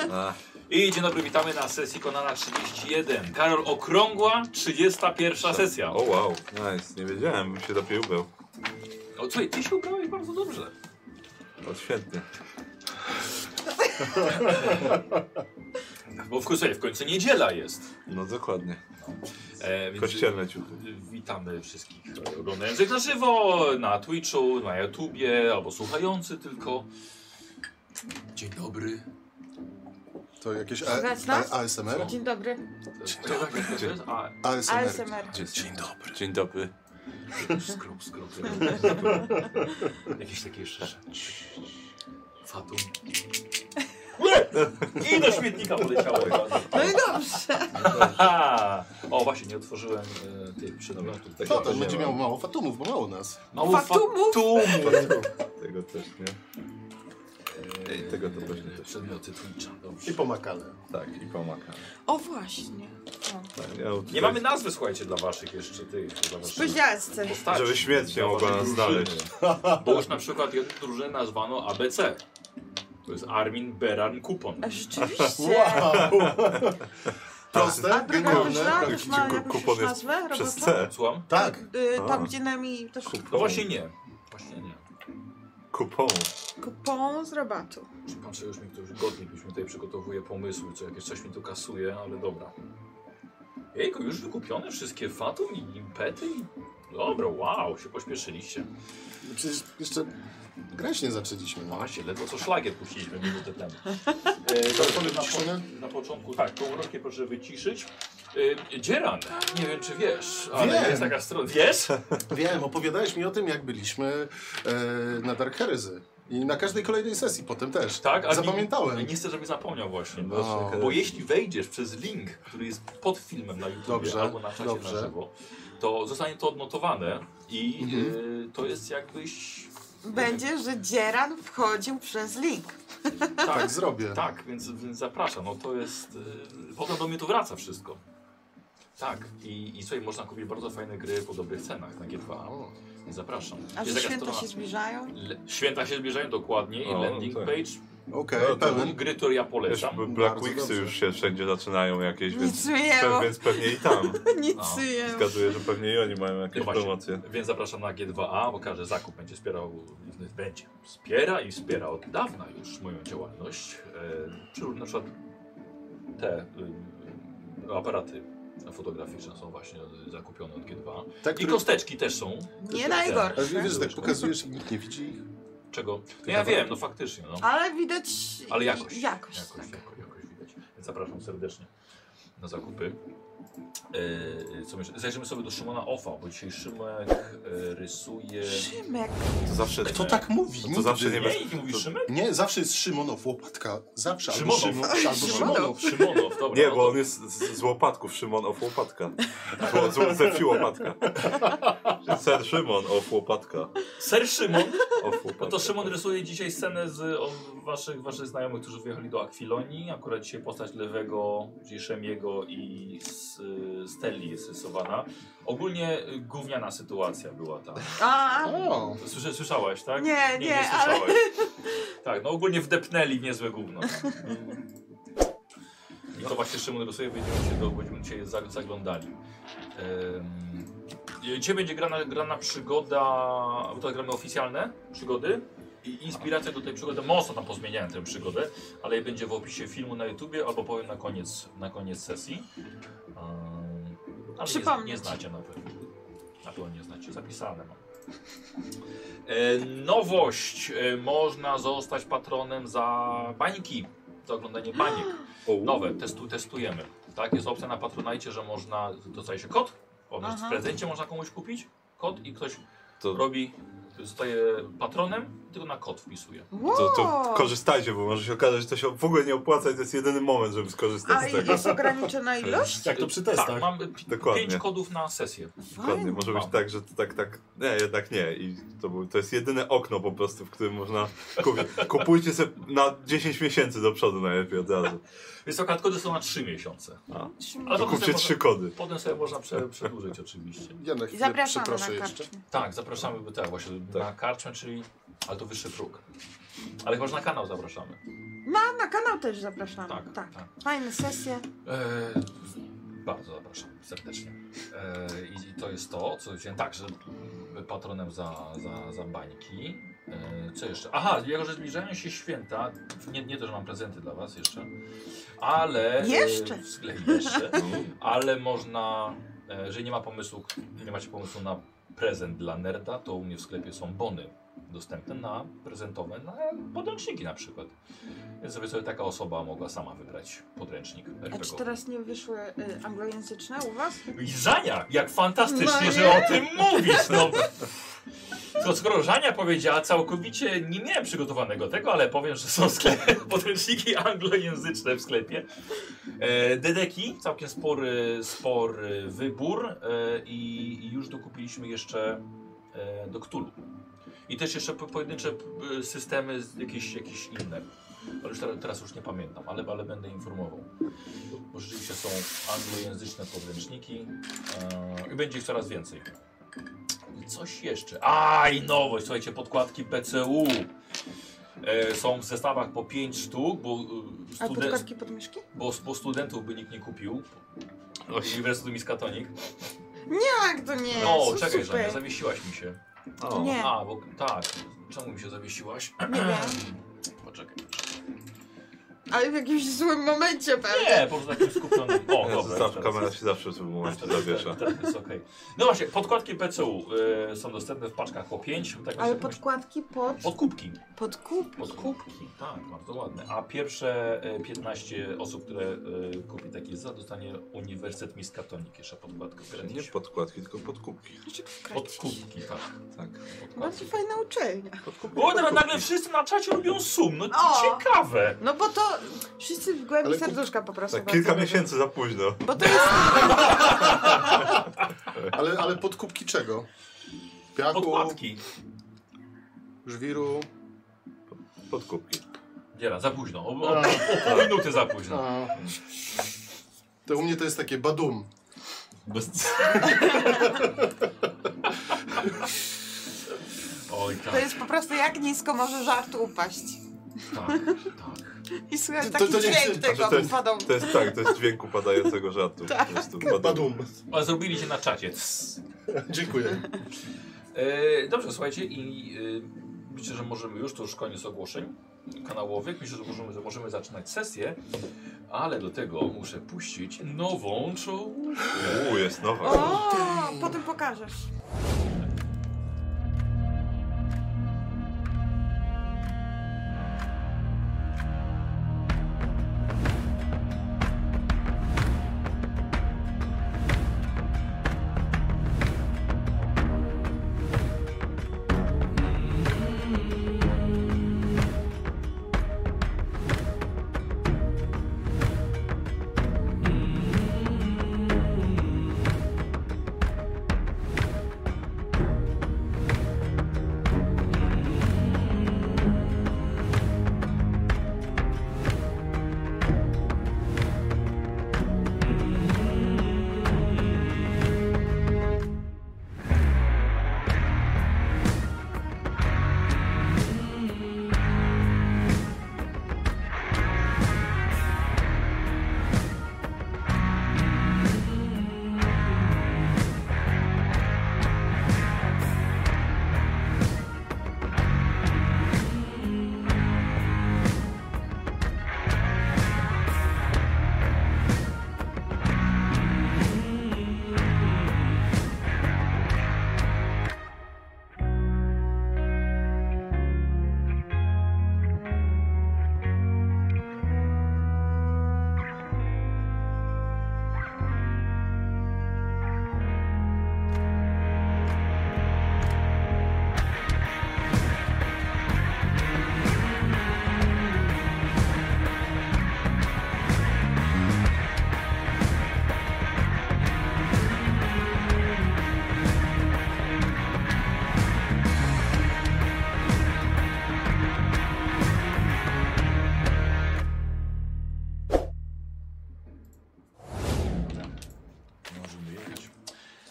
I dzień dobry, witamy na sesji Konana 31. Karol, okrągła 31 sesja. O wow, nice, nie wiedziałem, bym się lepiej ubrał. O słuchaj, ty się ubrałeś bardzo dobrze. O, świetnie. Bo w końcu niedziela jest. No dokładnie. Więc Kościelne ciuchy. witamy wszystkich oglądających na żywo, na Twitchu, na YouTubie, albo słuchający tylko. Dzień dobry. To jakieś ASMR? ASMR? Dzień dobry. ASMR. ASMR. Dzień dobry. Dzień dobry. Skrób. Jakieś takie jeszcze. Fatum. I do śmietnika poleciało. No i dobrze. O, właśnie, nie otworzyłem tych przedmiotów. To będzie miał mało fatumów, bo mało nas. Mało Fatumów? Tego też nie. Tego to też nie. Przedmioty Twitcha, dobrze. I pomakane. Tak, i pomaga. O właśnie. Tak, Nie mamy nazwy, słuchajcie, dla waszych jeszcze tych. Spóźnialscy. Postaci. Żeby śmierć nie mogła nas znaleźć. Bo już na przykład jedną drużynę nazwano ABC. To jest Armin Beran Kupon. A rzeczywiście. Wow! Proste, A druga drużyna genialne. też ma jakąś Kupon już jest nazwę? przez roboczą? C. Słucham? Tak. Tam gdzie nami też No właśnie nie. Właśnie nie. Kupon. kupon z rabatu. Pan sobie już mi ktoś godnik już mi tutaj przygotowuje pomysły, co jakieś coś mi tu kasuje, ale dobra. Jejku, już wykupione wszystkie Fatum i impety? Dobra, wow, się pośpieszyliście. Przecież jeszcze grać nie zaczęliśmy. No. Właśnie, ledwo co szlagier puściliśmy minutę temu. Na początku, tak, kołowrotkę proszę wyciszyć. Dzieran, nie wiem czy wiesz, ale Wiem. jest taka strona. Wiesz? Wiem, opowiadałeś mi o tym, jak byliśmy na Dark Heresy. I na każdej kolejnej sesji potem też. Tak, a zapamiętałem. Nie chcę, żebyś zapomniał właśnie. No. Bo jeśli wejdziesz przez link, który jest pod filmem na YouTube Dobrze, albo na czacie dobrze. na żywo, to zostanie to odnotowane i to jest jakbyś... Będzie, że Dzieran wchodził przez link. Tak, zrobię. Tak, więc zapraszam. No to jest... Potem do mnie to wraca wszystko. Tak. I słuchaj, można kupić bardzo fajne gry po dobrych cenach na G2. O. Zapraszam. A że Jest taka święta strona- się zbliżają? Święta się zbliżają dokładnie i O, landing tak. page. Okej, No to pełen. Gry, które ja Wiesz, polecam. Black Bardzo Wixy dobrze. już się wszędzie zaczynają jakieś, Nic więc, nie jemo. więc pewnie i tam. Nic No. nie jemo. Zgaduję, że pewnie i oni mają jakieś No właśnie, promocje. Więc zapraszam na G2A, bo każdy zakup będzie wspierał, wspiera i wspiera od dawna już moją działalność. Na przykład te aparaty fotograficzne są właśnie zakupione od G2. Te, I które... kosteczki też są. Nie Ale najgorsze. wiesz, że tak pokazujesz i nikt nie widzi ich. Czego? No ja wiem, no faktycznie. No. Ale widać Ale jakość. Jakość, tak. Jakość widać. Więc zapraszam serdecznie na zakupy. Co myślę? Zajrzymy sobie do Szymona Offa, bo dzisiaj Szymek rysuje... Szymek. To zawsze... Kto tak mówi? To zawsze Nigdy. nie Nie, nikt nie mówi Szymek? Nie, zawsze jest Szymonow, łopatka. Zawsze. Szymonow. Albo Szymonow. Szymonow, dobra. Nie, no bo to- on jest z łopatków, Szymon of łopatka. Ze wsi łopatka. Ser Szymon of łopatka. Ser Szymon? Of łopatka. No to Szymon rysuje dzisiaj scenę z waszych znajomych, którzy wyjechali do Akwilonii. Akurat dzisiaj postać Lewego, czyli Szemiego i Stelli jest rysowana. Ogólnie gówniana sytuacja była tam. O, Słyszałaś, tak? Nie, ale- słyszałaś. Tak, no ogólnie wdepnęli w niezłe gówno. I to właśnie Szymon rysuje, będziemy dzisiaj zaglądali. Dzisiaj będzie grana przygoda, bo to gramy oficjalne przygody i inspiracja do tej przygody, mocno tam pozmieniałem tę przygodę, ale jej będzie w opisie filmu na YouTubie albo powiem na koniec sesji. Ale Przypomnieć. nie znacie na pewno. Na pewno nie znacie, zapisane mam. Nowość, można zostać patronem za bańki, za oglądanie baniek. Nowe, testujemy. Tak, jest opcja na Patronite, że można, dostaje się kod, w prezencie można komuś kupić kod i ktoś To- robi, zostaje patronem, tylko na kod wpisuje. To korzystajcie, bo może się okazać, że to się w ogóle nie opłaca i to jest jedyny moment, żeby skorzystać A z tego. jest ograniczona ilość? jak to przy testach. Tak, mam Dokładnie. 5 kodów na sesję. Dokładnie, może być tak, że to tak, nie, jednak nie. I to jest jedyne okno po prostu, w którym można kupić. Kupujcie sobie na 10 miesięcy do przodu najlepiej od razu. Więc to kody są na 3 miesiące. A? Ale To potem kupcie sobie 3 kody. Potem sobie można przedłużyć oczywiście. Ja na I chwilę zapraszamy przeproszę na jeszcze. karczmę. Tak, zapraszamy tak, właśnie na karczmę, czyli, ale to wyższy próg. Ale chyba, że na kanał zapraszamy. Na kanał też zapraszamy. Tak. Fajne sesje. Bardzo zapraszam serdecznie. I to jest to, co wziąłem tak, że patronem za bańki. Co jeszcze? Aha, jako że zbliżają się święta, nie to, że mam prezenty dla was jeszcze, ale... Jeszcze? Jeszcze. Ale można, jeżeli nie macie pomysłu na prezent dla nerda, to u mnie w sklepie są bony dostępne na prezentowe, na podręczniki na przykład. Więc sobie taka osoba mogła sama wybrać podręcznik A RPG. czy teraz nie wyszły anglojęzyczne u was? I Żania, jak fantastycznie, No że nie? o tym mówisz, no. To skoro Żania powiedziała, całkowicie nie miałem przygotowanego tego, ale powiem, że są podręczniki anglojęzyczne w sklepie. Dedeki, całkiem spory wybór i już dokupiliśmy jeszcze do Cthulhu. I też jeszcze pojedyncze systemy, jakieś inne. Ale już teraz już nie pamiętam, ale będę informował. Bo rzeczywiście są anglojęzyczne podręczniki i będzie ich coraz więcej. I coś jeszcze. I nowość, słuchajcie, podkładki PCU. Są w zestawach po 5 sztuk, bo, A podkładki pod myszki? bo studentów by nikt nie kupił. Uniwersytetu Miskatonic. Jak to nie? No, Są czekaj, super. Żania, zawiesiłaś mi się. O, Nie. Bo tak. Czemu mi się zawiesiłaś? Nie wiem. Poczekaj. Ale w jakimś złym momencie pewnie. Nie, po prostu takim skupionym. O, dobra. kamera się zawsze w tym momencie zawiesza. Tak, jest okej. No właśnie, podkładki PCU są dostępne w paczkach po 5. Tak Ale podkładki Podkupki. Podkupki. Podkupki, tak, bardzo ładne. A pierwsze 15 osób, które kupi taki zestaw, dostanie Uniwersytet Miskatonic jeszcze podkładkę. Nie podkładki, tylko podkupki. Podkupki, tak. Tak. Bardzo fajna uczelnia. O, teraz nagle wszyscy na czacie robią sum, no O! ciekawe. No bo to wszyscy w głębi Ale serduszka po prostu. Tak, bardzo kilka lubią. miesięcy za późno. Bo to jest... Ale podkupki czego? Piachu, Podkładki. żwiru. Podkupki. Dziera, za późno. O pół minuty za późno. A. To u mnie to jest takie badum. Oj, tak. To jest po prostu jak nisko może żart upaść. Tak. I słychać To- taki to nie dźwięk chcę- tego to jest- padą. To jest tak, to jest dźwięk upadającego żartu. Tak. Po prostu Badum. Ale zrobili się na czacie. Dziękuję. Dobrze, słuchajcie, i myślę, że możemy już, to już koniec ogłoszeń kanałowych. Myślę, że możemy zaczynać sesję, ale do tego muszę puścić nową czołówkę. Jest nowa. O, potem pokażesz.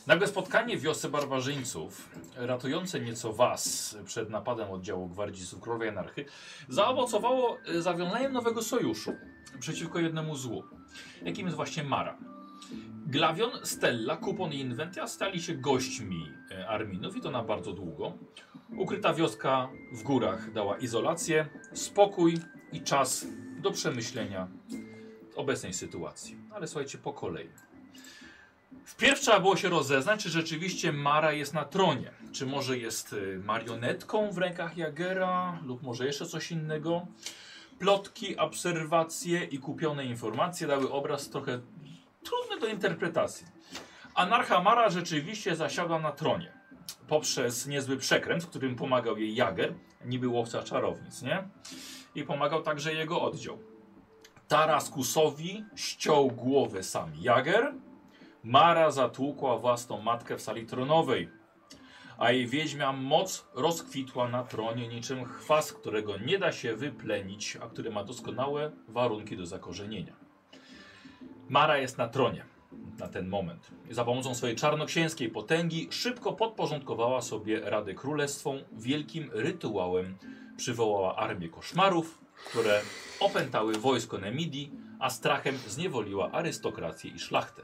Nagłe spotkanie w wiosce barbarzyńców, ratujące nieco was przed napadem oddziału gwardzistów królowej anarchy, zaowocowało zawiązaniem nowego sojuszu przeciwko jednemu złu, jakim jest właśnie Mara. Glavion, Stella, Kupon i Inventia stali się gośćmi Arminów i to na bardzo długo. Ukryta wioska w górach dała izolację, spokój i czas do przemyślenia obecnej sytuacji. Ale słuchajcie, po kolei. Wpierw trzeba było się rozeznać, czy rzeczywiście Mara jest na tronie. Czy może jest marionetką w rękach Jagera, lub może jeszcze coś innego. Plotki, obserwacje i kupione informacje dały obraz trochę trudny do interpretacji. Anarcha Mara rzeczywiście zasiadła na tronie. Poprzez niezły przekręt, w którym pomagał jej Jager, niby łowca czarownic, nie? I pomagał także jego oddział. Taraskusowi ściął głowę sam Jager. Mara zatłukła własną matkę w sali tronowej, a jej wiedźmia moc rozkwitła na tronie niczym chwast, którego nie da się wyplenić, a który ma doskonałe warunki do zakorzenienia. Mara jest na tronie na ten moment. Za pomocą swojej czarnoksięskiej potęgi szybko podporządkowała sobie Radę Królestwą, wielkim rytuałem przywołała armię koszmarów, które opętały wojsko Nemidii, a strachem zniewoliła arystokrację i szlachtę.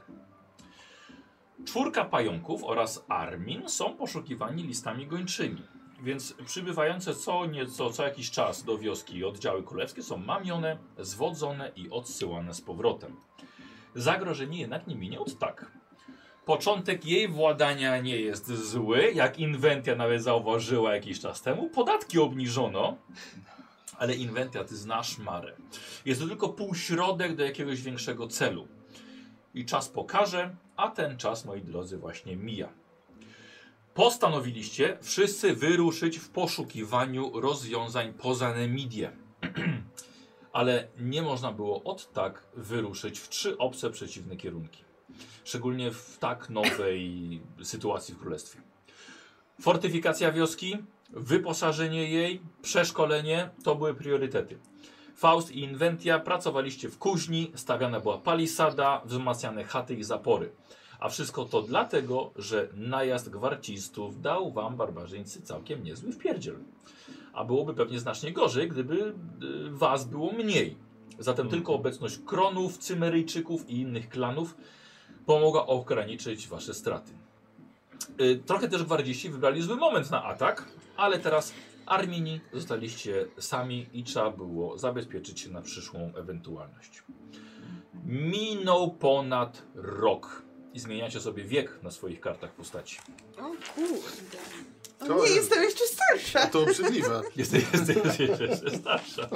4 pająków oraz Armin są poszukiwani listami gończymi, więc przybywające co jakiś czas do wioski oddziały królewskie są mamione, zwodzone i odsyłane z powrotem. Zagrożenie jednak nie minie od tak. Początek jej władania nie jest zły, jak Inventia nawet zauważyła jakiś czas temu. Podatki obniżono, ale Inventia, ty znasz Marę. Jest to tylko półśrodek do jakiegoś większego celu. I czas pokaże, a ten czas, moi drodzy, właśnie mija. Postanowiliście wszyscy wyruszyć w poszukiwaniu rozwiązań poza Nemidię. Ale nie można było od tak wyruszyć w 3 obce przeciwne kierunki. Szczególnie w tak nowej sytuacji w królestwie. Fortyfikacja wioski, wyposażenie jej, przeszkolenie to były priorytety. Faust i Inventia pracowaliście w kuźni, stawiana była palisada, wzmacniane chaty i zapory. A wszystko to dlatego, że najazd gwarcistów dał wam barbarzyńcy całkiem niezły wpierdziel. A byłoby pewnie znacznie gorzej, gdyby was było mniej. Zatem tylko obecność Kronów, Cymeryjczyków i innych klanów pomogła ograniczyć wasze straty. Trochę też gwardziści wybrali zły moment na atak, ale teraz Armini zostaliście sami i trzeba było zabezpieczyć się na przyszłą ewentualność. Minął ponad rok i zmieniacie sobie wiek na swoich kartach postaci. O kurde. To Nie jest- jestem jeszcze starsza. To obrzydliwe. Jesteś jeszcze starsza.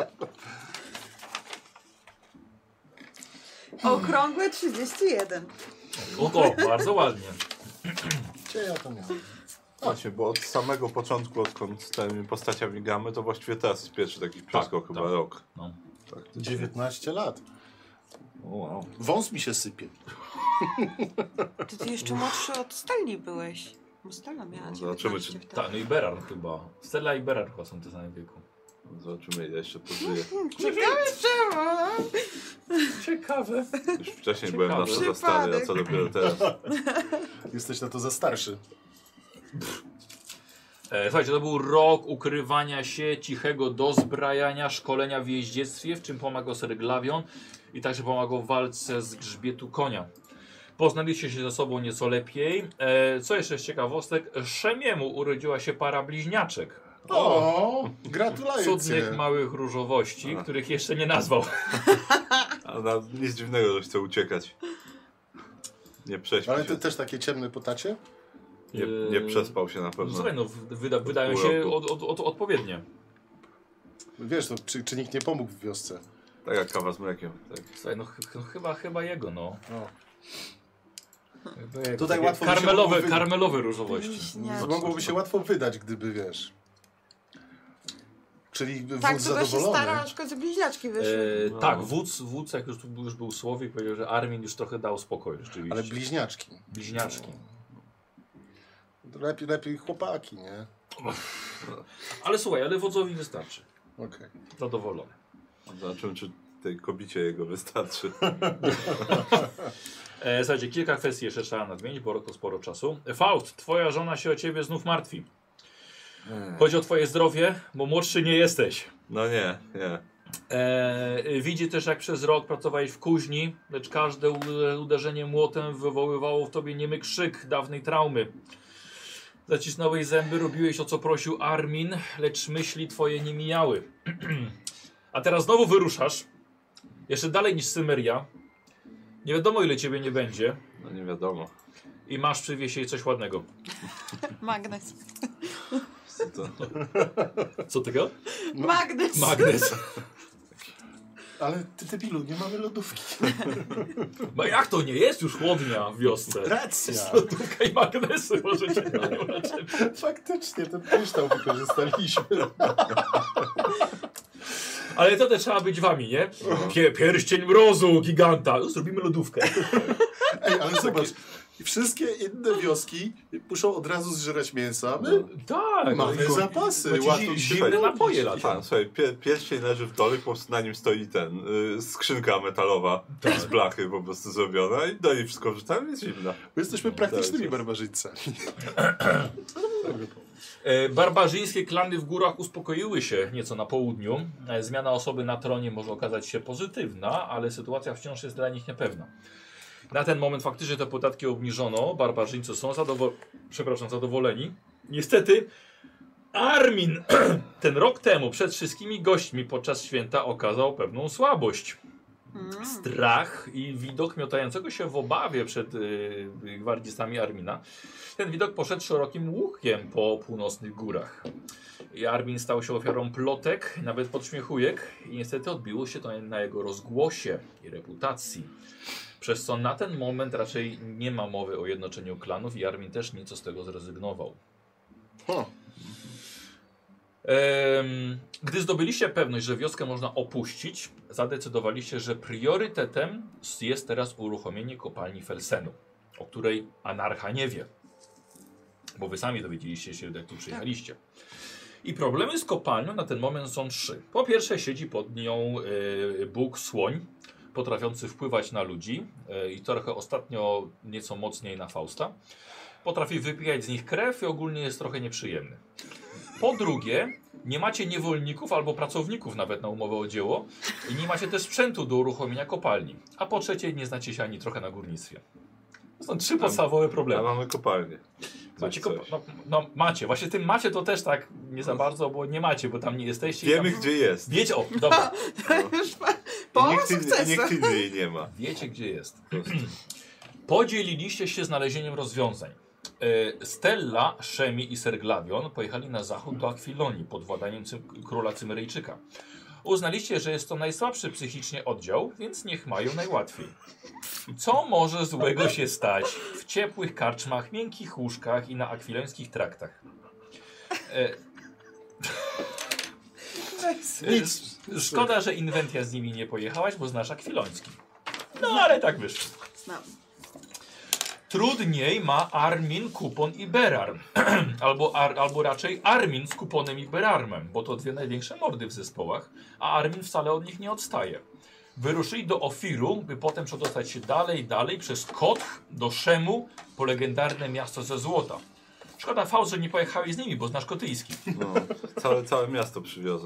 Okrągłe 31. O, bardzo ładnie. Gdzie ja to miałem? Właśnie, bo od samego początku, odkąd z tymi postaciami gamy, to właściwie teraz jest pierwszy taki przeskok, chyba tak. rok. No. Tak, 19 lat. wow. Wąs mi się sypie. Ty jeszcze młodszy od Stelli byłeś. Bo Stella miała No, zobaczymy, 19 czy- wtedy. Tak, no i Berard chyba. Stella i Berard chyba są w tym samym wieku. Zobaczymy, ile jeszcze pożyje. Ciekawe czemu? Ciekawe. Już wcześniej Ciekawe. byłem na to za stary, a co dopiero teraz. Jesteś na to za starszy. Słuchajcie, to był rok ukrywania się, cichego dozbrajania, szkolenia w jeździectwie, w czym pomagał Ser Glavion i także pomagał w walce z grzbietu konia. Poznaliście się ze sobą nieco lepiej. Co jeszcze z ciekawostek? Szemiemu urodziła się para bliźniaczek. O, gratulacje. Cudnych małych różowości, których jeszcze nie nazwał. A nic dziwnego, że chce uciekać. Nie prześpił Ale się. ty też takie ciemne potacie? Nie przespał się na No, pewno. słuchaj, no, wydają się odpowiednie. Wiesz, to, czy nikt nie pomógł w wiosce? Tak jak kawa z mlekiem. Tak. Słuchaj, no chyba jego, no. O. Chyba jego. Tutaj Takie łatwo by się mogło wy- karmelowe różowości. Bliźniaczki. Mogłoby się łatwo wydać, gdyby wiesz. Czyli wódz Tak, długo się zadowolony. stara, aż w końcu bliźniaczki wyszły. Tak, wódz jak już był Słowik, powiedział, że Armin już trochę dał spokoju, rzeczywiście. Ale bliźniaczki. Bliźniaczki. To lepiej chłopaki, nie? Ale słuchaj, ale wodzowi wystarczy. Okej. Zadowolony. Zobaczymy, czy tej kobicie jego wystarczy. Słuchajcie, kilka kwestii jeszcze trzeba nadmienić, bo to sporo czasu. Faust, twoja żona się o ciebie znów martwi. Chodzi o twoje zdrowie, bo młodszy nie jesteś. No nie. Widzi też, jak przez rok pracowałeś w kuźni, lecz każde uderzenie młotem wywoływało w tobie niemy krzyk dawnej traumy. Zacisnąłeś zęby, robiłeś o co prosił Armin, lecz myśli twoje nie mijały. A teraz znowu wyruszasz, jeszcze dalej niż Cymeria. Nie wiadomo, ile ciebie nie będzie. No nie wiadomo. I masz przywieźć jej coś ładnego. Magnes. Co to? Co tego? Magnes. Magnes. Ale ty debilu, nie mamy lodówki. No jak to nie jest już chłodnia w wiosce? Racja. Lodówka i magnesy możecie na nią Faktycznie, ten kryształ wykorzystaliśmy. Ale to też trzeba być wami, nie? Pierścień mrozu, giganta. Zrobimy lodówkę. Ej, ale zobacz, wszystkie inne wioski muszą od razu zżerać mięsa. My Tak. mamy zapasy. Bo ci Łatwo zimne się napoje robić. latają. Słuchaj, pierścień leży w dole, po prostu na nim stoi skrzynka metalowa z blachy po prostu zrobiona i do niej wszystko wrzucamy, jest zimna. My jesteśmy praktycznymi Tak, barbarzyńcami. Barbarzyńskie klany w górach uspokoiły się nieco na południu. Zmiana osoby na tronie może okazać się pozytywna, ale sytuacja wciąż jest dla nich niepewna. Na ten moment faktycznie te podatki obniżono, barbarzyńcy są zadowoleni. Niestety Armin ten rok temu przed wszystkimi gośćmi podczas święta okazał pewną słabość. Strach i widok miotającego się w obawie przed gwardzistami Armina. Ten widok poszedł szerokim łukiem po północnych górach. I Armin stał się ofiarą plotek, nawet podśmiechujek i niestety odbiło się to na jego rozgłosie i reputacji. Przez co na ten moment raczej nie ma mowy o jednoczeniu klanów i Armin też nieco z tego zrezygnował. Gdy zdobyliście pewność, że wioskę można opuścić, zadecydowaliście, że priorytetem jest teraz uruchomienie kopalni Felsenu, o której Anarcha nie wie. Bo wy sami dowiedzieliście się, jak tu przyjechaliście. I problemy z kopalnią na ten moment są trzy. Po pierwsze siedzi pod nią Bóg Słoń, potrafiący wpływać na ludzi i trochę ostatnio nieco mocniej na Fausta. Potrafi wypijać z nich krew i ogólnie jest trochę nieprzyjemny. Po drugie, nie macie niewolników albo pracowników nawet na umowę o dzieło i nie macie też sprzętu do uruchomienia kopalni. A po trzecie, nie znacie się ani trochę na górnictwie. To są trzy podstawowe problemy. A mamy kopalnię. Macie, macie. Właśnie tym macie to też tak nie za bardzo, bo nie macie, bo tam nie jesteście. Wiemy, tam... gdzie jest. Wiecie, o, dobra. Już I po nikt sukcesu. inny jej nie ma. Wiecie, gdzie jest. Podzieliliście się znalezieniem rozwiązań. Stella, Szemi i Serglavion pojechali na zachód do Akwilonii pod władaniem króla Cymeryjczyka. Uznaliście, że jest to najsłabszy psychicznie oddział, więc niech mają najłatwiej. Co może złego się stać w ciepłych karczmach, miękkich łóżkach i na akwilońskich traktach? Nic. Szkoda, że Inwentia z nimi nie pojechałaś, bo znasz akwiloński. No ale tak wyszło. Znam. Trudniej ma Armin, Kupon i Berarm. albo raczej Armin z Kuponem i Berarmem, bo to dwie największe mordy w zespołach, a Armin wcale od nich nie odstaje. Wyruszyli do Ofiru, by potem przedostać się dalej przez Koth do Szemu po legendarne miasto ze złota. Szkoda, Faust, że nie pojechałeś z nimi, bo znasz kotyjski. No, całe miasto przywiozą.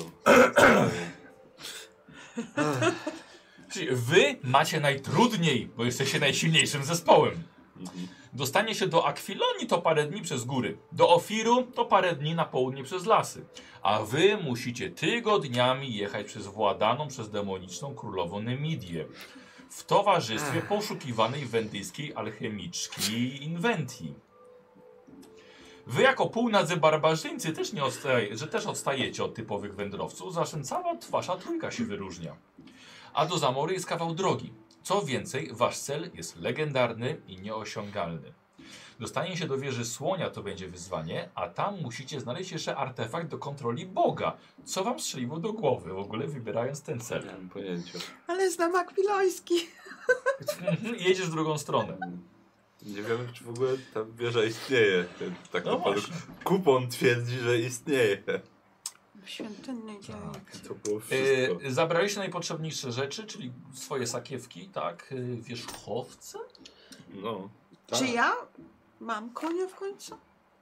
Czyli wy macie najtrudniej, bo jesteście najsilniejszym zespołem. Dostanie się do Akwilonii to parę dni przez góry. Do Ofiru to parę dni na południe przez lasy. A wy musicie tygodniami jechać przez władaną przez demoniczną królową Nemidię. W towarzystwie poszukiwanej wendyjskiej alchemiczki Inwentii. Wy jako półnadzy barbarzyńcy też odstajecie od typowych wędrowców, za czym cała wasza trójka się wyróżnia. A do Zamory jest kawał drogi. Co więcej, wasz cel jest legendarny i nieosiągalny. Dostanie się do wieży Słonia to będzie wyzwanie, a tam musicie znaleźć jeszcze artefakt do kontroli Boga. Co wam strzeliło do głowy w ogóle wybierając ten cel? Nie mam pojęcia. Ale znam akwiloński. Jedziesz w drugą stronę. Nie wiem, czy w ogóle ta wieża istnieje. Tak No naprawdę właśnie. Kupon twierdzi, że istnieje. W świątynnej dzielnicy. To było wszystko. Zabraliście najpotrzebniejsze rzeczy, czyli swoje sakiewki, tak? Wierzchowce? No. Czy ja mam konia w końcu?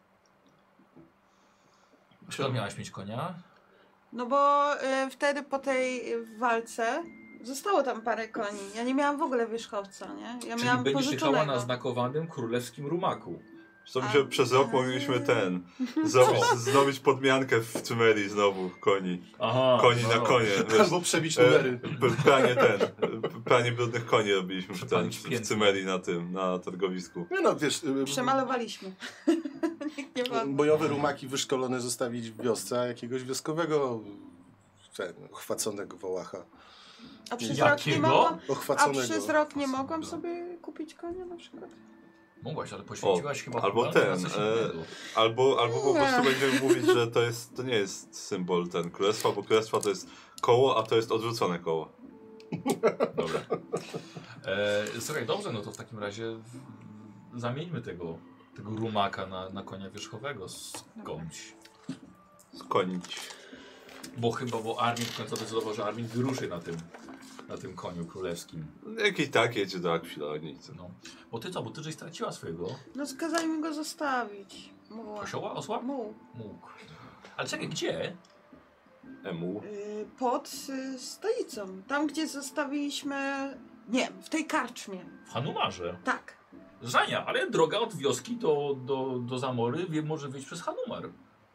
Czy miałaś mieć konia? No bo wtedy po tej walce zostało tam parę koni. Ja nie miałam w ogóle wierzchowca, nie? Ja Czyli miałam będziesz jechała pożyczonego. na znakowanym królewskim rumaku. Co mi się przez rok mogliśmy zrobić podmiankę w Cymerii znowu, koni. Aha. Koni na konie. Wiesz, Albo przebić numery. pranie brudnych koni robiliśmy w Cymerii na targowisku. Nie no, wiesz... Przemalowaliśmy. Nikt nie ma. Bojowe rumaki wyszkolone zostawić w wiosce, a jakiegoś wioskowego ochwaconego wołacha. A przez Jakiego? rok nie mogłam. A Ochwaconego. przez rok nie mogłam sobie kupić konia na przykład. Mogłaś, ale poświęciłaś chyba albo na ten, coś innego. albo po prostu będziemy mówić, że to nie jest symbol ten królestwa, bo królestwa to jest koło, a to jest odwrócone koło. Dobra. Słuchaj, dobrze, no to w takim razie zamieńmy tego rumaka na konia wierzchowego skądś. Skonić. Bo Armin w końcu decydował, że Armin wyruszy na tym koniu królewskim. Jak i tak jedzie do Akwilonii. No. Bo ty żeś straciła swojego No skazali mi go zostawić. osioła, osła? Mógł. Ale czekaj, gdzie? Emu. Pod stolicą. Tam, gdzie zostawiliśmy... Nie, w tej karczmie. W Hanumarze. Tak. Żania, ale droga od wioski do Zamory może wyjść przez Hanumar.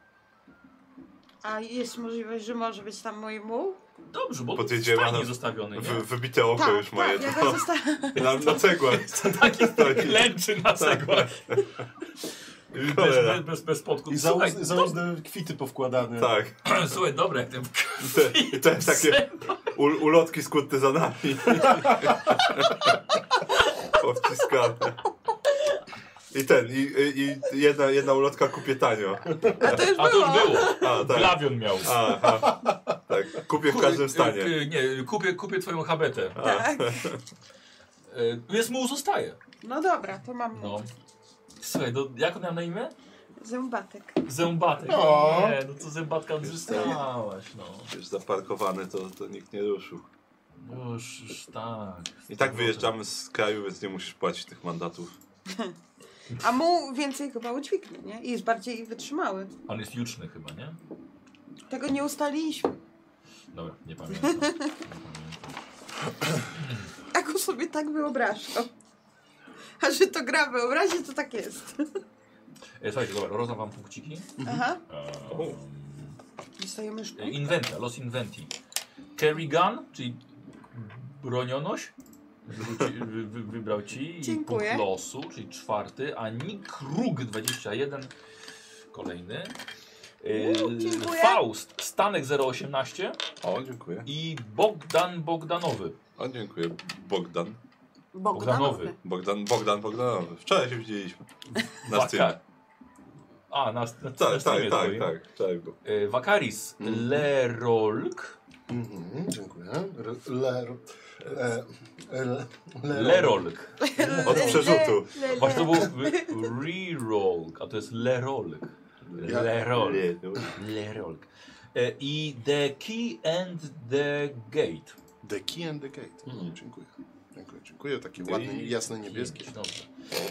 A jest możliwość, że może być tam mój muł? Dobrze, bo Podjedziemy fajnie na- zostawiony, nie? Wybite oko już ma tak, jedno. ja go zostawiam. Na cegłach. Taki klęczy na cegłach. Cholera. Bez podków. I Słuchaj, załóżne kwity powkładane. Tak. słuchaj, dobre, jak ten I te takie ulotki z kurtyzanami. Powciskane. I jedna ulotka kupię tanio. A to już A to było. już było. A, tak. Glawion miał. Tak. Kupię w każdym stanie. Nie, kupię twoją habetę. Tak. Więc mu zostaje. No dobra, to mam No. Słuchaj, jak on miał na imię? zębatek. Zębatek. O. Nie, no to zębatka odzyskałaś, no. Wiesz, zaparkowany to nikt nie ruszył. Już tak. I tak wyjeżdżamy z kraju, więc nie musisz płacić tych mandatów. A muł więcej chyba udźwignie, nie? I jest bardziej wytrzymały. On jest juczny chyba, nie? Tego nie ustaliliśmy. Dobra, nie pamiętam. Ja go sobie tak wyobrażam. A że to gra wyobraźni, to tak jest. Słuchajcie, dobra, rozdam wam punkciki. Aha. Dostajemy już punkt. Inventia, los inventi. Kerrigan, czyli bronionoś. Wybrał ci. Dziękuję. I punkt losu, czyli 4. A Nikrug 21. Kolejny. Dziękuję. Faust, Stanek 018 O, dziękuję. i Bogdanowy. O, dziękuję. Bogdan. Bogdanowy. Bogdanowy. Wczoraj się widzieliśmy. Na Waka- scenie. A, na Tak. streamie twoim. Wczoraj był. Wakaris, Lerolk. Dziękuję. Lerolk. Od przerzutu. Właśnie to był Rerolk, a to jest Lerolk. Lerolk. Lerolk. I The Key and the Gate. The Key and the Gate. Dziękuję. Dziękuję. Takie ładne, jasne, niebieskie. Dobrze.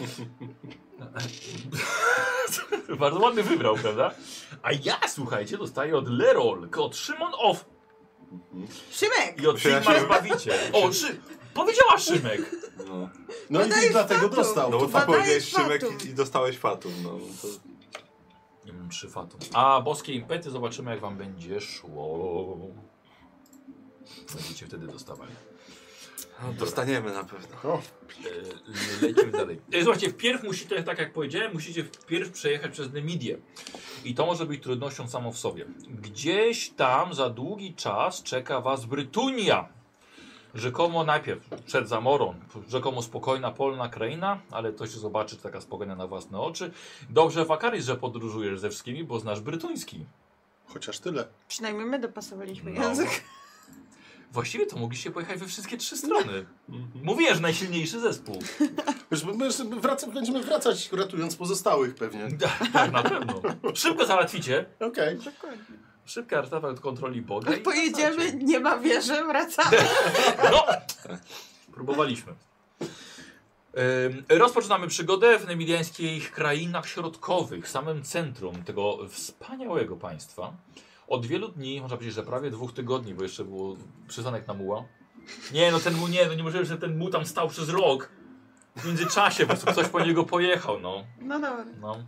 Bardzo ładny wybrał, prawda? A ja, słuchajcie, dostaję od Lerolk, od Szymon Off Szymek! i od Się Sigmar naśmiewa. Zbawicie. O, powiedziała Szymek. No, No i Dajesz dlatego fatum. dostał. no bo To tak Badajesz powiedziałeś Szymek fatum. i dostałeś fatum. No, to... Nie mam 3 fatum. A boskie impety zobaczymy, jak wam będzie szło. Będziecie wtedy dostawali. Dostaniemy na pewno. Lecimy dalej. Słuchajcie, wpierw musicie, tak jak powiedziałem, musicie wpierw przejechać przez Nemidię. I to może być trudnością samą w sobie. Gdzieś tam za długi czas czeka was Brytunia. Rzekomo najpierw przed Zamorą, rzekomo spokojna polna kraina, ale to się zobaczy taka spokojna na własne oczy. Dobrze, Wakaris, że podróżujesz ze wszystkimi, bo znasz brytuński. Chociaż tyle. Przynajmniej my dopasowaliśmy No. język. Właściwie to mogliście pojechać we wszystkie 3 strony. Mówię, że najsilniejszy zespół. Wiesz, będziemy wracać ratując pozostałych pewnie. Tak, na pewno. Szybko załatwicie. Okej. Szybki artefakt kontroli Boga. i Pojedziemy, wracacie. nie ma wieży, wracamy. No! Próbowaliśmy. Rozpoczynamy przygodę w nemidiańskich krainach środkowych, w samym centrum tego wspaniałego państwa. Od wielu dni, można powiedzieć, że prawie 2 tygodni, bo jeszcze było przystanek na muła. Nie, no ten mu nie, no nie możemy, że ten mu tam stał przez rok. W międzyczasie po prostu ktoś po niego pojechał, no. No dobra. No.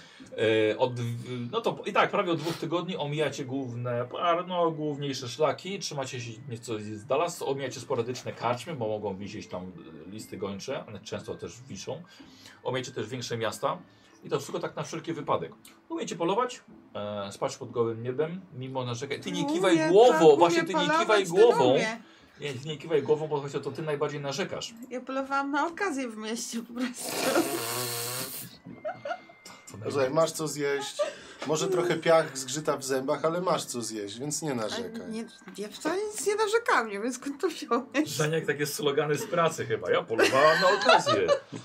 No to i tak, prawie od 2 tygodni omijacie główniejsze szlaki, trzymacie się nieco z dala, omijacie sporadyczne karczmy, bo mogą wisieć tam listy gończe, one często też wiszą. Omijacie też większe miasta i to wszystko tak na wszelki wypadek. Umiecie polować, spać pod gołym niebem, mimo narzekać. Ty nie kiwaj głową, właśnie ty nie kiwaj głową. Nie, nie kiwaj głową, bo właśnie to ty najbardziej narzekasz. Ja polowałam na okazję w mieście po prostu. Słuchaj, masz co zjeść. Może trochę piach zgrzyta w zębach, ale masz co zjeść, więc nie Ale narzekaj. nie, ja wcale nic nie narzekam, nie wiem skąd to wziąłeś. Żeniak takie slogany z pracy chyba. Ja polowałam na okazję.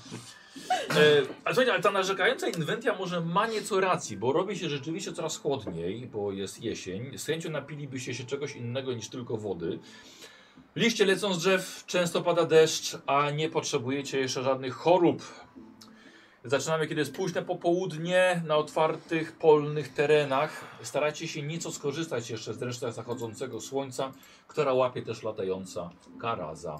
A słuchajcie, ale ta narzekająca inwentia może ma nieco racji, bo robi się rzeczywiście coraz chłodniej, bo jest jesień. Z chęcią napilibyście się czegoś innego niż tylko wody. Liście lecą z drzew, często pada deszcz, a nie potrzebujecie jeszcze żadnych chorób. Zaczynamy, kiedy jest późne popołudnie na otwartych, polnych terenach. Starajcie się nieco skorzystać jeszcze z resztek zachodzącego słońca, która łapie też latająca karaza.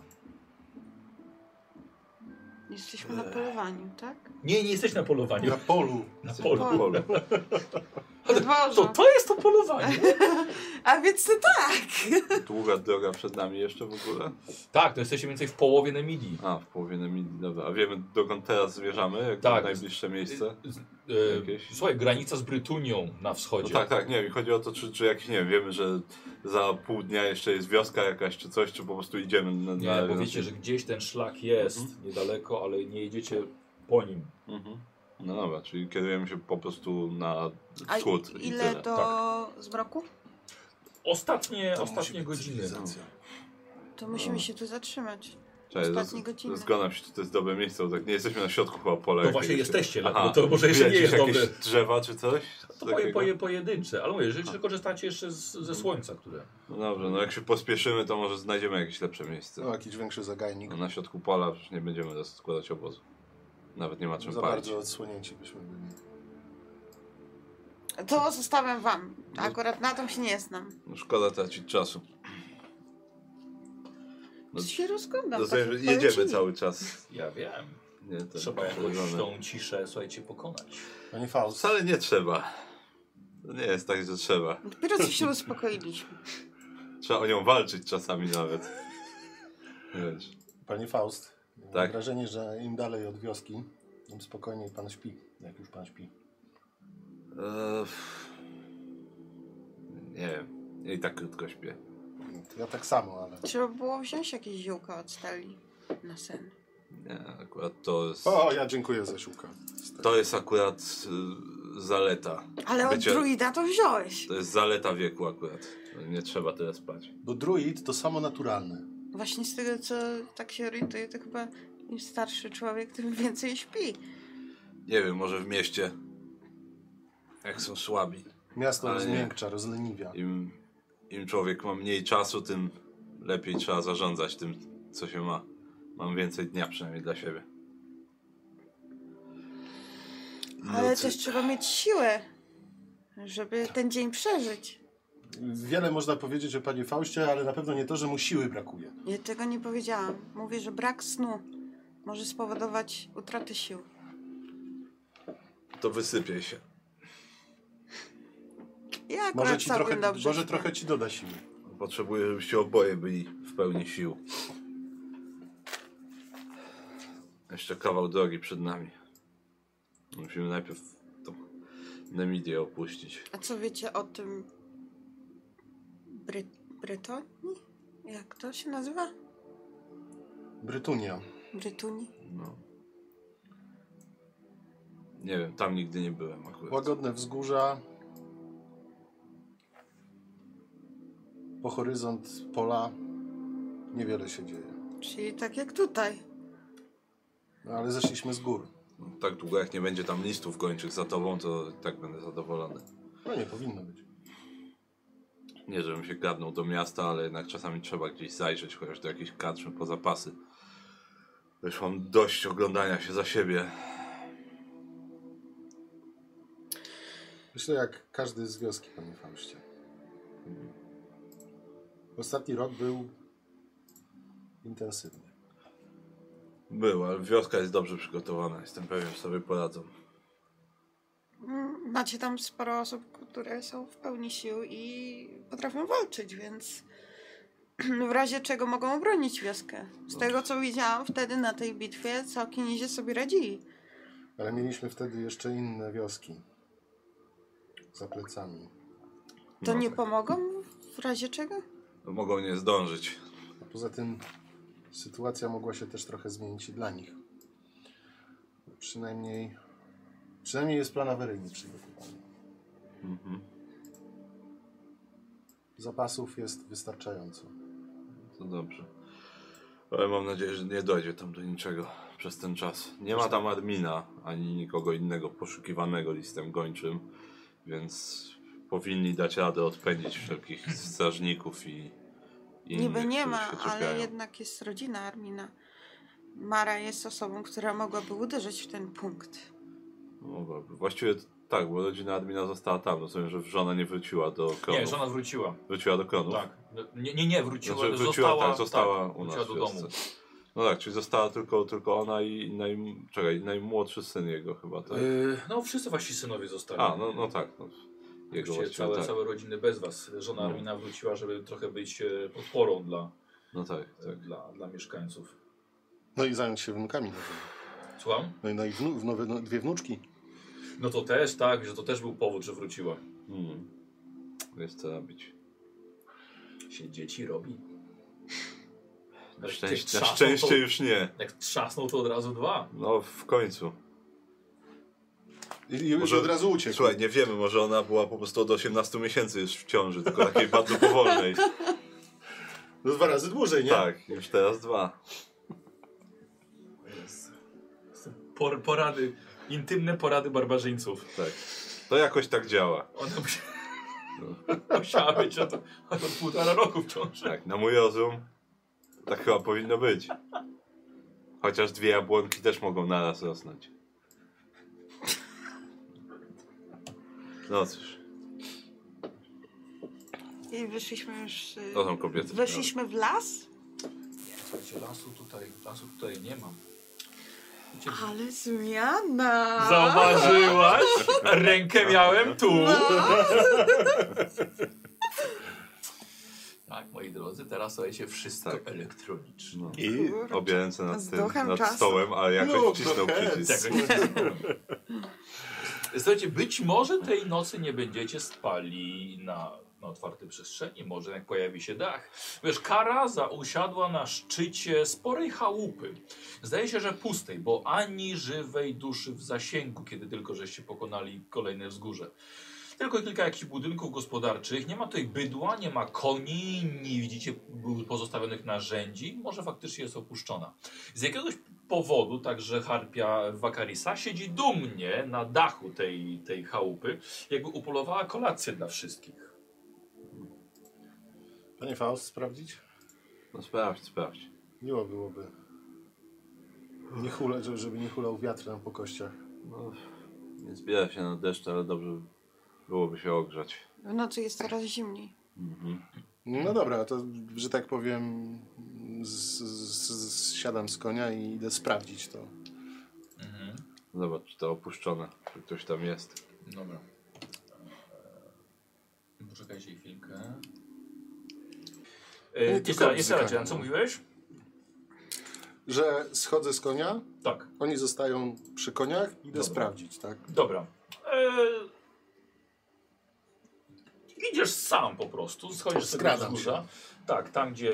Jesteśmy na polowaniu, tak? Nie, nie jesteś na polowaniu. Na polu. Na polu. Na To, dworze. to jest to polowanie. A więc to tak. Długa droga przed nami jeszcze w ogóle? Tak, to jesteście mniej więcej w połowie Nemidii. A, w połowie Nemidii, dobra. A wiemy, dokąd teraz zmierzamy? Jak Tak. najbliższe miejsce? Jakieś? Słuchaj, granica z Brytunią na No wschodzie. tak, nie, mi chodzi o to, czy jakiś, nie wiem, wiemy, że za pół dnia jeszcze jest wioska jakaś, czy coś, czy po prostu idziemy na... Nie, bo wiecie, że gdzieś ten szlak jest niedaleko, ale nie jedziecie po nim. Mhm. No dobra, czyli kierujemy się po prostu na A wschód i ile tyle. do zmroku? Ostatnie To musi być godziny. cywilizacja. To musimy się tu zatrzymać. Czekaj, ostatnie godziny. zgadzam się, to jest dobre miejsce, bo tak nie jesteśmy na środku chyba pola. No właśnie jakiegoś. jesteście, Aha, bo to może jeszcze nie jest jakieś dobre. drzewa czy coś? To takiego? pojedyncze, ale mówię, że jeszcze korzystacie jeszcze ze słońca, które... No dobrze, no jak się pospieszymy, to może znajdziemy jakieś lepsze miejsce. No, jakiś większy zagajnik. No, na środku pola przecież nie będziemy składać obozu. Nawet nie ma czym Za palić. bardzo odsłonięci byśmy byli. To zostawiam wam. Akurat na tym się nie znam. No, szkoda tracić czasu. No, To się rozglądam. to tak sobie jak jedziemy polecili. cały czas. Ja wiem. Nie, to Trzeba jakoś przegrane. tą ciszę, słuchajcie, pokonać. Panie Faust, Wcale nie trzeba. To nie jest tak, że trzeba. Dopiero co się uspokoiliśmy. Trzeba o nią walczyć czasami nawet. Wiesz. panie Faust, mam Tak. wrażenie, że im dalej od wioski, tym spokojniej pan śpi, jak już pan śpi. Nie wiem. Ja i tak krótko śpię. Ja tak samo, ale... Trzeba było wziąć jakieś ziółka od stali na sen. Nie, akurat to jest... O, ja dziękuję za siłkę. To jest akurat zaleta. Ale od Bycie- druida to wziąłeś. To jest zaleta wieku akurat. Nie trzeba tyle spać. Bo druid to samo naturalne. Właśnie z tego, co tak się orientuję, to chyba im starszy człowiek, tym więcej śpi. Nie wiem, może w mieście. Jak są słabi. Miasto Ale nie. rozmiękcza, rozleniwia. Im człowiek ma mniej czasu, tym lepiej trzeba zarządzać tym, co się ma. Mam więcej dnia przynajmniej dla siebie. Ale Nocy. też trzeba mieć siłę, żeby ten dzień przeżyć. Wiele można powiedzieć o panie Faustie, ale na pewno nie to, że mu siły brakuje. Ja tego nie powiedziałam. Mówię, że brak snu może spowodować utratę sił. To wysypiej się. Ja akurat całkiem dobrze może śpię. trochę ci doda siły. Potrzebuję, żebyście oboje byli w pełni sił. Jeszcze kawał drogi przed nami. Musimy najpierw tą Nemidię opuścić. A co wiecie o tym Brytonii? Jak to się nazywa? Brytunia. Brytunii? No. Nie wiem, tam nigdy nie byłem akurat. Łagodne wzgórza. Po horyzont pola. Niewiele się dzieje. Czyli tak jak tutaj. No, ale zeszliśmy z gór. No, tak długo jak nie będzie tam listów gończych za tobą, to i tak będę zadowolony. No nie powinno być. Nie, żebym się gadnął do miasta, ale jednak czasami trzeba gdzieś zajrzeć, chociaż do jakiejś karczmy po zapasy. Już mam dość oglądania się za siebie. Myślę, jak każdy z wioski, panie Faustie. Ostatni rok był intensywny. Był, ale wioska jest dobrze przygotowana. Jestem pewien, że sobie poradzą. Macie tam sporo osób, które są w pełni sił i potrafią walczyć, więc w razie czego mogą obronić wioskę. Z tego, co widziałam wtedy na tej bitwie, całkiem nieźle sobie radzili. Ale mieliśmy wtedy jeszcze inne wioski. Za plecami. To No nie tak. pomogą w razie czego? Mogą nie zdążyć. A poza tym sytuacja mogła się też trochę zmienić i dla nich. Przynajmniej jest plan awaryjny przygotowany. Mhm. Zapasów jest wystarczająco. To dobrze. Ale mam nadzieję, że nie dojdzie tam do niczego przez ten czas. Nie ma tam admina, ani nikogo innego poszukiwanego listem gończym, więc powinni dać radę odpędzić wszelkich strażników i innych, Niby nie którzy ma, się ale czepiają. jednak jest rodzina Armina. Mara jest osobą, która mogłaby uderzyć w ten punkt. Mogłaby. Właściwie tak, bo rodzina admina została tam. Rozumiem, że żona nie wróciła do Kronów. Nie, żona wróciła. Wróciła do Kronów? Tak. Nie, wróciła. Znaczy, została u nas wróciła do w wiosce. domu. No tak, czyli została tylko ona i najmłodszy syn jego chyba, tak? No wszyscy wasi synowie zostali. A, no tak. No. Jego Właściwie właściwie tak. całe rodziny bez was. Żona No. Armina wróciła, żeby trochę być podporą No tak. dla mieszkańców. No i zająć się wnukami. Słucham? No i dwie wnuczki. No to też, tak, że to też był powód, że wróciła. Jest co robić. Się dzieci robi. Na Jak szczęście już nie. Jak trzasnął, to od razu 2. No w końcu. I już Może- od razu uciekł. Słuchaj, nie wiemy, może ona była po prostu od 18 miesięcy już w ciąży, tylko takiej bardzo powolnej. No 2 razy dłużej, nie? Tak, już teraz 2. Porady, intymne porady barbarzyńców. Tak. To jakoś tak działa. Ona musiała być od 1,5 roku w ciąży. Tak, na mój rozum tak chyba powinno być. Chociaż 2 jabłonki też mogą naraz rosnąć. No cóż, I wyszliśmy już... to są kobiety. Weszliśmy w las? Słuchajcie, lasu tutaj nie mam. Wiecie, Ale zmiana! zauważyłaś? Rękę miałem tu. Tak, moi drodzy, teraz słuchajcie, wszystko Tak. elektroniczne. No. I Obie ręce Z nad duchem nad czasu. stołem, a jakoś No, wcisnął trochę. przycisk. Słuchajcie, być może tej nocy nie będziecie spali na otwartej przestrzeni, może jak pojawi się dach. Wiesz, Karaza usiadła na szczycie sporej chałupy. Zdaje się, że pustej, bo ani żywej duszy w zasięgu, kiedy tylko żeście pokonali kolejne wzgórze. Tylko kilka jakichś budynków gospodarczych. Nie ma tutaj bydła, nie ma koni, nie widzicie pozostawionych narzędzi. Może faktycznie jest opuszczona. Z jakiegoś powodu także harpia Wakarisa siedzi dumnie na dachu tej chałupy, jakby upolowała kolację dla wszystkich. Panie Faust, sprawdzić? No sprawdź. Miło byłoby. Nie hulać, żeby nie hulał wiatr nam po kościach. No, nie zbiera się na deszcz, ale dobrze byłoby się ogrzać. W nocy jest coraz zimniej. No dobra, to, że tak powiem, zsiadam z konia i idę sprawdzić to. Zobacz, czy to opuszczone, czy ktoś tam jest. Dobra. Poczekajcie chwilkę. tylko Jeszcze raz, bzykanie, co no. mówiłeś? Że schodzę z konia, Tak. oni zostają przy koniach, idę Dobra. sprawdzić, tak? Dobra. Idziesz sam po prostu, schodzisz sobie z Skradam wzgórza. się. Tak, tam gdzie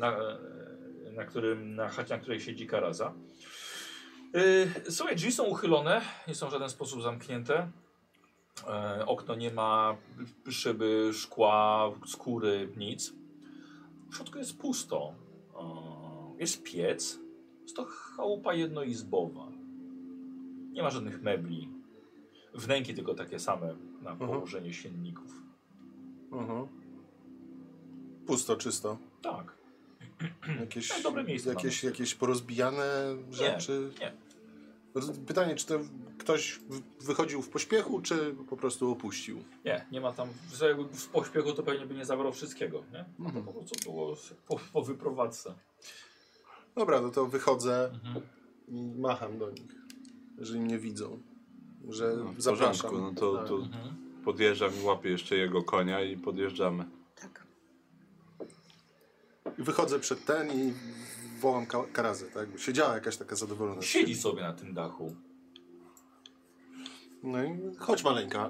na chacie, na której siedzi Karaza. Słuchaj, drzwi są uchylone, nie są w żaden sposób zamknięte. Okno nie ma szyby, szkła, skóry, nic. W środku jest pusto. Jest piec. Jest to chałupa jednoizbowa. Nie ma żadnych mebli. Wnęki tylko takie same na położenie sienników. Pusto, czysto. Tak. Jakieś, dobre miejsce jakieś porozbijane rzeczy? Nie. Pytanie, czy to ktoś wychodził w pośpiechu, czy po prostu opuścił? Nie ma tam, jakby w pośpiechu to pewnie by nie zabrał wszystkiego, nie? No to po prostu było po wyprowadzce. Dobra, no to wychodzę i macham do nich, jeżeli mnie widzą, że No, w zapraszam. porządku, no to podjeżdżam i łapię jeszcze jego konia i podjeżdżamy. Tak. I wychodzę przed ten i wołam Karazę, tak? Bo siedziała jakaś taka zadowolona. Siedzi sobie na tym dachu. No i chodź maleńka.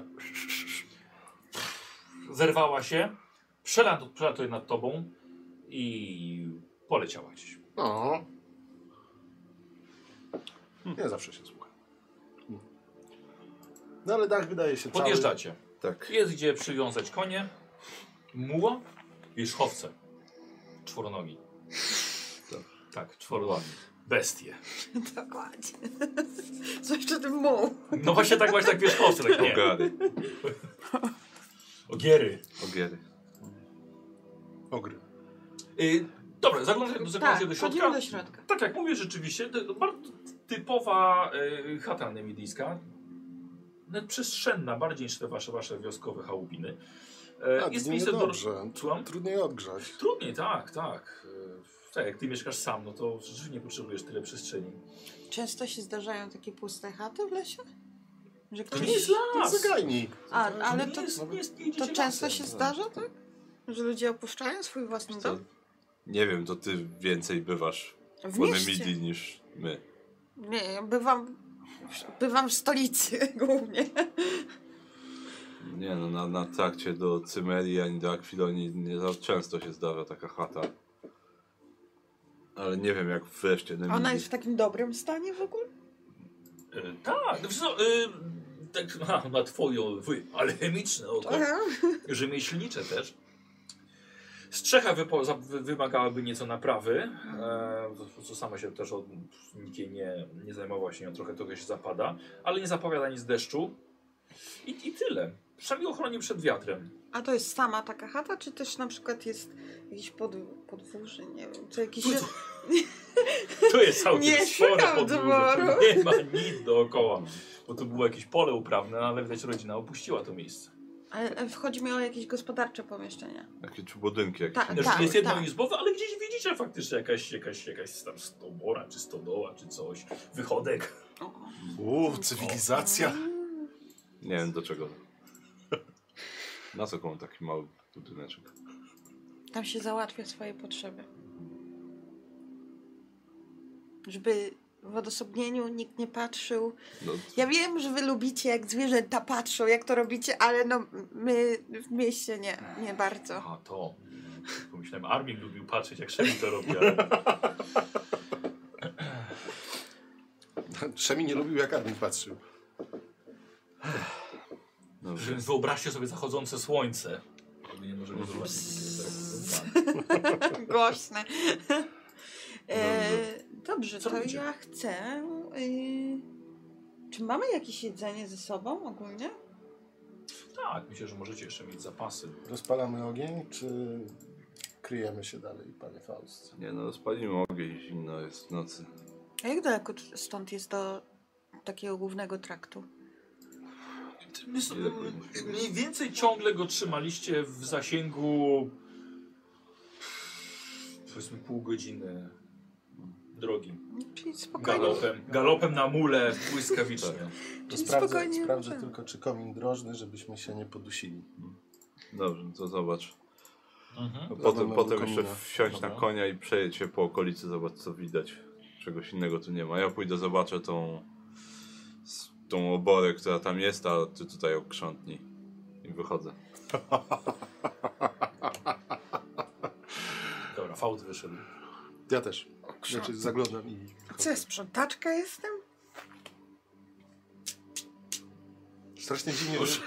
Zerwała się, przelatuje nad tobą i poleciała gdzieś. No. Nie zawsze się słucha. No ale dach wydaje się Podjeżdżacie. Tak. Jest gdzie przywiązać konie, muła i szchowce. Czworonogi. Tak, czworonogi. Bestie. Dokładnie. Co jeszcze tym muł? No właśnie tak wierzchowce, tak nie. Ogary. Ogiery. Ogiery. Ogry. Dobra, zaglądaj do środka. chodzimy do środka. Tak jak mówię, rzeczywiście, to bardzo typowa chata nemidyjska. Nawet przestrzenna, bardziej niż te wasze wioskowe chałupiny. Jest miejsce dobrze. Słucham? Trudniej odgrzać. Trudniej, tak. Tak, jak ty mieszkasz sam, no to rzeczywiście nie potrzebujesz tyle przestrzeni. Często się zdarzają takie puste chaty w lesie? Że To ktoś... nie jest To las! jest zagajnik. ale nie to, jest, nie idziecie to często lasem. się zdarza, tak? Że ludzie opuszczają swój własny To, dom? nie wiem, to ty więcej bywasz W w mieście. Nemidii niż my. Nie, ja bywam w stolicy głównie. Nie no, na trakcie do Cymerii ani do Akwilonii nie za często się zdarza taka chata. Ale nie wiem jak wreszcie Nemidii. Ona jest w takim dobrym stanie w ogóle? Tak, tak na twoje, alchemiczne oko, rzemieślnicze też. Strzecha wymagałaby nieco naprawy, co sama się też nikt nie zajmował się nią, trochę się zapada, ale nie zapowiada nic deszczu i tyle. Przynajmniej ochroni przed wiatrem. A to jest sama taka chata, czy też na przykład jest jakieś podwórze, nie wiem, czy jakiś... To jest całkiem Nie spore szukam podwórze, dworu. tu nie ma nic dookoła, bo to było jakieś pole uprawne, ale widać rodzina opuściła to miejsce. Ale wchodzi mi o jakieś gospodarcze pomieszczenia. Jakieś budynki jakieś. Tak, Znaczy, jest tak. jednoizbowe, ale gdzieś widzicie faktycznie jakaś tam stobora, czy stodoła, czy coś. Wychodek. Cywilizacja. Nie wiem do czego. Na co komu taki mały budyneczek? Tam się załatwia swoje potrzeby. Żeby w odosobnieniu nikt nie patrzył. No, Ja wiem, że wy lubicie, jak zwierzęta patrzą, jak to robicie, ale no my w mieście nie bardzo. A to. Pomyślałem, Armin lubił patrzeć, jak Szemi to robi, ale... Szemi nie lubił, jak Armin patrzył. dobrze. Więc wyobraźcie sobie zachodzące słońce. Nie możemy zobaczyć. Głośne. Dobrze, Co to robicie? ja chcę... Czy mamy jakieś jedzenie ze sobą ogólnie? Tak, myślę, że możecie jeszcze mieć zapasy. Rozpalamy ogień, czy kryjemy się dalej, panie Faust? Nie no, spalimy ogień, zimno jest w nocy. A jak daleko stąd jest do takiego głównego traktu? Ile powinniśmy? Mniej więcej ciągle go trzymaliście w zasięgu, powiedzmy, pół godziny drogi. Czyli spokojnie. Galopem na mule, błyskawicznie. To Czyli sprawdzę spokojnie. tylko, czy komin drożny, żebyśmy się nie podusili. Dobrze, to zobacz. Mhm. Potem jeszcze komina. wsiąść na Dobra. konia i przejedź się po okolicy, zobacz co widać. Czegoś innego tu nie ma. Ja pójdę, zobaczę tą oborę, która tam jest, a ty tutaj okrzątnij. I wychodzę. Dobra, Faust wyszedł. Ja też. Znaczy zaglądam i wychodzę. Co, sprzątaczka jestem? Strasznie dziwnie, że...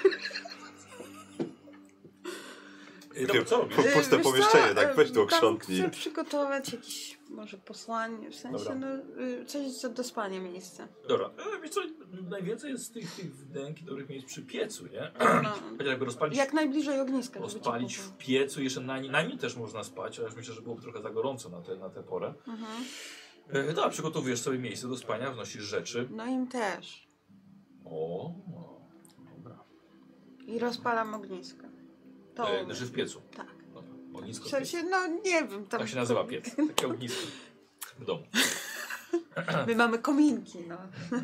Dobra, co robisz? Puste Wiesz pomieszczenie, co, tak? Weź tu tam okrzątnij. chcę przygotować jakiś Może posłanie, w sensie Dobra. coś do spania miejsce. Dobra, wiesz co, najwięcej jest tych wnęk i dobrych miejsc przy piecu, nie? No, Chociaż jakby rozpalić, jak najbliżej ogniska. żeby ci rozpalić było. w piecu, jeszcze na nim też można spać, chociaż myślę, że byłoby trochę za gorąco na tę porę. Mhm. Dobra, przygotowujesz sobie miejsce do spania, wnosisz rzeczy. No im też. O, dobra. I rozpalam ognisko. To Znaczy w piecu. tak. Dobra, ognisko W w piecu. sensie, no nie wiem. Tam Tak się nazywa piec, takie ognisko w domu. My mamy kominki, no.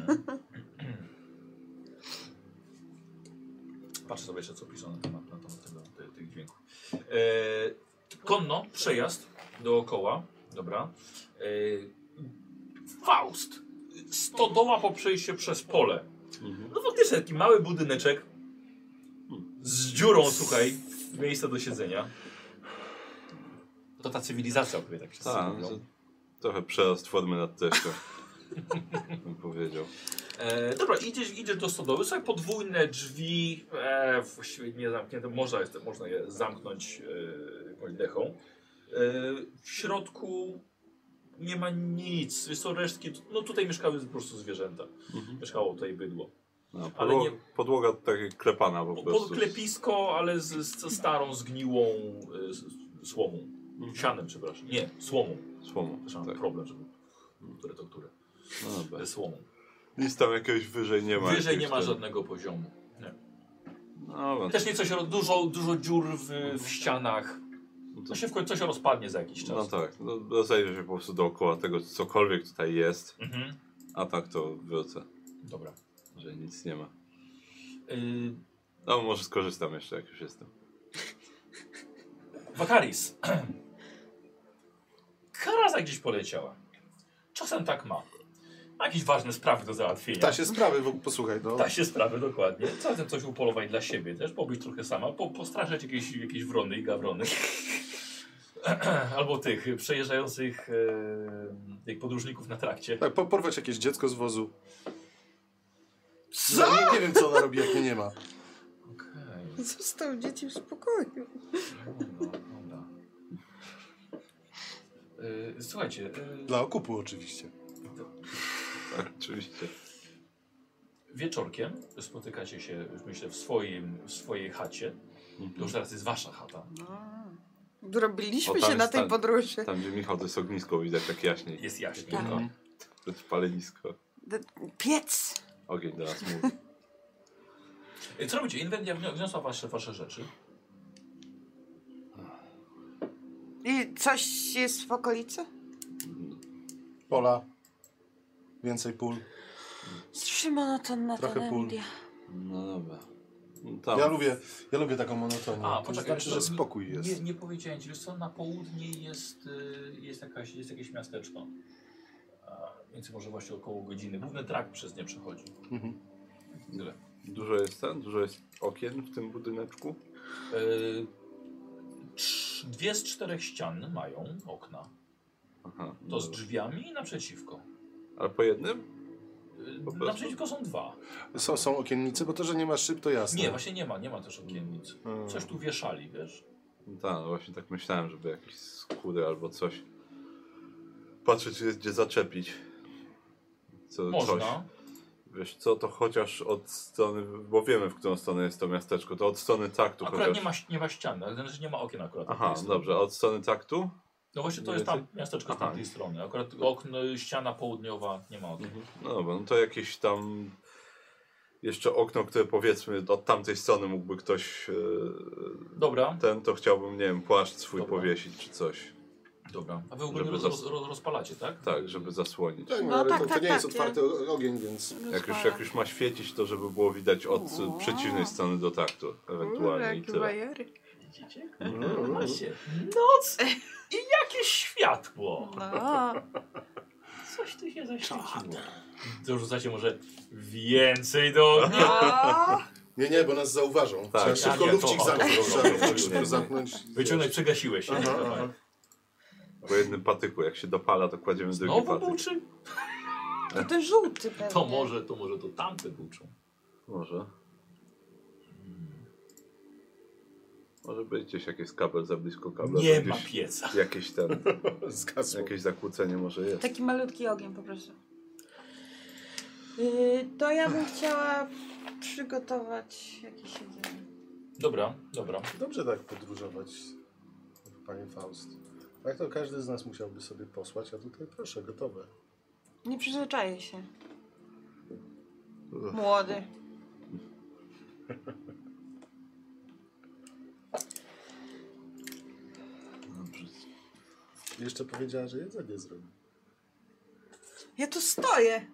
Patrzę sobie jeszcze, co piszą na temat tych dźwięków. Konno, przejazd dookoła. Dobra. Faust. Stodoła po przejściu przez pole. No faktycznie taki mały budyneczek z dziurą, słuchaj, miejsce do siedzenia. To ta cywilizacja, opowie tak się Tak, mówią. trochę przerost formy nad treścią. Bym powiedział. Dobra, idziesz do stodoły, są podwójne drzwi, właściwie nie zamknięte, można je zamknąć jakąś dechą. W środku nie ma nic, są resztki, no tutaj mieszkały po prostu zwierzęta, mieszkało tutaj bydło. No, Ale nie- podłoga takie klepana po prostu. Podklepisko, ale z starą, zgniłą słomą, sianem, przepraszam, nie, słomą. Słomą, Też mam tak. problem, żeby, które, No dobra. słomą. Nic tam jakiegoś wyżej nie ma. Wyżej nie jakiegoś ma tam- żadnego poziomu. Nie. No, Też nie coś, dużo dziur w ścianach. To się w końcu coś rozpadnie za jakiś czas. no tak, no, rozejrzę się po prostu dookoła tego, cokolwiek tutaj jest, Mhm. a tak to wrócę, Dobra. że nic nie ma. Yy, No może skorzystam jeszcze, jak już jestem. Wakaris. Karaza gdzieś poleciała. Czasem tak ma. Ma jakieś ważne sprawy do załatwienia. Ta się sprawy, posłuchaj, no. Ta się sprawy, dokładnie. Czasem coś upolować dla siebie też, pobyć trochę sama, postraszyć jakieś wrony i gawrony. Albo tych przejeżdżających tych podróżników na trakcie. Tak, porwać jakieś dziecko z wozu. Co? Ja nie wiem, co ona robi, jak mnie nie ma. Okej. Został dzieci w spokoju. Dobra. Słuchajcie. Dla okupu oczywiście. Tak, oczywiście. Wieczorkiem spotykacie się, myślę, w swojej chacie. To już teraz jest wasza chata. Robiliśmy O, tam się na jest tej ten- podróży. Tam gdzie Michał, to jest ognisko, widać tak jaśniej. Jest jaśniej. Tak. No. To jest palenisko. Piec. Ogień teraz mówi. Co robicie? Inwentia wniosła wasze rzeczy. I coś jest w okolicy? Pola. Więcej pól. Strasznie monotonna ta Trochę pól. Endia. No dobra. No, tam. Ja lubię taką monotonię. To poczekaj, znaczy, że to spokój jest. Nie powiedziałem ci, wiesz co, na południe jest jakieś miasteczko. Więc może właśnie około godziny. Główny trakt przez nie przechodzi. Mhm. Tyle. Dużo jest okien w tym budyneczku? 2 z 4 ścian mają okna. Aha. To z dobra. drzwiami i naprzeciwko. Ale po jednym? Po prostu? Naprzeciwko są 2. Są okiennice, bo to, że nie ma szyb, to jasne. Nie, właśnie nie ma też okiennic. Coś tu wieszali, wiesz? No tak, no właśnie tak myślałem, żeby jakieś skóry albo coś. Patrzeć, czy jest gdzie zaczepić. Coś. Można. Wiesz co, to chociaż od strony, bo wiemy, w którą stronę jest to miasteczko, to od strony traktu Akurat chociaż. nie ma ścian, ale znaczy nie ma okien akurat. Aha, Jest- dobrze, a od strony traktu? No właśnie to jest tam miasteczko z Aha. tamtej strony. Akurat okno, ściana południowa nie ma okien. No dobra, no to jakieś tam jeszcze okno, które powiedzmy od tamtej strony mógłby ktoś Dobra, to chciałbym, nie wiem, płaszcz swój Dobra. powiesić czy coś. dobra. A wy ogólnie Żeby rozpalacie, tak? Tak, żeby zasłonić. Tak, no, No ale tak, to tak, nie jest tak, otwarty ogień, więc... Jak już ma świecić, to żeby było widać od Wow. przeciwnej strony do traktu, ewentualnie i Jakie tyle. bajery. Widzicie? Mm. Macie. Noc i jakieś światło. No. Coś tu się zaświeciło. Dorzucacie może więcej do ognia? O, Nie, bo nas zauważą. Tak. Trzeba szybko A, nie, lufcik to- zamknąć. to- Trzeba to- lufcik to- szybko to- zamknąć. Wyciągnąć, przegasiłeś się. Aha, Dawaj. aha. Po jednym patyku, jak się dopala, to kładziemy drugi Znowu patyk. buczy? to ten żółty pewnie. To może to tamte buczą. Może. Może być gdzieś jakiś kabel za blisko kabla. Nie to ma gdzieś pieca. Jakieś ten, Zgasło. jakieś zakłócenie może jest. Taki malutki ogień po prostu. To ja bym chciała przygotować jakieś jedzenie. Dobra, dobra. Dobrze tak podróżować, panie Faust. Tak to każdy z nas musiałby sobie posłać, a tutaj proszę, gotowe. Nie przyzwyczaję się. Młody. Dobrze. Jeszcze powiedziała, że jedzenie zrobi. Ja tu stoję.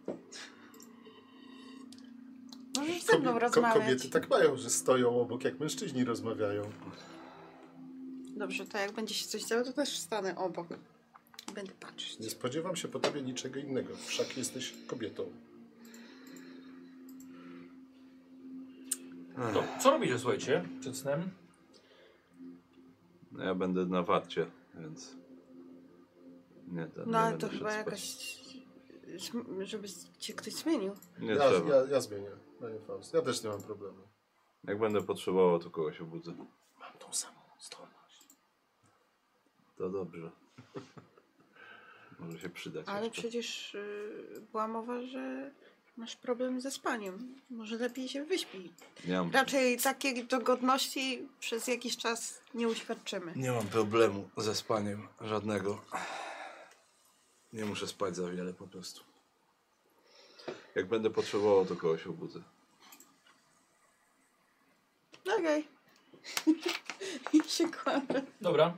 Możesz ze mną rozmawiać. Kobiety tak mają, że stoją obok, jak mężczyźni rozmawiają. Dobrze, to jak będzie się coś działo, to też stanę obok. Będę patrzeć. Nie spodziewam się po tobie niczego innego. Wszak jesteś kobietą. To, co robicie, słuchajcie, przed snem? No ja będę na warcie, więc... Nie, No nie ale będę to szedł chyba spać. jakaś... Żeby cię ktoś zmienił. Nie Ja, trzeba. ja zmienię, panie Faust. Ja też nie mam problemu. Jak będę potrzebował, to kogoś obudzę. Mam tą samą zdolność. To dobrze. Może się przydać Ale jeszcze. przecież była mowa, że masz problem ze spaniem. Może lepiej się wyśpij. Nie mam, Raczej takiej dogodności przez jakiś czas nie uświadczymy. nie mam problemu ze spaniem żadnego. Nie muszę spać za wiele po prostu. Jak będę potrzebował, to kogoś obudzę. Okej. I się kładę. Dobra.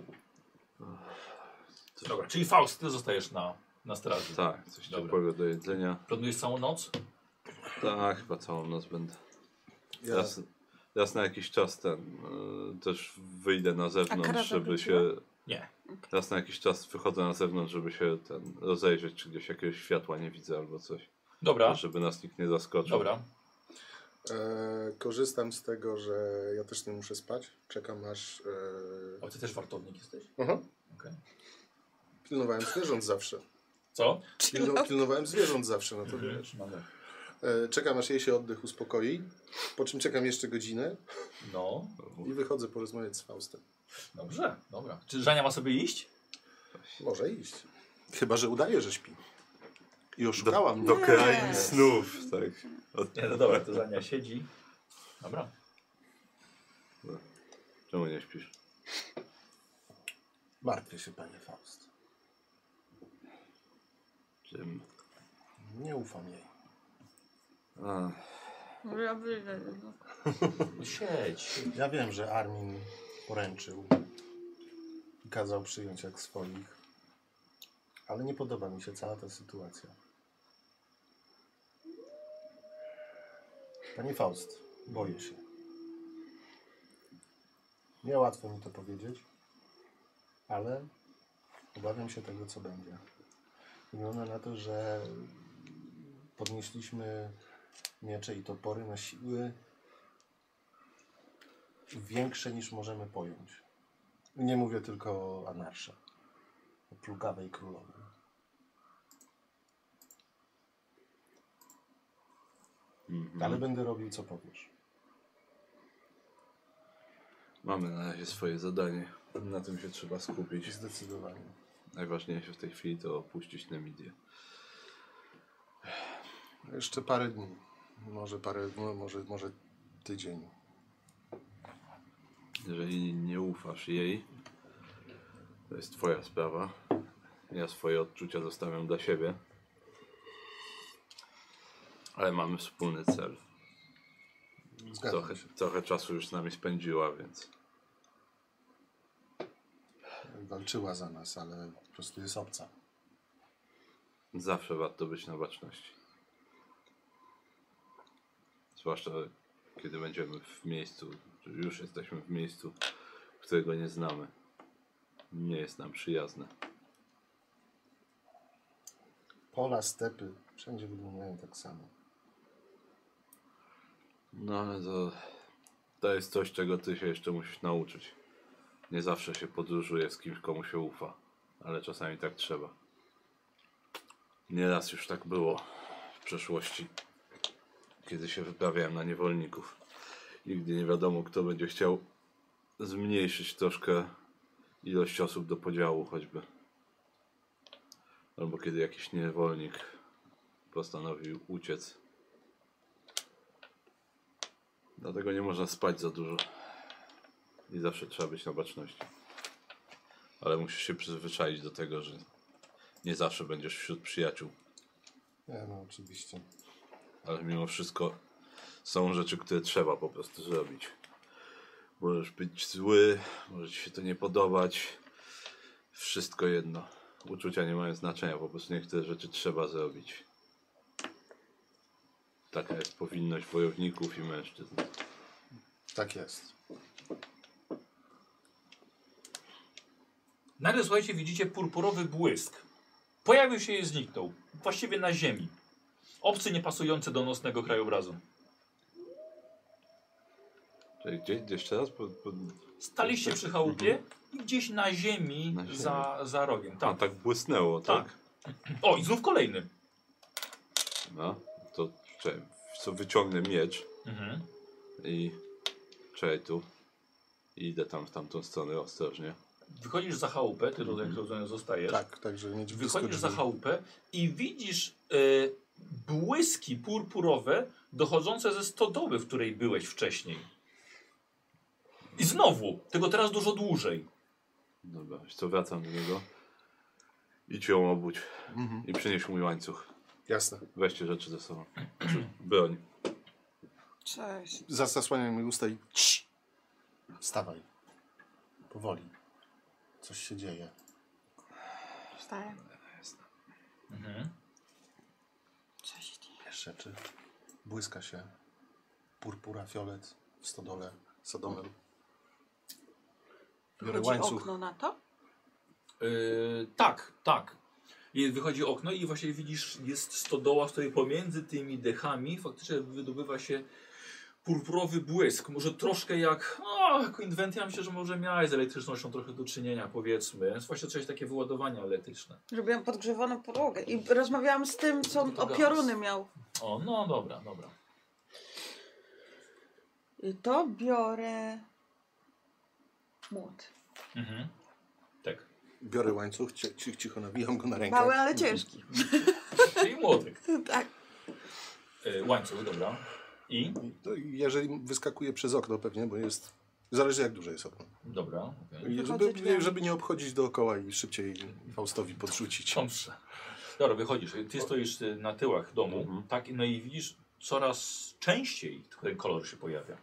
Dobra, czyli Faust, ty zostajesz na straży. Tak, coś Dobra. ciepłego do jedzenia. Planujesz całą noc? Tak, chyba całą noc będę. Ja, Raz na jakiś czas też wyjdę na zewnątrz, karawa żeby wróciła? się... Nie. Raz na jakiś czas wychodzę na zewnątrz, żeby się rozejrzeć, czy gdzieś jakiegoś światła nie widzę albo coś. Dobra, Żeby nas nikt nie zaskoczył. dobra. korzystam z tego, że ja też nie muszę spać. Czekam aż... O, ty też wartownik jesteś? Aha. Okej. Pilnowałem zwierząt zawsze. Co? Pilnowałem zwierząt zawsze, no to wiesz. No, tak. Czekam aż jej się oddech uspokoi, po czym czekam jeszcze godzinę No, i wychodzę porozmawiać z Faustem. dobrze, dobra. Czy Żania ma sobie iść? Może iść. Chyba że udaje, że śpi. I oszukała mnie. Do krainy snów, tak. Nie, no dobra, to Żania siedzi. Dobra. Czemu nie śpisz? Martwię się, panie Faust. Czym? Nie ufam jej. A, Ja wyjdę. Siedź. Ja wiem, że Armin poręczył i kazał przyjąć jak swoich, ale nie podoba mi się cała ta sytuacja. Panie Faust, boję się. Niełatwo mi to powiedzieć, ale obawiam się tego, co będzie. Wygląda na to, że podnieśliśmy miecze i topory na siły większe niż możemy pojąć. Nie mówię tylko o Anarsze, o plugawej królowej. Ale będę robił, co powiesz. mamy na razie swoje zadanie. Na tym się trzeba skupić. Zdecydowanie. Najważniejsze w tej chwili to opuścić Nemidię. Jeszcze parę dni. Może parę, no może tydzień. Jeżeli nie ufasz jej, to jest twoja sprawa. Ja swoje odczucia zostawiam dla siebie. Ale mamy wspólny cel. Zgadzam się. Trochę czasu już z nami spędziła, więc Walczyła za nas, ale po prostu jest obca. zawsze warto być na baczności. Zwłaszcza kiedy będziemy w miejscu, czy już jesteśmy w miejscu, którego nie znamy. Nie jest nam przyjazne. Pola, stepy, wszędzie wyglądają tak samo. No ale to jest coś, czego ty się jeszcze musisz nauczyć. Nie zawsze się podróżuje z kimś, komu się ufa, ale czasami tak trzeba. Nieraz już tak było w przeszłości, kiedy się wyprawiałem na niewolników. Nigdy nie wiadomo, kto będzie chciał zmniejszyć troszkę ilość osób do podziału choćby. Albo kiedy jakiś niewolnik postanowił uciec. Dlatego nie można spać za dużo. I zawsze trzeba być na baczności. Ale musisz się przyzwyczaić do tego, że nie zawsze będziesz wśród przyjaciół. Nie, no oczywiście. Ale mimo wszystko są rzeczy, które trzeba po prostu zrobić. Możesz być zły, może ci się to nie podobać. Wszystko jedno. Uczucia nie mają znaczenia, po prostu niektóre rzeczy trzeba zrobić. Taka jest powinność wojowników i mężczyzn. Tak jest. Nagle, słuchajcie, widzicie purpurowy błysk. Pojawił się i zniknął. Właściwie na ziemi. Obcy niepasujący do nocnego krajobrazu. Czyli gdzieś jeszcze raz? Staliście przy chałupie i gdzieś na ziemi, Na ziemi. za rogiem. A, Tak. tak błysnęło, tak? O, i znów kolejny. No, to czekaj, co wyciągnę miecz i czekaj tu. I idę tam w tamtą stronę ostrożnie. Wychodzisz za chałupę, ty tutaj jak rozumiem zostajesz. Tak, także mieć blisko Wychodzisz za drzwi. chałupę i widzisz błyski purpurowe dochodzące ze stodoły, w której byłeś wcześniej. I znowu, tylko teraz dużo dłużej. Dobra, wiesz co, wracam do niego. Idź ją obudź Mhm. i przynieś mój łańcuch. Jasne. Weźcie rzeczy ze sobą. Broń. Cześć. Zasłaniaj mi usta i... Cii. Wstawaj. Powoli. Coś się dzieje. Wstaję. Co się dzieje? Wiesz rzeczy. Błyska się. Purpura, fiolet w stodole. Sodomem. Biorę Wychodzi łańcuch. okno na to? Tak, tak. I wychodzi okno i właśnie widzisz, jest stodoła, w której pomiędzy tymi dechami faktycznie wydobywa się purpurowy błysk. Może troszkę jako inwentia, myślę, że może miałeś z elektrycznością trochę do czynienia, powiedzmy. Jest właśnie coś takie wyładowania elektryczne. Robiłam podgrzewaną podłogę i rozmawiałam z tym, co No to o gaz. pioruny miał. O, no dobra, dobra. I to biorę młot. Tak. Biorę łańcuch, cicho nawijam go na rękę. Mały, ale ciężki. Czyli młotek. Tak. Łańcuch, dobra. I? To jeżeli wyskakuje przez okno pewnie, bo jest... Zależy jak duże jest okno. Dobra. Okay. I Wychodzę drzwiami. żeby nie obchodzić dookoła i szybciej Faustowi podrzucić. Dobrze. Dobra, wychodzisz. Ty stoisz na tyłach domu, tak? No i widzisz coraz częściej ten kolor się pojawia.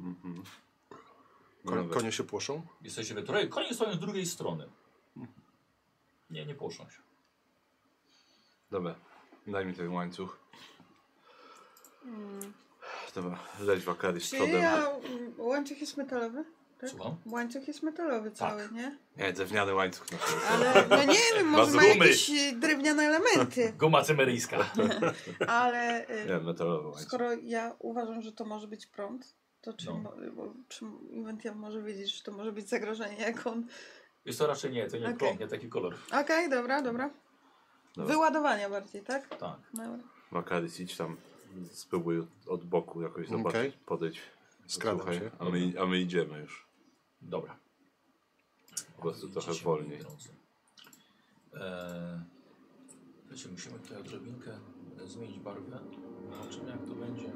Konie się płoszą? Jesteście we troje. Konie stoją z drugiej strony. Nie płoszą się. Dobra, daj mi ten łańcuch. Dobra, leć Wakary z Czy przodem. łańcuch jest metalowy? Tak? Słucham? Łańcuch jest metalowy cały, nie? Nie, drewniany łańcuch na przykład. Ale no nie wiem, może Bez ma gumy. jakieś drewniane elementy. Guma cymeryjska. Ale Nie, metalowy łańcuch. skoro ja uważam, że to może być prąd, to czy, No. czy Inventia może wiedzieć, że to może być zagrożenie, jak on... Jest to raczej nie, to nie Okej. prąd, nie taki kolor. Okej, dobra. Dobra. Wyładowania bardziej, tak? Tak. Dobra. Wakary, idź tam, spróbuj od boku jakoś zobaczyć, Okej. podejść. Skradam Słuchaj, się. a my idziemy już. Dobra. Po prostu trochę Idziecie, wolniej. moi drodzy. Wiecie, musimy tutaj odrobinkę zmienić barwę. Zobaczymy jak to będzie.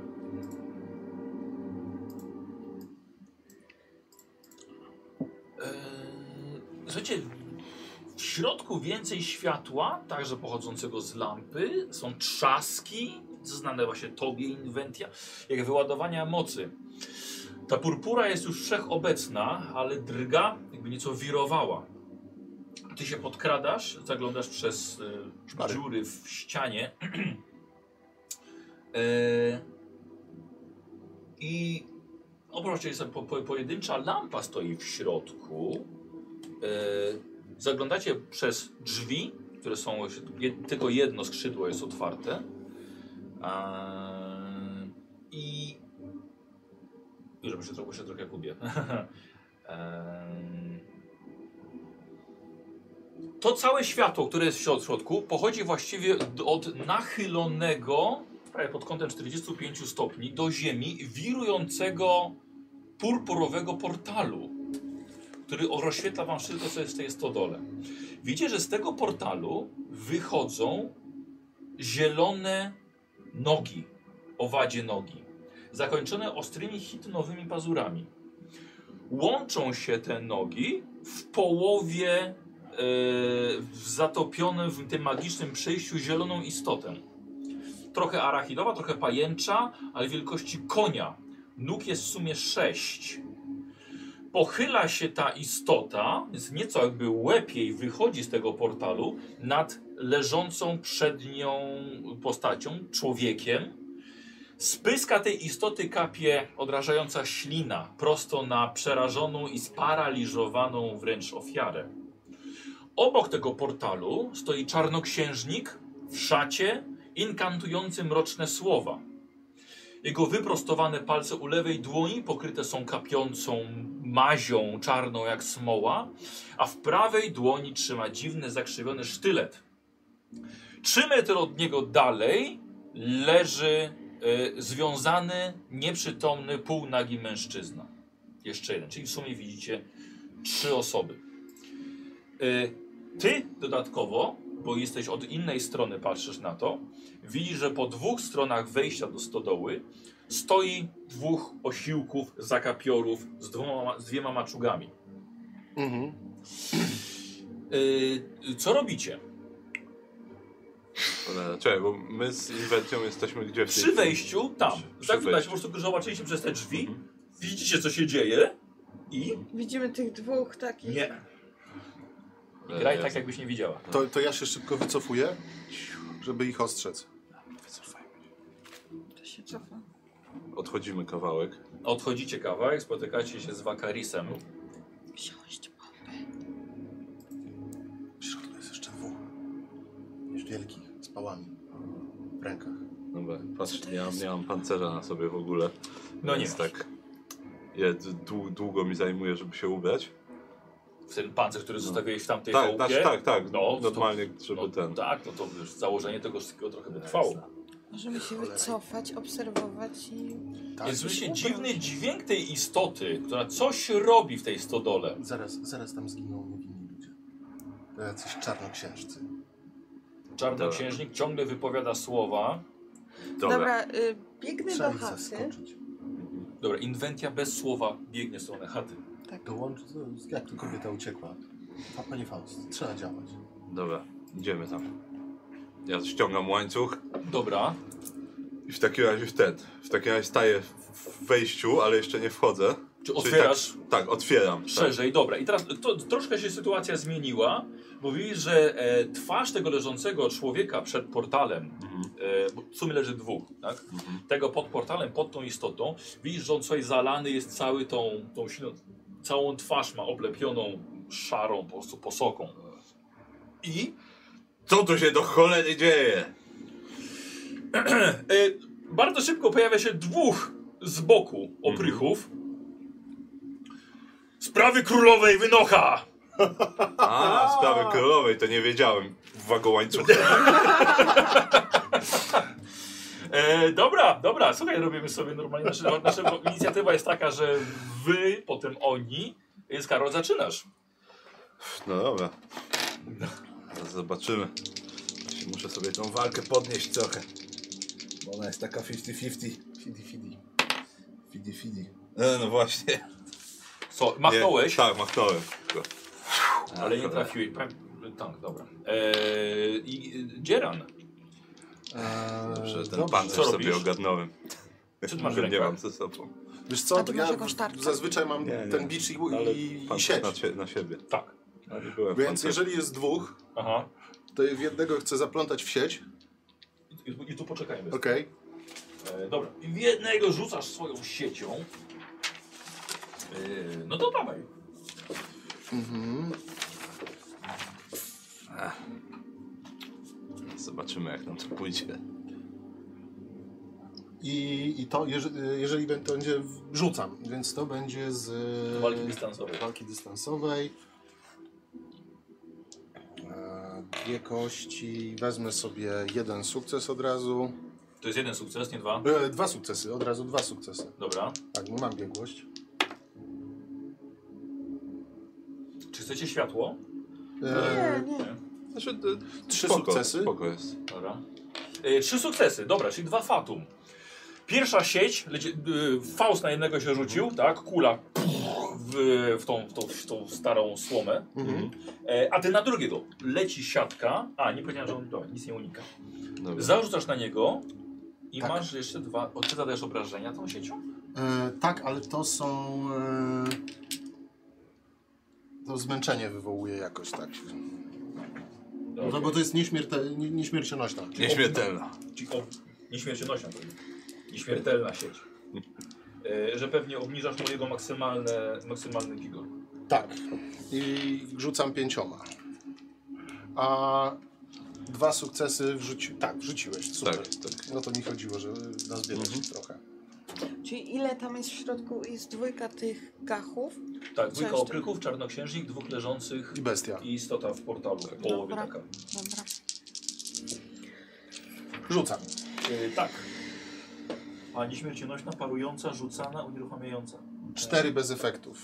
Słuchajcie, w środku więcej światła, także pochodzącego z lampy. Są trzaski, znane właśnie tobie, Inventia, jak wyładowania mocy. Ta purpura jest już wszechobecna, ale drga, jakby nieco wirowała. Ty się podkradasz, zaglądasz przez Szpary. dziury w ścianie. I oprócz tej sobie pojedyncza lampa stoi w środku. Zaglądacie przez drzwi, które są, tylko jedno skrzydło jest otwarte. I żeby się trochę gubię. To całe światło, które jest w środku, pochodzi właściwie od nachylonego, prawie pod kątem 45 stopni, do ziemi wirującego purpurowego portalu. który rozświetla wam wszystko, co jest w tej stodole. Widzicie, że z tego portalu wychodzą zielone nogi, owadzie nogi, zakończone ostrymi chitynowymi pazurami. Łączą się te nogi w połowie zatopionym w tym magicznym przejściu zieloną istotę. Trochę arachidowa, trochę pajęcza, ale wielkości konia. Nóg jest w sumie 6. Pochyla się ta istota, jest nieco jakby łeb jej wychodzi z tego portalu nad leżącą przed nią postacią, człowiekiem. Z pyska tej istoty kapie odrażająca ślina prosto na przerażoną i sparaliżowaną wręcz ofiarę. Obok tego portalu stoi czarnoksiężnik w szacie inkantujący mroczne słowa. Jego wyprostowane palce u lewej dłoni pokryte są kapiącą mazią czarną jak smoła, a w prawej dłoni trzyma dziwny, zakrzywiony sztylet. 3 metry od niego dalej leży związany, nieprzytomny, półnagi mężczyzna. Jeszcze jeden, czyli w sumie widzicie 3 osoby. Ty dodatkowo, bo jesteś od innej strony, patrzysz na to, widzisz, że po 2 stronach wejścia do stodoły stoi 2 osiłków, zakapiorów z 2 maczugami. Co robicie? Czekaj, bo my z Inwencją jesteśmy gdzie w tej Przy wejściu, tam. Przy Tak widać, wejściu. po prostu zobaczyliście przez te drzwi, widzicie, co się dzieje i... Widzimy tych 2 takich. Nie. Graj tak, jakbyś nie widziała. To ja się szybko wycofuję, żeby ich ostrzec. Wycofajmy. To się cofa. Odchodzimy kawałek. Odchodzicie kawałek, spotykacie się z Wakarisem. Wziąć bombę. W środku jest jeszcze 2. Już wielkich, z pałami w rękach. Dobra, patrz, nie mam pancerza na sobie w ogóle. No nie Więc masz. tak. Długo mi zajmuje, żeby się ubrać. W ten pancerz, który zostawiłeś w tamtej Tak, chałupie. tak. No, Normalnie, żeby no, ten. Tak, no to już założenie tego wszystkiego trochę by trwało. Możemy się wycofać, obserwować i... Tak, Jest słyszcie super. dziwny dźwięk tej istoty, która coś robi w tej stodole. Zaraz tam zginą niewinni ludzie. To jacyś czarnoksiężcy. Czarnoksiężnik ciągle wypowiada słowa. Dobra, biegnę Trzeba do ich chaty. zaskoczyć. Dobra, Inwentia bez słowa biegnie w stronę chaty. Jak tu kobieta uciekła? Panie Faust, trzeba działać. Dobra, idziemy tam. Ja ściągam łańcuch Dobra, i w takim razie staję w wejściu, ale jeszcze nie wchodzę. czy Czyli otwierasz Tak, otwieram. szerzej? Dobra, i teraz troszkę się sytuacja zmieniła, bo widzisz, że twarz tego leżącego człowieka przed portalem, bo w sumie leży 2, tak? Tego pod portalem, pod tą istotą, widzisz, że on coś zalany jest cały tą silną, całą twarz ma oblepioną szarą po prostu posoką. I Co tu się do cholery dzieje? bardzo szybko pojawia się 2 z boku oprychów. Sprawy królowej wynocha! A, sprawy królowej, to nie wiedziałem. W wagołańcuchu. Dobra, słuchaj, robimy sobie normalnie. Nasza inicjatywa jest taka, że wy, potem oni. Jest Karol, zaczynasz. No dobra. Zaraz zobaczymy. Muszę sobie tą walkę podnieść trochę. Bo ona jest taka 50-50. Fidi. No właśnie. Co, machnąłeś? Tak, machnąłem. Ale nie trafiłeś. Tak, dobra. I Dzieran. Dobrze, ten Dobrze. pancerz Co sobie robisz? ogarnąłem. Co ty masz w Nie rękach? mam ze sobą. Wiesz co, A ty masz ja jakąś tarczę? zazwyczaj mam Nie. ten bicz Ale i pancerz sieć. na siebie. Tak. No, nie byłem Więc pancerz. jeżeli jest 2, Aha. to w jednego chcę zaplątać w sieć. I tu poczekajmy. Okej. Dobra. I w jednego rzucasz swoją siecią. No to dawaj. Zobaczymy, jak nam to pójdzie. I to, jeżeli to będzie, rzucam, więc to będzie z Walki dystansowej. walki dystansowej. 2 kości, wezmę sobie 1 sukces od razu. To jest 1 sukces, nie 2. 2 sukcesy, od razu 2 sukcesy. Dobra. Tak, no mam biegłość. Czy chcecie światło? Nie. Znaczy, 3 sukcesy. Spoko jest. Dobra. 3 sukcesy, dobra, czyli 2 fatum. Pierwsza sieć, Faust na jednego się rzucił, tak? Kula w tą starą słomę. A ty na drugiego. Leci siatka. A, nie powiedziałem, że on nic nie unika. Dobra. Zarzucasz na niego i Tak. masz jeszcze 2. Ty zadajesz obrażenia tą siecią? Tak, ale to są... to zmęczenie wywołuje jakoś, tak. No bo to jest nieśmiercionośna. Nieśmiertelna. Nieśmiercionośna to jest. Nieśmiertelna sieć. Że pewnie obniżasz mojego maksymalny gigor. Tak. I rzucam 5. A 2 sukcesy wrzuciłeś. Super. Tak, tak. No to mi chodziło, że nazbierać trochę. Czyli ile tam jest w środku? Jest 2 tych gachów? Tak, 2 Coś opryków, czarnoksiężnik, 2 leżących I bestia. i istota w portalu. Połowie Dobra. taka. Dobra. Rzucam. Tak. A nieśmiercionośna, parująca, rzucana, unieruchamiająca. 4 bez efektów.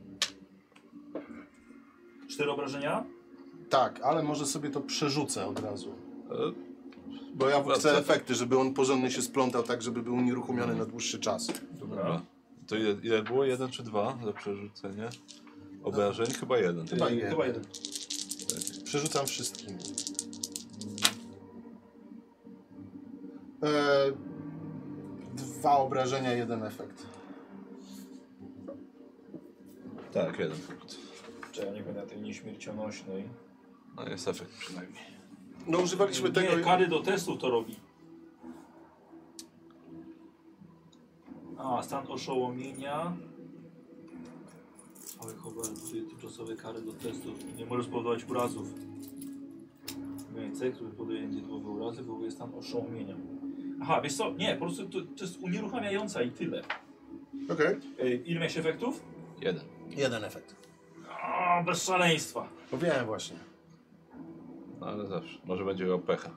4 obrażenia? Tak, ale może sobie to przerzucę od razu. Bo ja Dobra, chcę co? efekty, żeby on porządnie się splątał tak, żeby był unieruchomiony na dłuższy czas. Dobra. To ile było? 1 czy 2 za przerzucenie obrażeń? Chyba 1. Chyba jeden. Chyba 1. Przerzucam wszystkim. 2 obrażenia, 1 efekt. Tak, 1 punkt. Czy ja nie będę tej nieśmiercionośnej. No jest efekt przynajmniej. No używaliśmy tego... Nie, kary do testów to robi. A, stan oszołomienia. Ale tymczasowe kary do testów. Nie możesz spowodować urazów. Cech, który powoduje nieprawidłowe urazy, wywołuje stan oszołomienia. Aha, wiesz co? Nie, po prostu to jest unieruchamiająca i tyle. Okej. Ile miałeś efektów? 1. 1 efekt. A, bez szaleństwa. Powiedziałem właśnie. No ale zawsze. Może będzie miał pecha.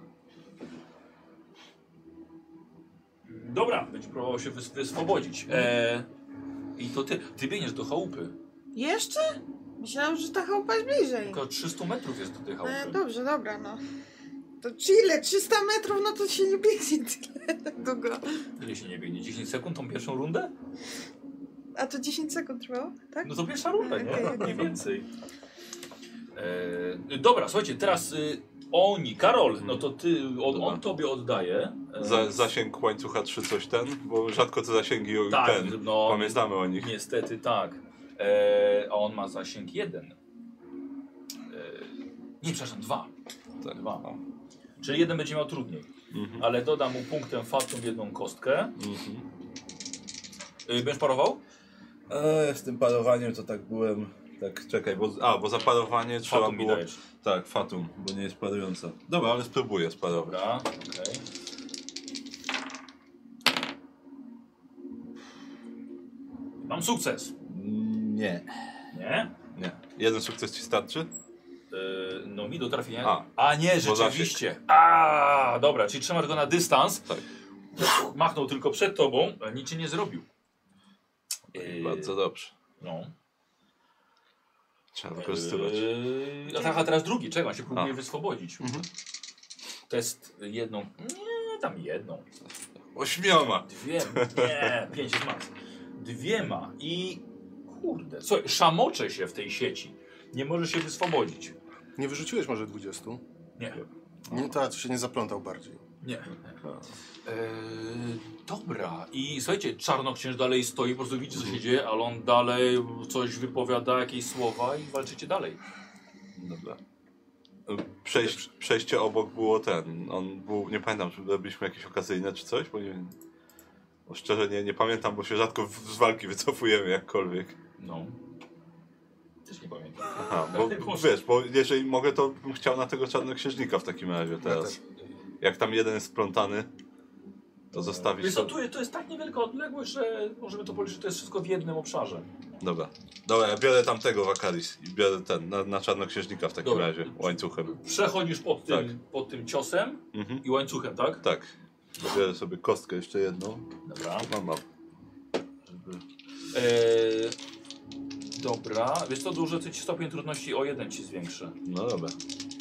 Dobra, będzie próbował się wyswobodzić. I to ty biegniesz do chałupy. Jeszcze? Myślałam, że ta chałupa jest bliżej. Tylko 300 metrów jest do tej chałupy. Dobrze, dobra, no. To czy ile? 300 metrów? No to się nie biegnie tyle długo. Ile się nie biegnie? 10 sekund tą pierwszą rundę? A to 10 sekund trwało, tak? No to pierwsza runda, nie? Okej. Nie więcej. Dobra, słuchajcie, teraz oni. Karol, no to ty, on tobie oddaje. Zasięg łańcucha 3 coś ten, bo rzadko te zasięgi Tak, ten. no, Pamiętamy o nich. Niestety tak. A on ma zasięg 1. Nie, przepraszam, 2. Tak. 2. Czyli 1 będzie miał trudniej. Ale dodam mu punktem fatum 1 kostkę. Będziesz parował? Z tym parowaniem to tak byłem. Tak, czekaj, bo za parowanie trzeba Fatum mi było. dajesz. Tak, fatum, bo nie jest parująca. Dobra, ale spróbuję sparować. Dobra, okej. Mam sukces. Nie. Nie? Nie. 1 sukces ci starczy? No mi do trafienia. A. A nie, Bo rzeczywiście. A, dobra, czyli trzymasz go na dystans. Tak. Machnął tylko przed tobą, a nic ci nie zrobił. Bardzo dobrze. No. Trzeba wykorzystywać. A teraz drugi, czego on się próbuje wyswobodzić. Test jedną. Nie, tam jedną. 8. 2. Nie, 5 jest max. 2 i kurde. Słuchaj, szamocze się w tej sieci. Nie może się wyswobodzić. Nie wyrzuciłeś może 20? Nie. Nie, to się nie zaplątał bardziej. Nie. Dobra. I słuchajcie, czarnoksięż dalej stoi, po prostu widzi co się dzieje, ale on dalej coś wypowiada, jakieś słowa i walczycie dalej. Dobra. Przejście obok było ten. On był, nie pamiętam, czy robiliśmy jakieś okazyjne czy coś, bo nie wiem. Bo szczerze nie pamiętam, bo się rzadko z walki wycofujemy jakkolwiek. No. Też nie pamiętam. Aha, bo wiesz, bo jeżeli mogę, to bym chciał na tego czarnoksiężnika w takim razie teraz. Jak tam jeden jest splątany, to zostawić Wiesz co, sobie. to jest tak niewielka odległość, że możemy to policzyć, że to jest wszystko w jednym obszarze. Dobra. Dobra, ja biorę tamtego Wakaris i biorę ten, na czarnoksiężnika w takim Dobra. razie, łańcuchem. Przechodzisz pod tym ciosem i łańcuchem, tak? Tak. Biorę sobie kostkę jeszcze jedną. Dobra. Mam. Dobra, wiesz co, duży ci stopień trudności o 1 ci zwiększę. No dobra.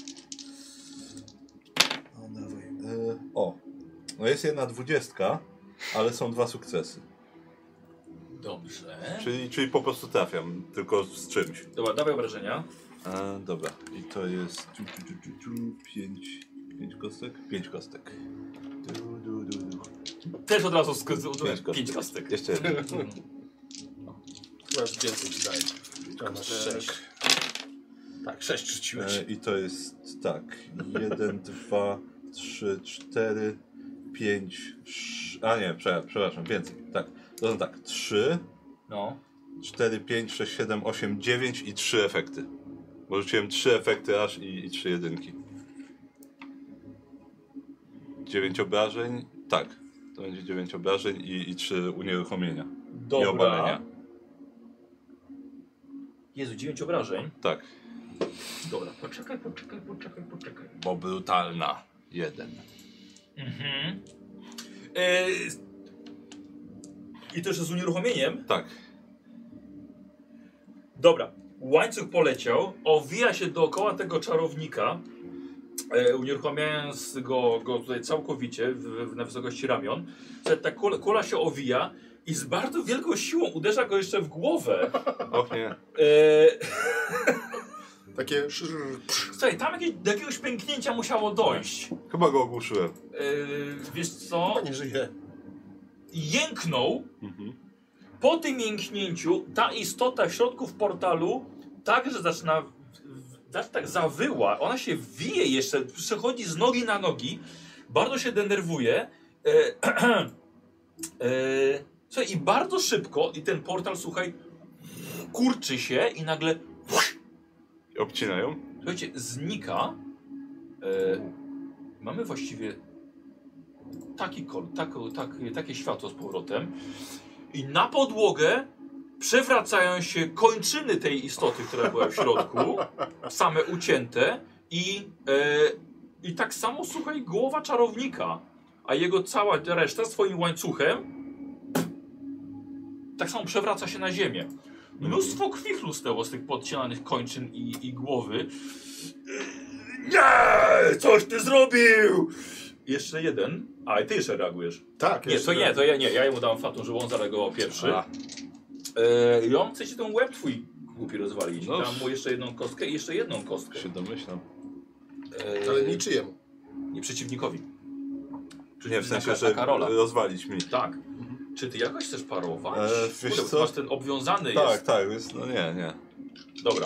O, dawaj. No jest jedna 20, ale są 2 sukcesy. Dobrze. Czyli po prostu trafiam, tylko z czymś. Dobra, dawaj obrażenia. Dobra, i to jest 5 kostek? 5 kostek. Też od razu 5 5 kostek. Jeszcze jeden. Chyba już więcej ci daję. To masz 6. Tak, 6 rzuciłeś. I to jest tak. 1, 2, 3, 4, 5. A nie, przepraszam, więcej. Tak. To są tak. 3, No. 4, 5, 6, 7, 8, 9 i 3 efekty. Bo rzuciłem 3 efekty aż i 3 jedynki. 9 obrażeń. Tak. To będzie 9 obrażeń i 3 unieruchomienia. I Dobra. obalenia. Jezu, 9 obrażeń. Tak. Dobra, poczekaj. Bo brutalna. 1. Mhm. I to jeszcze z unieruchomieniem? Tak. Dobra. Łańcuch poleciał, owija się dookoła tego czarownika, unieruchamiając go tutaj całkowicie na wysokości ramion. Ta kula się owija i z bardzo wielką siłą uderza go jeszcze w głowę. Och nie. Takie... Słuchaj, tam do jakiegoś pęknięcia musiało dojść. Chyba go ogłuszyłem. Wiesz co? Chyba nie żyje. Jęknął. Mhm. Po tym jęknięciu ta istota w środku w portalu także zaczyna tak zawyła. Ona się wije jeszcze, przechodzi z nogi na nogi. Bardzo się denerwuje. Słuchaj, i bardzo szybko, i ten portal, słuchaj, kurczy się i nagle Obcinają? słuchajcie, znika. Mamy właściwie takie światło z powrotem. I na podłogę przewracają się kończyny tej istoty, która była w środku, same ucięte i tak samo, słuchaj, głowa czarownika, a jego cała reszta swoim łańcuchem tak samo przewraca się na ziemię. Mnóstwo krwi chrusnęło z tych podcinanych kończyn i głowy. Nie! Coś ty zrobił! Jeszcze jeden. A, i ty jeszcze reagujesz. Tak, Nie, to nie, to ja nie. Ja mu dam fatum, żeby on zareagował pierwszy. I on chce ci ten łeb twój głupi rozwalić. No. Dam mu jeszcze jedną kostkę i jeszcze jedną kostkę. Się domyślam. Ale niczyjemu. Nie przeciwnikowi. Nie, w sensie, na że Karola. rozwalić mi. Tak. Czy ty jakoś chcesz parować? Wiesz Kurde, co? masz ten obwiązany Tak, jest. tak, jest, no nie. Dobra.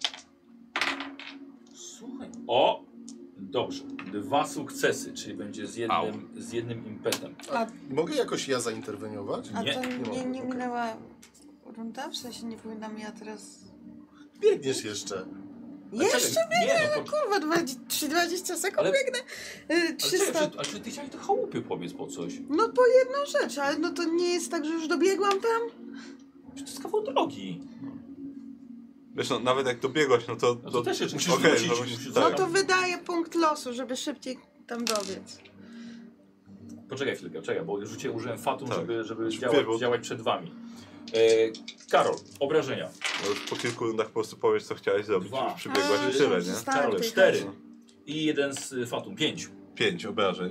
Słuchaj. O! Dobrze. 2 sukcesy, czyli będzie z jednym impetem. A mogę jakoś ja zainterweniować? A Nie. to Nie mogę, nie okej. minęła runda? W sensie nie powinnam ja teraz... Biegniesz jeszcze. Jeszcze nie, no, kurwa, 20 sekund Ale- biegnę. 300... Ale czy ty chciałeś do chałupy powiedz po coś? No po jedną rzecz, ale no to nie jest tak, że już dobiegłam tam? To jest kawał drogi. Wiesz, no, nawet jak dobiegłaś, no to... No to też jeszcze musisz okej, wrócić. no musisz musisz- No tak. to wydaje punkt losu, żeby szybciej tam dobiec. Poczekaj chwilkę, czekaj, bo już użyłem fatum, Tak. żeby Wie, bo- działać przed wami. Karol, obrażenia. No już po kilku rundach po prostu powiesz, co chciałeś zrobić. 2. Już przybiegłaś A, i tyle, nie? zostałem Karol, tej 4. chacie. I jeden z fatum, 5. 5 obrażeń.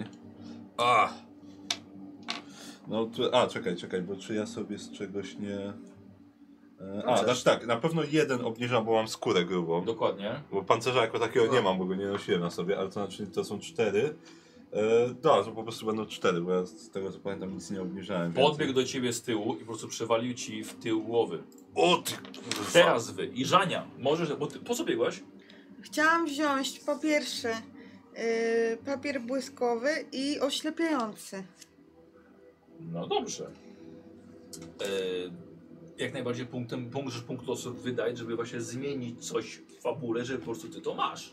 No, czekaj, bo czy ja sobie z czegoś nie... znaczy tak, na pewno jeden obniżam, bo mam skórę grubą. Dokładnie. Bo pancerza jako takiego nie mam, bo go nie nosiłem na sobie, ale to znaczy to są 4. To po prostu będą 4, bo ja z tego co pamiętam nic nie obniżałem. Podbiegł do ciebie z tyłu i po prostu przewalił ci w tył głowy. O ty! Teraz wy. I Żania, możesz, bo ty, po co biegłaś? Chciałam wziąć po pierwsze papier błyskowy i oślepiający. No dobrze. Jak najbardziej punkt losu wydać, żeby właśnie zmienić coś w fabule, że po prostu ty to masz.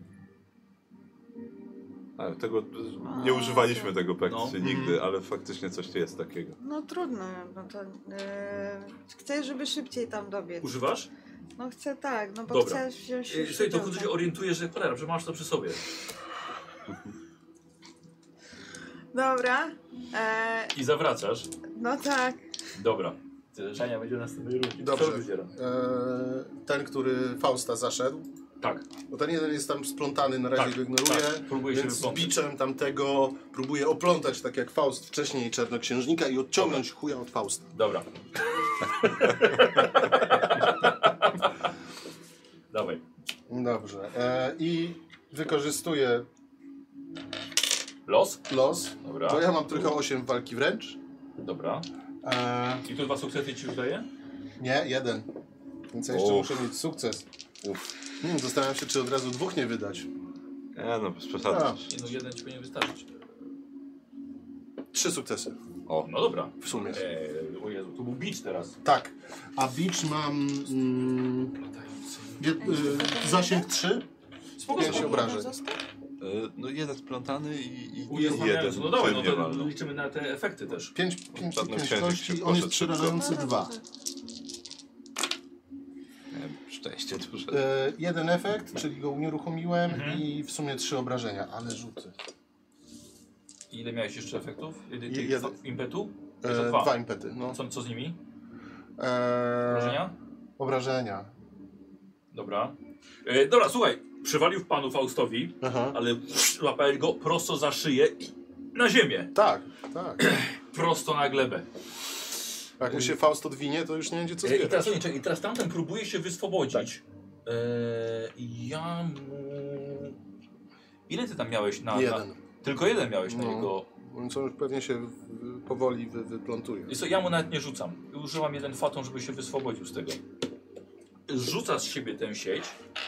Ale tego nie używaliśmy okej. tego praktycznie No. nigdy, ale faktycznie coś jest takiego. No trudno, no to chcę, żeby szybciej tam dobiec. Używasz? No chcę tak, no bo Dobra. chcę wziąć Słuchaj, to wtedy się orientuję, że cholera, że masz to przy sobie. Dobra. I zawracasz. No tak. Dobra. Żania będzie na następnej rundzie. Dobrze. Co wybiera? Ten, który Fausta zaszedł. Tak. Bo ten jeden jest tam splątany, na razie Tak, go ignoruje. tak. Próbuje się Więc z wyplątać. biczem tamtego próbuje oplątać, tak jak Faust wcześniej czarnoksiężnika i odciągnąć chuja od Fausta. Dobra. Dawaj. Dobrze. I wykorzystuję Los? los, Dobra. bo ja mam tylko 8 walki wręcz. Dobra. E, I tu 2 sukcesy ci już daje? nie, 1. Więc ja jeszcze Uff. muszę mieć sukces. Zastanawiam się, czy od razu 2 nie wydać. Nie no, bez przesady. Nie, no 1 ci powinien wystarczyć. 3 sukcesy O, No dobra. w sumie. O Jezu, to był bicz teraz. Tak. A beach mam zasięg 3. Spoko, 5 spoko. obrażeń. no jeden splątany i Ujezmaniając. jeden. No dobra, no Czym nie to walnął. liczymy na te efekty też. 5 Czarnoksiężnik kości, się on jest poszedł przerażający 2. Miałem szczęście duże. Jeden efekt, czyli go unieruchomiłem i w sumie 3 obrażenia, ale rzuty. Ile miałeś jeszcze efektów? Jeden. Impetu? 2 impety. No. Co z nimi? Eee, Obrażenia? Obrażenia. Dobra. Dobra, słuchaj. Przywalił panu Faustowi, Aha. ale łapał go prosto za szyję i na ziemię. Tak, tak. Prosto na glebę. Jak mu się Faust odwinie, to już nie będzie co I zbierać. teraz, nie, czekaj, i teraz tamten próbuje się wyswobodzić. Ja mu... Ile ty tam miałeś na... Jeden. Tylko jeden miałeś na No. jego... Więc on już pewnie się powoli wyplątuje. Wiesz co, ja mu nawet nie rzucam. Użyłam jeden faton, żeby się wyswobodził z tego. Rzuca z siebie tę sieć.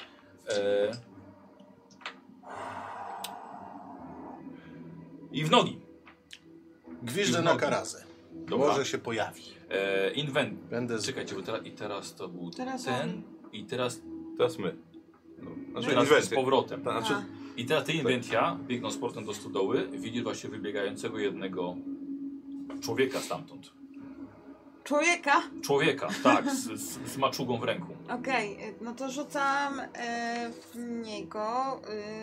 I w nogi. Gwiżdżę I na nogi. karazę. Dobra. Może się pojawi. Invent. Będę z... Czekajcie, bo teraz to był Teraz ten. oni. I teraz Teraz my. No, znaczy teraz z inwenty. powrotem. Znaczy, I teraz ty Inventia biegną z portem do stodoły. Widzisz właśnie wybiegającego jednego człowieka stamtąd. Człowieka? Człowieka, tak, z maczugą w ręku. Okej, no to rzucam w niego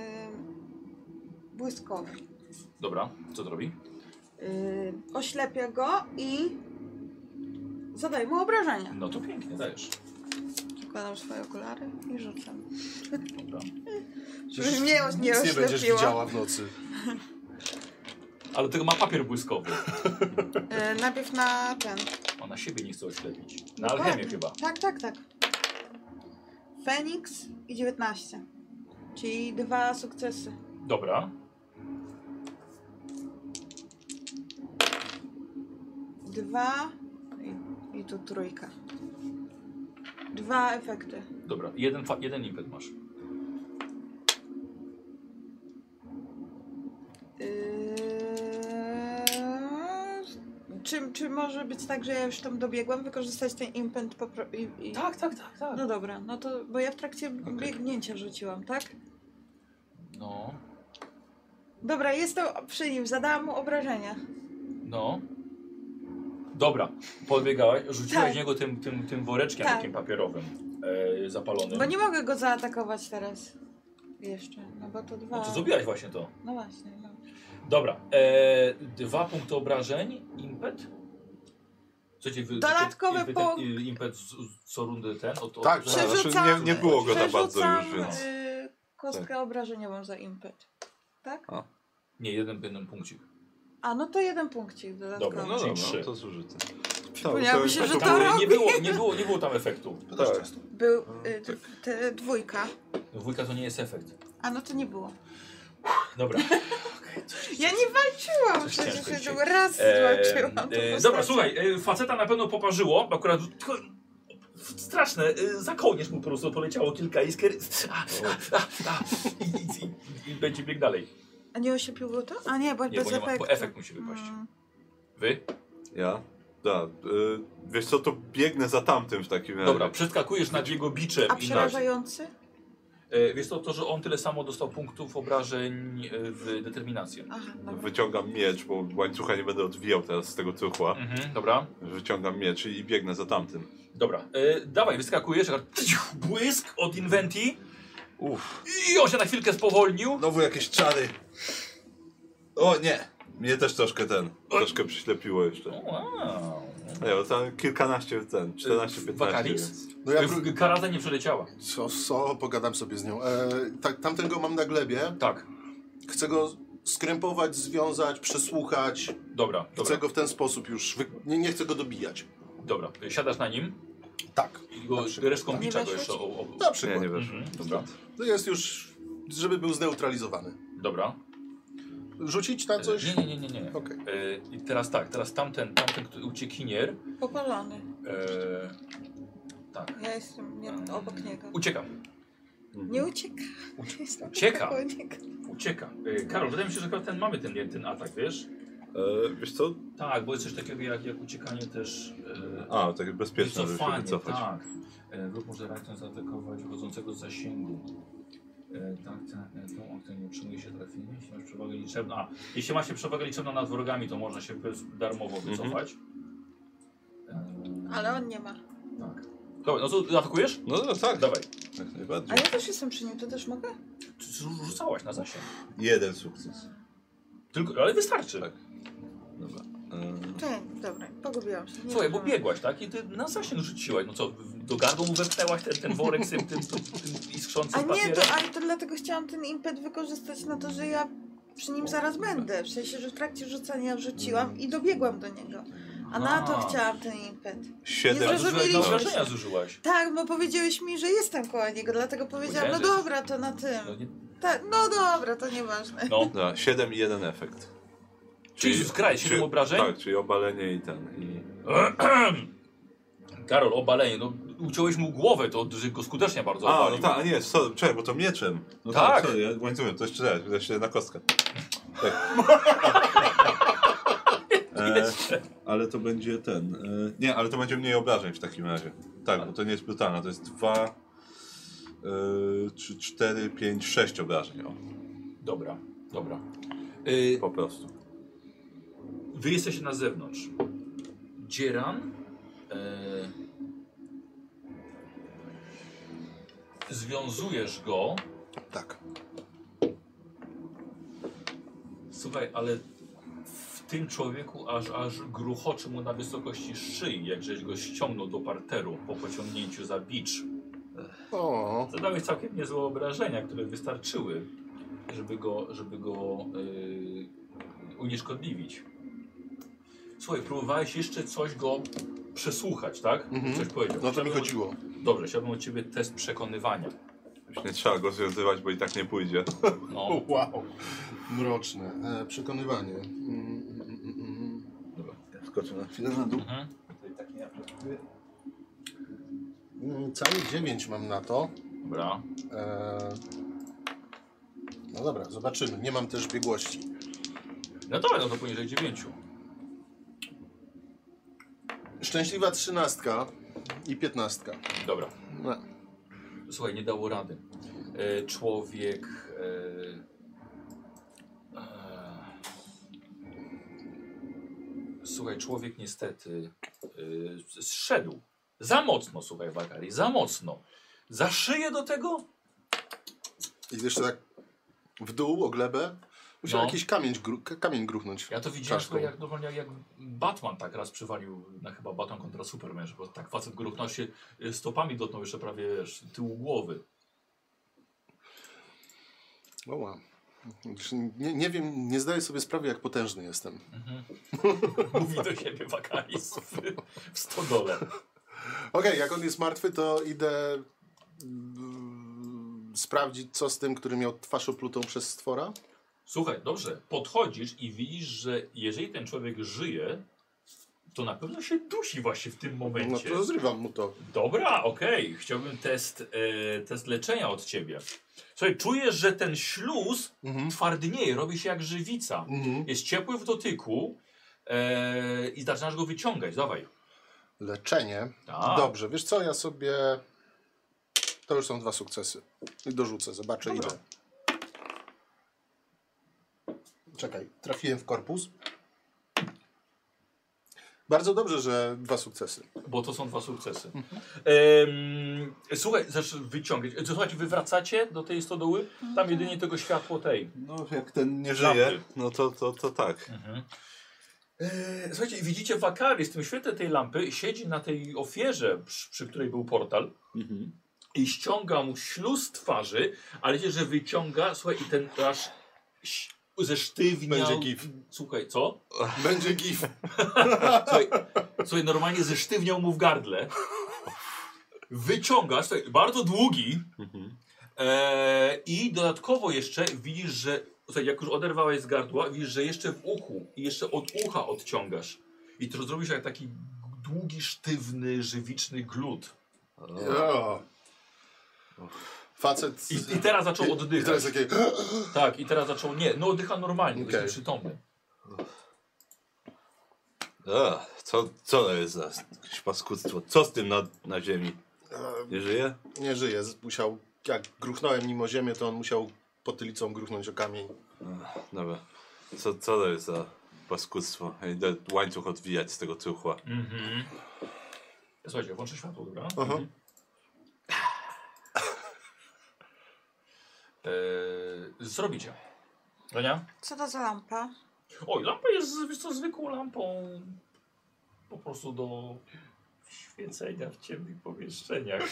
błyskowy. Dobra, co to robi? Oślepię go i zadaję mu obrażenia. No to pięknie, dajesz. Zakładam swoje okulary i rzucam. Dobra. Żeby mnie Nic nie będziesz oślepiło. widziała w nocy. Ale tego ma papier błyskowy. Najpierw na ten. On na siebie nie chce oślepić. Na alchemię chyba. Tak, tak, tak. Feniks i 19. Czyli 2 sukcesy. Dobra. 2 i tu 3. 2 efekty. Dobra, jeden impet masz. Czy może być tak, że ja już tam dobiegłam, wykorzystać ten impet Tak. No dobra, no to, bo ja w trakcie biegnięcia rzuciłam, tak? No. Dobra, jestem przy nim, zadałam mu obrażenia. No. Dobra, podbiegałeś, rzuciłeś Tak. w niego tym woreczkiem Tak. takim papierowym zapalonym. Bo nie mogę go zaatakować teraz. Jeszcze, no bo to 2. No to zrobiłaś właśnie to. No właśnie, no. Dobra, 2 punkty obrażeń, impet. Słuchajcie, Dodatkowy punkt. Impet co rundy ten? Tak, znaczy, Przerzucam, nie było go za bardzo przerzucam, już, więc... kostkę obrażeniową za impet. Tak? Nie, jeden punkcik. A, no to 1 punkcik dodatkowy. Dobra, No czyli dobra, 3. to zużyte. Przypomniało mi się, że To to robi. nie było tam efektu. Tak. Był te 2. Dwójka to nie jest efekt. A, no to nie było. Dobra. Ja nie walczyłam Coś przecież, ciężko ja dzisiaj. tylko raz walczyłam. tą Dobra, postacią. słuchaj, faceta na pewno poparzyło, akurat straszne, za kołnierz mu po prostu poleciało kilka iskier i będzie bieg dalej. A nie oślepiło to? A nie, bo Nie, bez bo, nie ma, efektu. bo efekt musi wypaść. Wy? Ja? Da. Wiesz co, to biegnę za tamtym w takim razie. Dobra, przeskakujesz nad jego biczem A i przerażający? wiesz to, że on tyle samo dostał punktów obrażeń w determinację. Aha, dobra. Wyciągam miecz, bo łańcucha nie będę odwijał teraz z tego truchła. Dobra. Wyciągam miecz i biegnę za tamtym. Dobra, dawaj, wyskakujesz, błysk od Inventi Uff. i on się na chwilkę spowolnił. Znowu jakieś czary. O nie! Mnie też troszkę przyślepiło jeszcze. Wow. Nie, bo tam kilkanaście 14-15. Wakaris? No ja Karata nie przeleciała. pogadam sobie z nią. Tamtego mam na glebie. Tak. Chcę go skrępować, związać, przesłuchać. Dobra. Chcę go w ten sposób już... Nie chcę go dobijać. Dobra. Siadasz na nim Tak. i go resztką Nie bicza go weszło jeszcze... ci? Na przykład. Nie weszło. Dobra. To jest już... Żeby był zneutralizowany. Dobra. Rzucić na coś? Nie. Okej. I teraz tak, tamten uciekinier... Popalony. Tak. Ja jestem obok niego. Ucieka. Nie ucieka. Ucieka? Koło niego. Ucieka. Karol, wydaje mi się, że akurat mamy ten atak, wiesz? Wiesz co? Tak, bo jest coś takiego jak uciekanie też... Tak bezpieczne, żeby się wycofanie, wycofać. tak. Wróg może reakcją zaatakować wychodzącego z zasięgu. Tą akcją nie utrzymuje się trafienie. Jeśli masz przewagę liczebną... jeśli ma się przewagę liczebną nad wrogami, to można się darmowo wycofać. Ale on nie ma. Tak. Dobra, no to atakujesz? No tak. Dawaj. Jak najbardziej. A ja też jestem przy nim, to też mogę? Rzucałaś na zasięg. Jeden sukces. Tylko, ale wystarczy. Tak. Dobra. Dobra, pogubiłam się. Nie Słuchaj, bo wiem. biegłaś, tak? I ty na zasięg rzuciłaś. No co, do gardła mu wepchnęłaś ten worek z tym iskrzącym A nie, papierem? to dlatego chciałam ten impet wykorzystać na to, że ja przy nim zaraz będę. W sensie, że w trakcie rzucania rzuciłam i dobiegłam do niego. A na to chciałam ten impet. 7 Nie zrozumieliśmy. Wrażenia zużyłaś. Tak, bo powiedziałeś mi, że jestem koło niego, dlatego powiedziałam, no Powiedziałem, że dobra, to na tym. No, nie... Tak, no dobra, to nieważne. no. Dobra, 7 i 1 efekt. Jezus Christ, 7 obrażeń? Tak, czyli obalenie i ten. Karol, obalenie, no uciąłeś mu głowę, to że go skutecznie bardzo obalił. No tak, a nie, czekaj, bo to mieczem. No Tak. sorry, ja łańcuchem, to jeszcze na kostkę. Tak. Ale to będzie ten. Nie, ale to będzie mniej obrażeń w takim razie. Tak, bo to nie jest brutalne, to jest 2, 3, 4, 5, 6 obrażeń. O, Dobra. po prostu. Wy jesteście na zewnątrz. Dzieran związujesz go. Tak. Słuchaj, ale w tym człowieku aż gruchoczy mu na wysokości szyi, jak żeś go ściągnął do parteru po pociągnięciu za bicz. O. Zadałeś całkiem niezłe obrażenia, które wystarczyły, żeby go unieszkodliwić. Słuchaj, próbowałeś jeszcze coś go przesłuchać, tak? Coś powiedział. No to mi chodziło. Dobrze, chciałbym od ciebie test przekonywania. Już nie trzeba go związywać, bo i tak nie pójdzie. No, Wow. Mroczne. Przekonywanie. dobra. Ja skoczę na chwilę na dół. Mhm. Całe 9 mam na to. Dobra. No dobra, zobaczymy. Nie mam też biegłości. No dobra, no to poniżej 9. Szczęśliwa 13 i 15. Dobra. No. Słuchaj, nie dało rady. Człowiek... Słuchaj, człowiek niestety zszedł. Za mocno, słuchaj, Wakari, za mocno. Za szyję do tego? I jeszcze tak w dół, o glebę. Musiał No. jakiś kamień gruchnąć. Ja to widziałem, czaszką. słuchaj, jak normalnie jak Batman tak raz przywalił na chyba Batman kontra Superman, że tak facet gruchnął się, stopami dotknął jeszcze prawie wiesz, tyłu głowy. O, wow. Nie wiem, nie zdaję sobie sprawy, jak potężny jestem. Mówi do siebie Wakaris w stodole. Okej, jak on jest martwy, to idę sprawdzić, co z tym, który miał twarz oplutą przez stwora. Słuchaj, dobrze, podchodzisz i widzisz, że jeżeli ten człowiek żyje, to na pewno się dusi właśnie w tym No momencie. to zrywam mu to. Dobra, okej. Chciałbym test leczenia od ciebie. Słuchaj, czujesz, że ten śluz twardnieje, robi się jak żywica. Jest ciepły w dotyku i zaczynasz go wyciągać. Dawaj. Leczenie. Tak. Dobrze, wiesz co, ja sobie... To już są 2 sukcesy. I dorzucę, zobaczę Dobra. ile. Czekaj, trafiłem w korpus. Bardzo dobrze, że 2 sukcesy. Bo to są 2 sukcesy. Słuchaj, zacznę wyciągać. Słuchajcie, wy wracacie do tej stodoły? Tam jedynie tego światło tej. No jak ten nie żyje, Lampy. no to tak. Słuchajcie, widzicie Wakary z tym świetle tej lampy siedzi na tej ofierze, przy której był portal i ściąga mu śluz z twarzy, ale wiecie, że wyciąga, słuchaj, i ten aż zesztywniał. Będzie gif. Słuchaj, co? Będzie gif. Słuchaj, normalnie zesztywniał mu w gardle. Wyciągasz, słuchaj, bardzo długi i dodatkowo jeszcze widzisz, że słuchaj, jak już oderwałeś z gardła, widzisz, że jeszcze w uchu i jeszcze od ucha odciągasz. I to zrobisz jak taki długi, sztywny, żywiczny glut. O. Facet... I teraz zaczął oddychać. I teraz takie... Tak, i teraz zaczął, nie, no oddycha normalnie, Okej. jest nieprzytomny. Co to jest za jakieś paskudztwo? Co z tym na ziemi? Nie żyje? Nie żyje. Musiał... Jak gruchnąłem nim o ziemię, to on musiał potylicą gruchnąć o kamień. Dobra. Co to jest za paskudztwo? Ja idę łańcuch odwijać z tego truchła. Słuchajcie, włączę światło, dobra? Aha. Co robicie? Ania? Co to za lampa? Oj, lampa jest, wiesz co, zwykłą lampą po prostu do świecenia w ciemnych pomieszczeniach.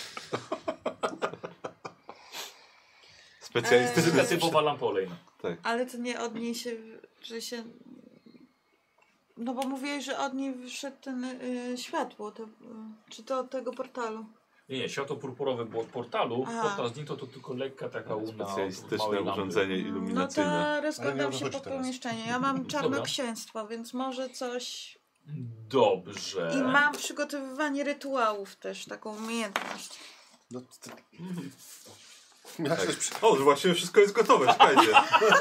Specjalistyczny Typowa lampa olejna. Ale to nie od niej się, że się... No bo mówiłeś, że od niej wyszedł ten światło, to, czy to od tego portalu? Nie, światło purpurowe było w portalu, Aha. portal zniknął, to tylko lekka taka łuna specjalistyczne małej lampy. urządzenie No iluminacyjne. to Ale rozglądam nie się o to po chodzi teraz. pomieszczeniu. Ja mam czarnoksięstwo, więc może coś... Dobrze. I mam przygotowywanie rytuałów też, taką umiejętność. No, Miałeś coś przy... O, właściwie wszystko jest gotowe, czekajcie.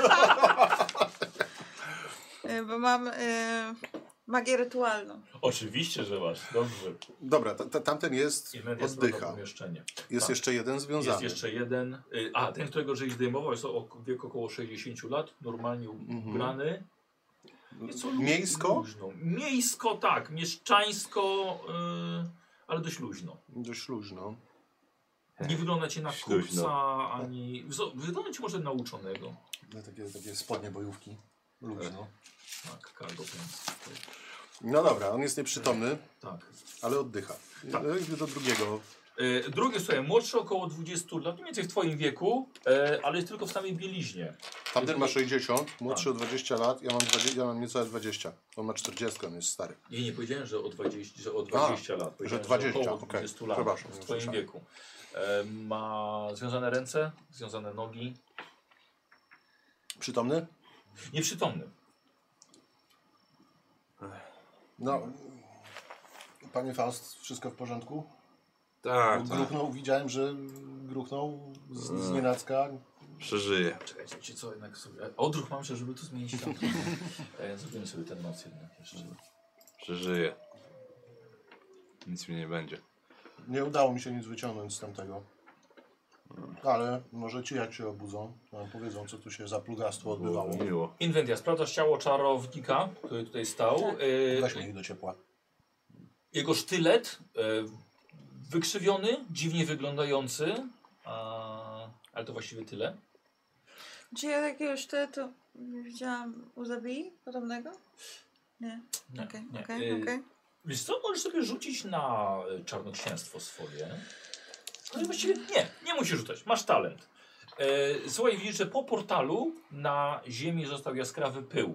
Bo mam magię rytualną. Oczywiście, że masz. Dobrze. Dobra, tamten jest, Inwentia oddycha. pomieszczenie. Jest Tak. jeszcze jeden związany. Jest jeszcze jeden. Ten, którego żeś zdejmował, jest wiek około 60 lat, normalnie ubrany. Nieco Miejsko? Luźno. Miejsko, tak. Mieszczańsko, ale dość luźno. Dość luźno. Nie wygląda ci na Luźno. kupca, ani... Wygląda ci może na uczonego. Takie spodnie bojówki. Luźno. Tak, cargo pants. No dobra, on jest nieprzytomny, Tak. ale oddycha. Tak. Idźmy do drugiego. Drugi, słuchaj, młodszy około 20 lat, mniej więcej w twoim wieku, ale jest tylko w samej bieliźnie. Tamten ma 60, młodszy o 20 lat, ja mam niecałe 20. On ma 40, on jest stary. Nie powiedziałem, że o 20 lat. Powiedziałem, 20, około okej. 20 lat. Przepraszam, W nie twoim słyszałem. wieku. Ma związane ręce, związane nogi. Przytomny? Nieprzytomny. No. Panie Faust, wszystko w porządku? Tak, Gruchnął, widziałem, że gruchnął z nienacka. przeżyję. Czekajcie, ci co jednak sobie... Odruch mam, żeby tu zmienić światło. Zrobimy sobie ten noc jednak jeszcze. Przeżyję. Nic mi nie będzie. Nie udało mi się nic wyciągnąć z tamtego. Ale może ci jak się obudzą, to nam powiedzą, co tu się za plugastwo odbywało. Było miło. Inwentia, sprawdzasz ciało czarownika, który tutaj stał. Tak. Weźmy ich do ciepła. Jego sztylet, wykrzywiony, dziwnie wyglądający, ale to właściwie tyle. Czy ja jakiegoś to nie widziałam u Zabii podobnego? Nie. Nie, Okej, nie. okej. Wiesz co, możesz sobie rzucić na czarnoksięstwo swoje. No i właściwie nie musisz rzucać, masz talent. Słuchaj, widzisz, że po portalu na ziemi został jaskrawy pył.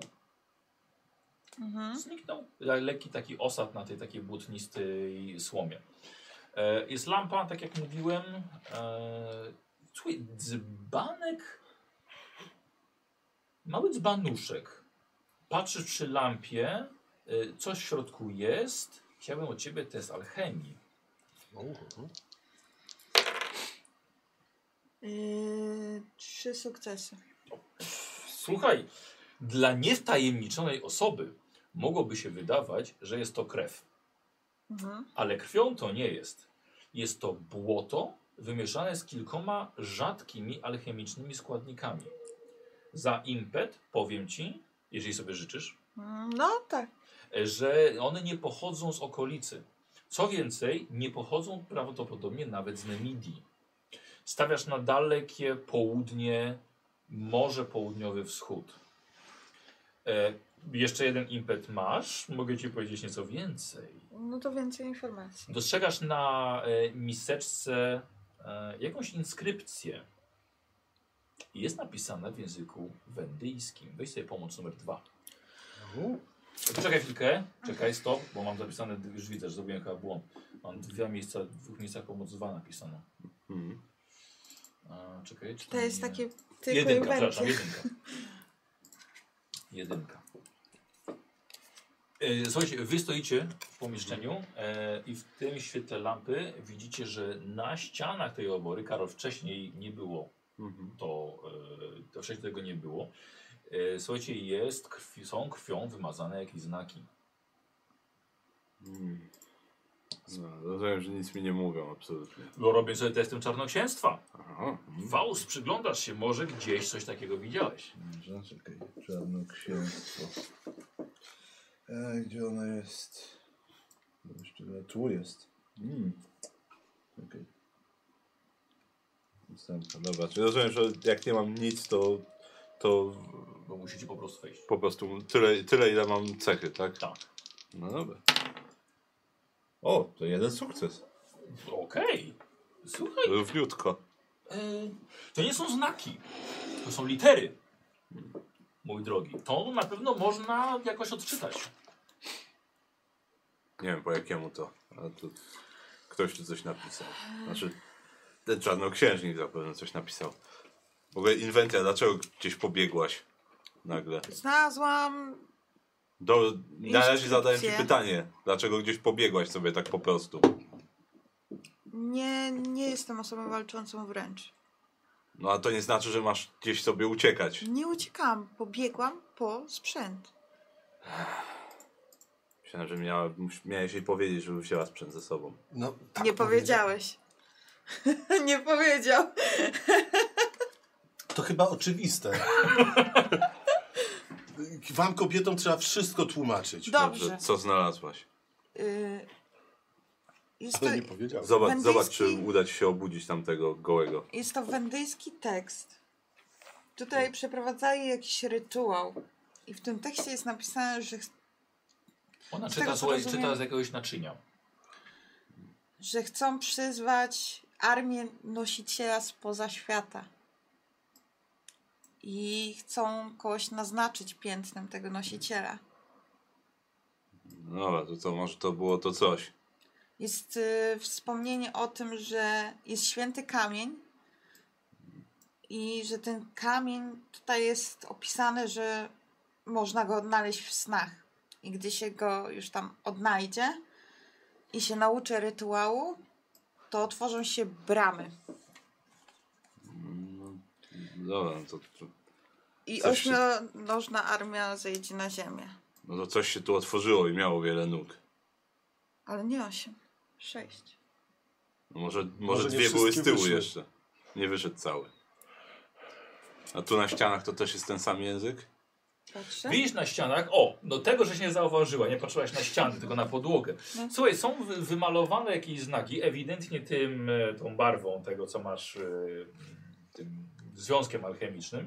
Zniknął lekki taki osad na tej takiej błotnistej słomie. Jest lampa, tak jak mówiłem. Słuchaj, dzbanek, mały dzbanuszek. Patrzysz przy lampie, coś w środku jest. Chciałbym od ciebie test alchemii. 3 sukcesy. Słuchaj, dla niewtajemniczonej osoby mogłoby się wydawać, że jest to krew. Ale krwią to nie jest. Jest to błoto wymieszane z kilkoma rzadkimi alchemicznymi składnikami. Za impet powiem ci, jeżeli sobie życzysz, No tak. że one nie pochodzą z okolicy. Co więcej, nie pochodzą prawdopodobnie nawet z Nemidii. Stawiasz na dalekie południe, może południowy wschód. Jeszcze jeden impet masz, mogę ci powiedzieć nieco więcej. No to więcej informacji. Dostrzegasz na miseczce jakąś inskrypcję. Jest napisana w języku wendyjskim. Weź sobie pomoc numer 2. Poczekaj chwilkę, czekaj, stop, bo mam zapisane, już widzę, że zrobiłem chyba błąd. Mam w dwóch miejscach pomoc 2 napisano. Czekaj, czy To jest nie... takie tylko Jedynka, będzie. przepraszam, jedynka. Słuchajcie, wy stoicie w pomieszczeniu i w tym świetle lampy widzicie, że na ścianach tej obory, Karol, wcześniej nie było, to wcześniej tego nie było. Słuchajcie, są krwią wymazane jakieś znaki. No, rozumiem, że nic mi nie mówią, absolutnie. Bo robię sobie testem czarnoksięstwa. Aha. Faust, przyglądasz się, może gdzieś coś takiego widziałeś. Dobrze, czekaj. Czarnoksięstwo. Gdzie ona jest? Jeszcze tu jest. Okej. Następna, dobra. Czyli rozumiem, że jak nie mam nic, to Bo musicie po prostu wejść. po prostu tyle ile mam cechy, tak? Tak. No dobra. O, to jeden sukces. Okej. Słuchaj, Równiutko. to nie są znaki. To są litery. Mój drogi. To na pewno można jakoś odczytać. Nie wiem po jakiemu to, ale to ktoś tu coś napisał. Znaczy, ten czarnoksiężnik zapewne coś napisał. W ogóle Inwentia, dlaczego gdzieś pobiegłaś nagle? Znalazłam... Na razie zadałem ci Inskrypcję. pytanie, dlaczego gdzieś pobiegłaś sobie tak po prostu? Nie jestem osobą walczącą wręcz. No a to nie znaczy, że masz gdzieś sobie uciekać. Nie uciekałam, pobiegłam po sprzęt. Myślałem, że miałeś jej powiedzieć, żeby wzięła sprzęt ze sobą. No, tak Nie powiedziałeś. Nie powiedział. To chyba oczywiste. Wam kobietom trzeba wszystko tłumaczyć. Dobrze. Co znalazłaś? Jest to, Ale nie powiedział. Zobacz, czy uda ci się obudzić tamtego gołego. jest to wendyjski tekst. Tutaj przeprowadzają jakiś rytuał. I w tym tekście jest napisane, Ona Z czyta, tego, co słuchaj, rozumiem- czyta z jakiegoś naczynia. że chcą przyzwać armię nosiciela spoza świata. I chcą kogoś naznaczyć piętnem tego nosiciela. No dobra, to co, może to było to coś. Jest wspomnienie o tym, że jest święty kamień i że ten kamień tutaj jest opisane, że można go odnaleźć w snach. I gdy się go już tam odnajdzie i się nauczy rytuału, to otworzą się bramy. No, dobra, no to I Coś się- ośmionożna armia zejdzie na ziemię. no to coś się tu otworzyło i miało wiele nóg. Ale nie 8, 6. No może Może nie dwie były z wszystkie tyłu wyszły. jeszcze. Nie wyszedł cały. A tu na ścianach to też jest ten sam język? Patrzę. Widzisz na ścianach, no tego, żeś nie zauważyła, nie patrzyłaś na ściany, tylko na podłogę. No. Słuchaj, są wymalowane jakieś znaki, ewidentnie tą barwą tego, co masz, tym związkiem alchemicznym.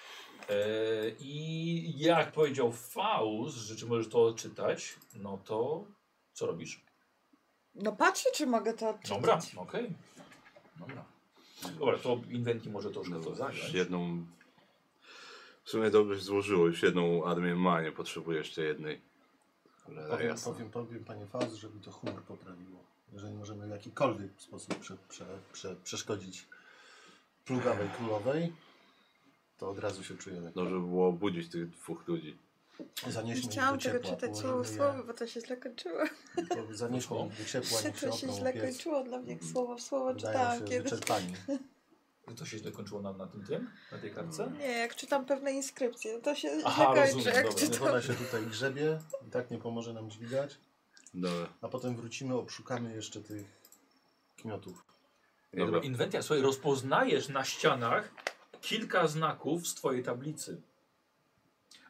I jak powiedział Faust, że czy możesz to odczytać, no to co robisz? No patrzę, czy mogę to odczytać. Dobra, okej. Dobra, to Inwentii może troszkę to Już zagrać. jedną... W sumie dobrze się złożyło. Już jedną armię ma, nie potrzebuję jeszcze jednej. Ale jasne. Powiem panie Faust, żeby to humor poprawiło. Jeżeli możemy w jakikolwiek sposób przeszkodzić plugawej królowej, to od razu się czujemy. Dobrze by było obudzić tych dwóch ludzi. Zanieśmy ich Chciałam do tego ciepła, czytać słowo w położymy słowo, je- bo to się źle kończyło. Zanieśmy ich do ciepła, niech się To się oprą źle piec. kończyło dla mnie, jak słowo w słowo Wydają czytałam się kiedyś. wyczerpani. To się źle kończyło na tym? Na tej kartce? Nie, jak czytam pewne inskrypcje, to się Aha, źle kończy. rozumiem, Jak dobra. Niech czytam... ona się tutaj grzebie i tak nie pomoże nam dźwigać. Dobra. A potem wrócimy, obszukamy jeszcze tych kmiotów. Dobra. Inwentia, słuchaj, rozpoznajesz na ścianach kilka znaków z twojej tablicy.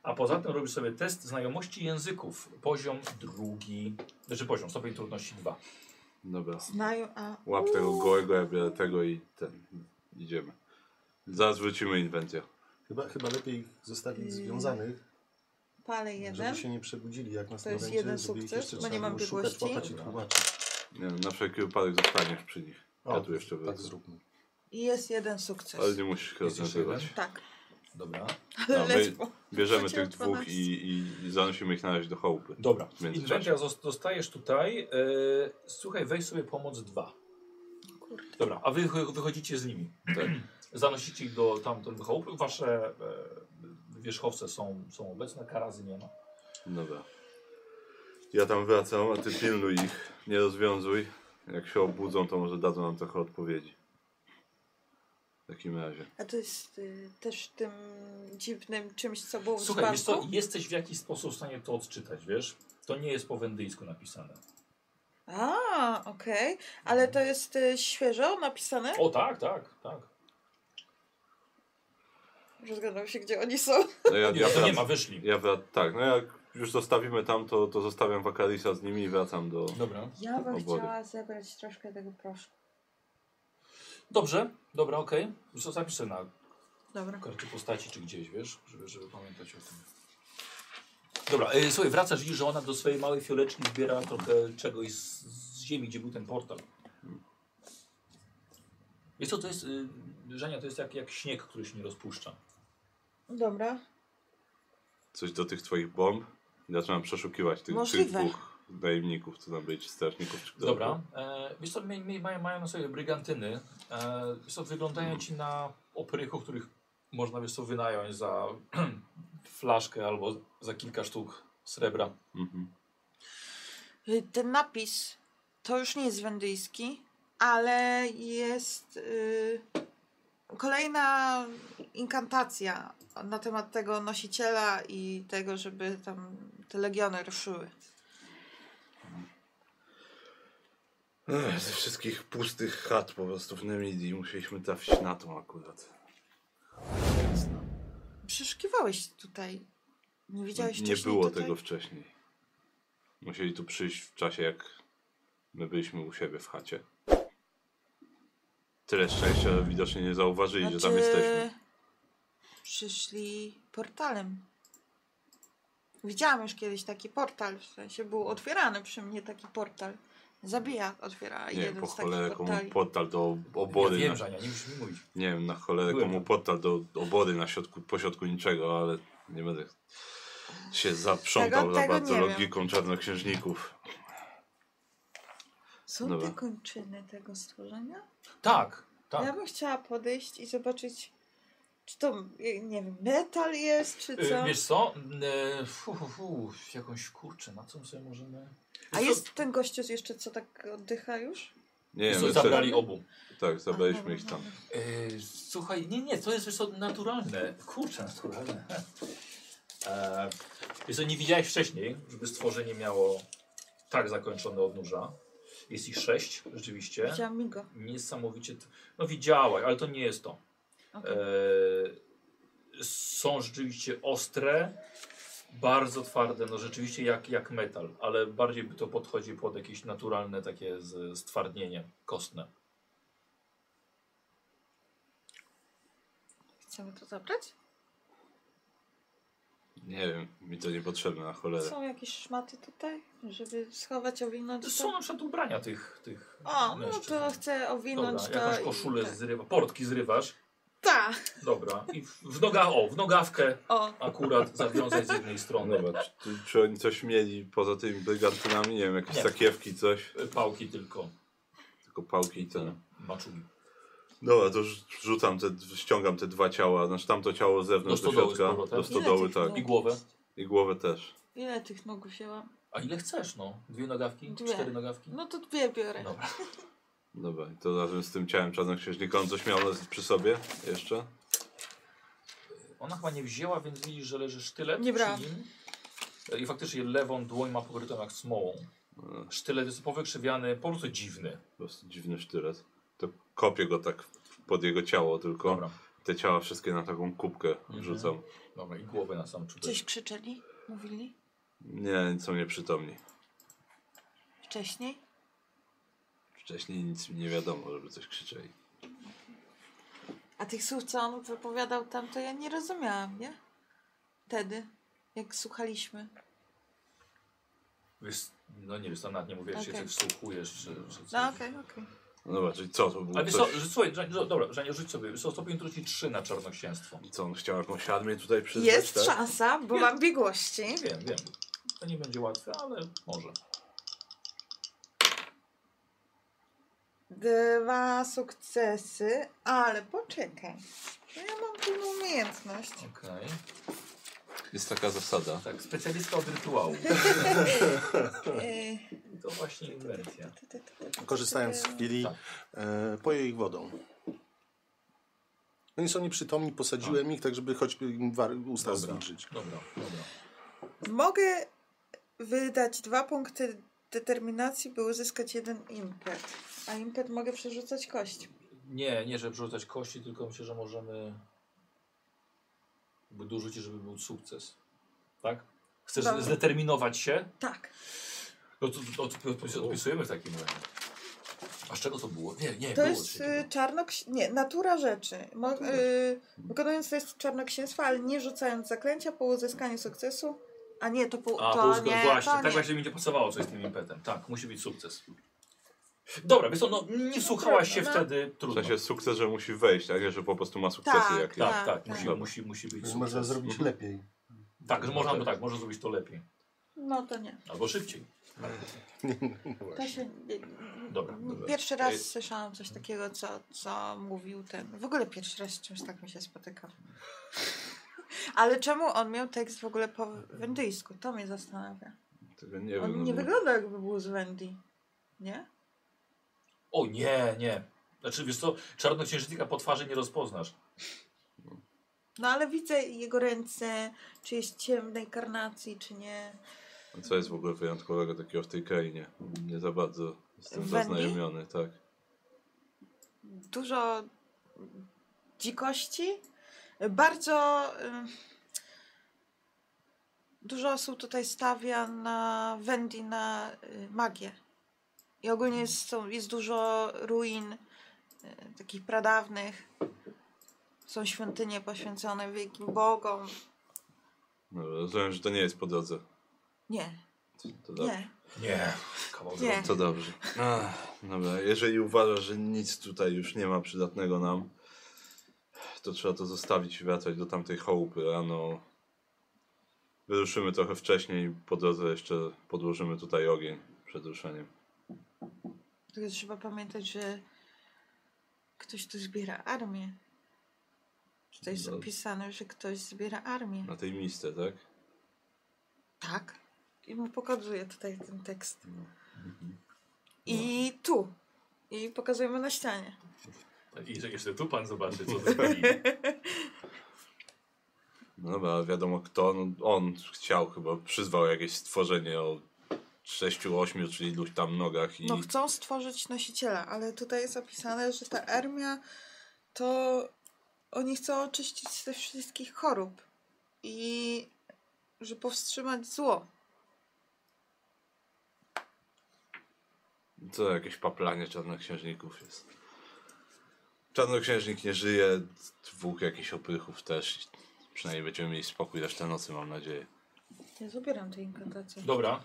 A poza tym robisz sobie test znajomości języków. Poziom 2. Znaczy poziom, stopień trudności 2. Dobra. Znają, a... Łap tego gołego, ja biorę tego i idziemy. Zaraz wrócimy inwencja. Chyba lepiej ich zostawić związanych, Palę jeden. żeby się nie przebudzili, jak nas To jest będzie, jeden żeby ich sukces, jeszcze bo nie trzeba mam było szukać, biegłości. łapać i tłumaczyć. Nie, na wszelki wypadek zostaniesz przy nich. Ja tu jeszcze tak wrócę. zróbmy. I jest jeden sukces. Ale nie musisz ich Jest jeszcze rozwiązywać. jeden? Tak. Dobra. Ale No, my ledwo. bierzemy Chociaż tych dwóch 12. i zanosimy ich na razie do chałupy. Dobra. W międzyczasie. Inwentia zostajesz tutaj. Słuchaj, weź sobie pomoc 2. Kurde. Dobra, a wy wychodzicie z nimi. Tak. Zanosicie ich do tamtego chałupy. Wasze wierzchowce są obecne, karazy nie ma. Dobra. Ja tam wracam, a ty pilnuj ich. Nie rozwiązuj. Jak się obudzą, to może dadzą nam trochę odpowiedzi. W takim razie. A to jest też tym dziwnym czymś, co było w Słuchaj, wiesz co, dzbanku? jesteś w jakiś sposób w stanie to odczytać, wiesz? To nie jest po wendyjsku napisane. A, okej. Ale to jest świeżo napisane? O tak, tak, tak. Rozglądam się, gdzie oni są. No ja, Nie, to nie ma, wyszli. tak, no jak już zostawimy tam, to zostawiam Wakarisa z nimi i wracam do... Dobra. Ja bym Obory. chciała zebrać troszkę tego proszku. Dobrze, dobra, okej. Okay. Zapisz sobie na Dobra. karcie postaci czy gdzieś, wiesz, żeby pamiętać o tym. Dobra, słuchaj, wracasz i że ona do swojej małej fioleczki zbiera trochę czegoś z ziemi, gdzie był ten portal. Wiesz co, to jest, Żenia, to jest jak śnieg, który się nie rozpuszcza. Dobra. Coś do tych twoich bomb i zaczynam przeszukiwać tych Możliwe. dwóch najemników, co tam byli, czy strażników, czy kto. Dobra, wiesz co, mają na sobie brygantyny. Wiesz co, wyglądają ci na oprychów, których można, wiesz co, wynająć za flaszkę albo za kilka sztuk srebra. Mhm. Ten napis to już nie jest wendyjski, ale jest kolejna inkantacja na temat tego nosiciela i tego, żeby tam te legiony ruszyły. Ze wszystkich pustych chat po prostu w Nemidii musieliśmy trafić na tą akurat. Jasne. Przeszukiwałeś tutaj. Nie widziałeś Nie wcześniej było tutaj? tego wcześniej. Musieli tu przyjść w czasie, jak my byliśmy u siebie w chacie. Tyle szczęścia, że widocznie nie zauważyli, że tam jesteśmy. Przyszli portalem. Widziałam już kiedyś taki portal, w sensie był otwierany przy mnie taki portal. Zabija otwiera Nie wiem, jeden po z takich cholerę komu portali. portal do Ja obory. wiem, Żenia, nie musisz mi mówić. Nie wiem, na cholerę Byłem komu tam. portal do obory po środku niczego, ale nie będę się zaprzątał Tego za bardzo nie wiem. logiką czarnoksiężników. Są Dobra. te kończyny tego stworzenia? Tak, Ja tak. bym chciała podejść i zobaczyć, czy to, nie wiem, metal jest, czy co? Wiesz co, jakąś kurczę, na co my sobie możemy... A jest ten gościu jeszcze, co tak oddycha już? Nie Wiesz wiem, co, jeszcze- zabrali obu. tak, zabraliśmy dobra, ich tam. Słuchaj, nie, to jest wiesz co, naturalne. Kurczę, naturalne. Wiesz co, nie widziałeś wcześniej, żeby stworzenie miało tak zakończone odnóża. Jest ich 6, rzeczywiście. Widziałam Migo. Niesamowicie. No widziałaś, ale to nie jest to. Okay. Są rzeczywiście ostre, bardzo twarde, no rzeczywiście jak metal, ale bardziej by to podchodzi pod jakieś naturalne takie stwardnienie kostne. Chcemy to zabrać? Nie wiem, mi to niepotrzebne na cholerę. Są jakieś szmaty tutaj, żeby schować, owinąć To to? są na przykład ubrania tych O, no mężczyzn. to chcę owinąć Dobra, to. jakąś koszulę tak. zrywa, portki zrywasz. Tak. Dobra, i w nogawkę O, akurat zawiązać z jednej strony. Dobra, czy oni coś mieli poza tymi brygantynami? Nie wiem, jakieś Nie. sakiewki, coś? Pałki tylko, Tylko pałki i tyle. maczugi. Dobra, to ściągam te dwa ciała, znaczy tamto ciało z zewnątrz Do do stodoły z środka, powrotem. do stodoły, Ile tych tak. nóg? I głowę. jest? I głowę też. Ile tych nóg wzięłam? A ile chcesz, no? 2 nogawki? Dwie. 4 nogawki? No to 2 biorę. Dobra. Dobra, i to razem z tym ciałem czarnoksiężnika on coś miał przy sobie jeszcze? Ona chyba nie wzięła, więc widzisz, że leży sztylet Nie przy brałam. nim. I faktycznie lewą dłoń ma pokrytą jak smołą. Sztylet jest powykrzywiany, po prostu dziwny. Po prostu dziwny sztylet. To kopię go tak pod jego ciało tylko. Dobra. te ciała wszystkie na taką kubkę wrzucam. Dobra, i głowę na sam czubek. Coś krzyczeli? Mówili? Nie, są nieprzytomni. Wcześniej? Wcześniej nic mi nie wiadomo, żeby coś krzyczeli. A tych słów, co on wypowiadał tam, to ja nie rozumiałam, nie? Wtedy, jak słuchaliśmy. Wiesz, no nie wiesz, tam nawet nie mówię, czy Okej. się wsłuchujesz, czy coś. No okej. No dobra, czyli co, to było Ale wiesz coś... co, słuchaj, dobra, Żanie, rzuć sobie. Wiesz co, stopień trudności 3 na czarnoksięstwo. Co, on chciał jakąś armię tutaj przyzwać, Jest tak? szansa, bo mam biegłości. Wiem. To nie będzie łatwe, ale może. 2 sukcesy, ale poczekaj. No ja mam pewną umiejętność. Okej. Jest taka zasada. Tak, specjalistka od rytuału. Yy, To właśnie inwencja. Korzystając z chwili, Tak. poję ich wodą. Oni są nieprzytomni, posadziłem ich, tak żeby choćby im usta Dobra. zwilżyć. Dobra. Mogę wydać 2 punkty determinacji, by uzyskać 1 impet. A impet mogę przerzucać kość. Nie, żeby przerzucać kości, tylko myślę, że możemy dorzucić, żeby był sukces. Tak? Chcesz Dobra. zdeterminować się? Tak. No to odpisujemy w takim razie. A z czego to było? Nie, To było jest trzeciego. Nie, natura rzeczy. Wykonując test czarnoksięstwa, ale nie rzucając zaklęcia po uzyskaniu sukcesu. A nie, to nie, właśnie, to tak nie. właśnie mi nie pasowało coś z tym impetem. Tak, musi być sukces. Dobra, wiesz co, no nie wsłuchałaś się No. wtedy, W trudno. sensie sukces, że musi wejść, tak? Że po prostu ma sukcesy Tak, jakieś. Tak, Tak. musi być Można sukces. zrobić lepiej. Tak, że można, można zrobić to lepiej. No to nie. Albo szybciej. To się, Dobra. Pierwszy raz słyszałam coś takiego, co mówił ten. W ogóle pierwszy raz z czymś takim się spotykam. Ale czemu on miał tekst w ogóle po wendyjsku? To mnie zastanawia. Tego nie On wiem. nie no bo- wygląda, jakby był z Wendy. Nie? O nie. Znaczy wiesz co, czarnoksiężnika po twarzy nie rozpoznasz. No ale widzę jego ręce, czy jest ciemnej karnacji, czy nie. A co jest w ogóle wyjątkowego takiego w tej krainie? Nie za bardzo jestem W Wendy? zaznajomiony, tak. Dużo dzikości. Bardzo dużo osób tutaj stawia na Wendy, na magię. I ogólnie jest dużo ruin takich pradawnych. Są świątynie poświęcone wielkim bogom. No, rozumiem, że to nie jest po drodze. Nie, To dobrze. nie. Nie. Kawał Nie. drogi. To dobrze. Dobra, jeżeli uważasz, że nic tutaj już nie ma przydatnego nam, to trzeba to zostawić i wracać do tamtej chałupy. Rano wyruszymy trochę wcześniej, po drodze jeszcze podłożymy tutaj ogień przed ruszeniem. Tylko trzeba pamiętać, że ktoś tu zbiera armię. Tutaj jest No. opisane, że ktoś zbiera armię. Na tej misce, tak? Tak. I mu pokazuje tutaj ten tekst. I tu. I pokazujemy na ścianie. I że jeszcze tu pan zobaczy, co zrobili. No dobra, ale wiadomo kto. No, on chciał chyba, przyzwał jakieś stworzenie o 6-8 czy iluś tam nogach i... No chcą stworzyć nosiciela, ale tutaj jest opisane, że ta armia to oni chcą oczyścić ze wszystkich chorób i że powstrzymać zło. To jakieś paplanie czarnoksiężników jest. Czarnoksiężnik nie żyje, 2 jakichś oprychów też. Przynajmniej będziemy mieli spokój resztę nocy, mam nadzieję. Ja zabieram tę inkantację. Dobra.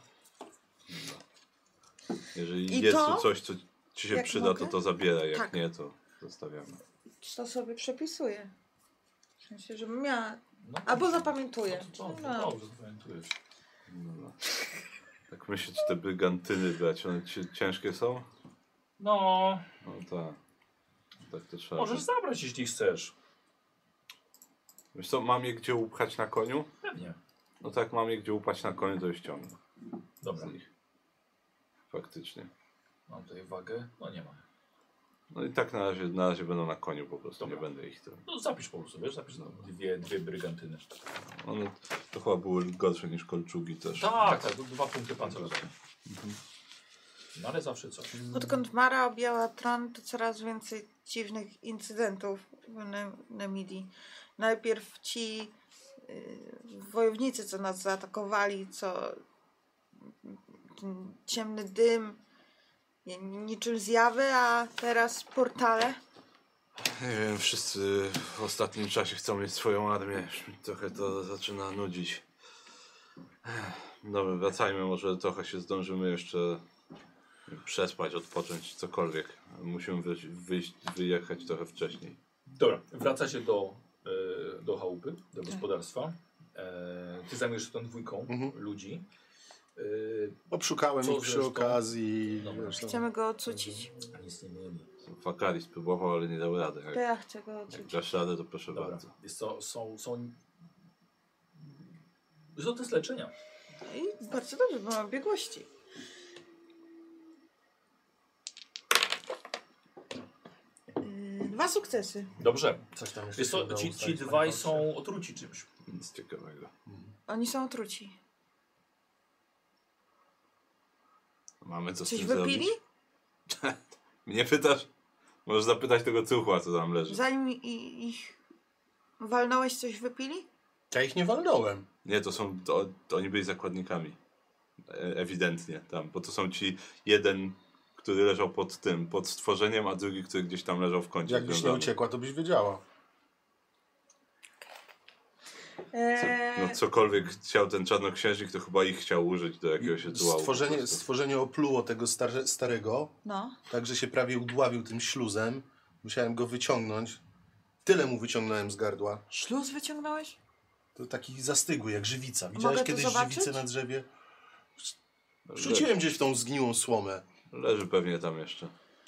Jeżeli I jest to, tu coś, co ci się jak przyda, mogę? to zabieraj. Jak Tak. nie, to zostawiamy. To sobie przepisuję. W sensie, żebym miała... No, Albo zapamiętuję. Dobrze, zapamiętujesz. No. Tak myślę, czy te brygantyny brać, one ciężkie są? No, No tak. Tak to trzeba. możesz zabrać, jeśli chcesz. Wiesz co, mam je gdzie upchać na koniu? Pewnie. No tak, mam je gdzie upchać na koniu, to je ściągnę. Dobra. Z nich. Faktycznie. Mam tutaj wagę. No nie ma. No i tak na razie będą na koniu po prostu, Dobra. nie będę ich tam. No zapisz po prostu, wiesz? Zapisz dwie brygantyny. One to chyba były gorsze niż kolczugi też. Tak, 2 punkty pancerza. No ale zawsze coś. Odkąd Mara objęła tron, to coraz więcej dziwnych incydentów w Nemidii. Najpierw ci wojownicy, co nas zaatakowali, co ten ciemny dym, niczym zjawy, a teraz portale. Nie wiem, wszyscy w ostatnim czasie chcą mieć swoją armię. Trochę to zaczyna nudzić. Dobra, wracajmy, może trochę się zdążymy jeszcze przespać, odpocząć, cokolwiek. Musimy wyjechać trochę wcześniej. Dobra, wracacie do chałupy, do gospodarstwa. Ty zajmujesz się tą dwójką ludzi. Obszukałem Co ich przy zresztą? okazji. Dobra. Wiesz, no. Chcemy go ocucić. Nic nie mieli. Fakari spróbował, ale nie dał rady. To ja chcę go Jak ocucić. dasz radę, to proszę Dobra, bardzo. jest to, są test leczenia. I bardzo dobrze, bo mam biegłości. Dwa sukcesy. Dobrze. Coś tam jeszcze Wiesz się co, udało ci ustalić, dwaj panie są otruci czymś. Nic ciekawego. Oni są otruci. Mamy co z Coś tym wypili? zrobić? Mnie pytasz? Możesz zapytać tego cuchła, co tam leży. Zanim ich walnąłeś, coś wypili? Ja ich nie walnąłem. Nie, to oni byli zakładnikami. Ewidentnie tam, bo to są ci jeden, który leżał pod stworzeniem, a drugi, który gdzieś tam leżał w kącie. Jakbyś nie związany. uciekła, to byś wiedziała. No cokolwiek chciał ten czarnoksiężnik, to chyba ich chciał użyć do jakiegoś rytuału. Stworzenie opluło tego starego, No. tak że się prawie udławił tym śluzem. Musiałem go wyciągnąć. Tyle mu wyciągnąłem z gardła. Śluz wyciągnąłeś? To taki zastygły, jak żywica. Widziałeś Mogę to kiedyś zobaczyć? żywicę na drzewie? Wrzuciłem gdzieś w tą zgniłą słomę. Leży pewnie tam jeszcze.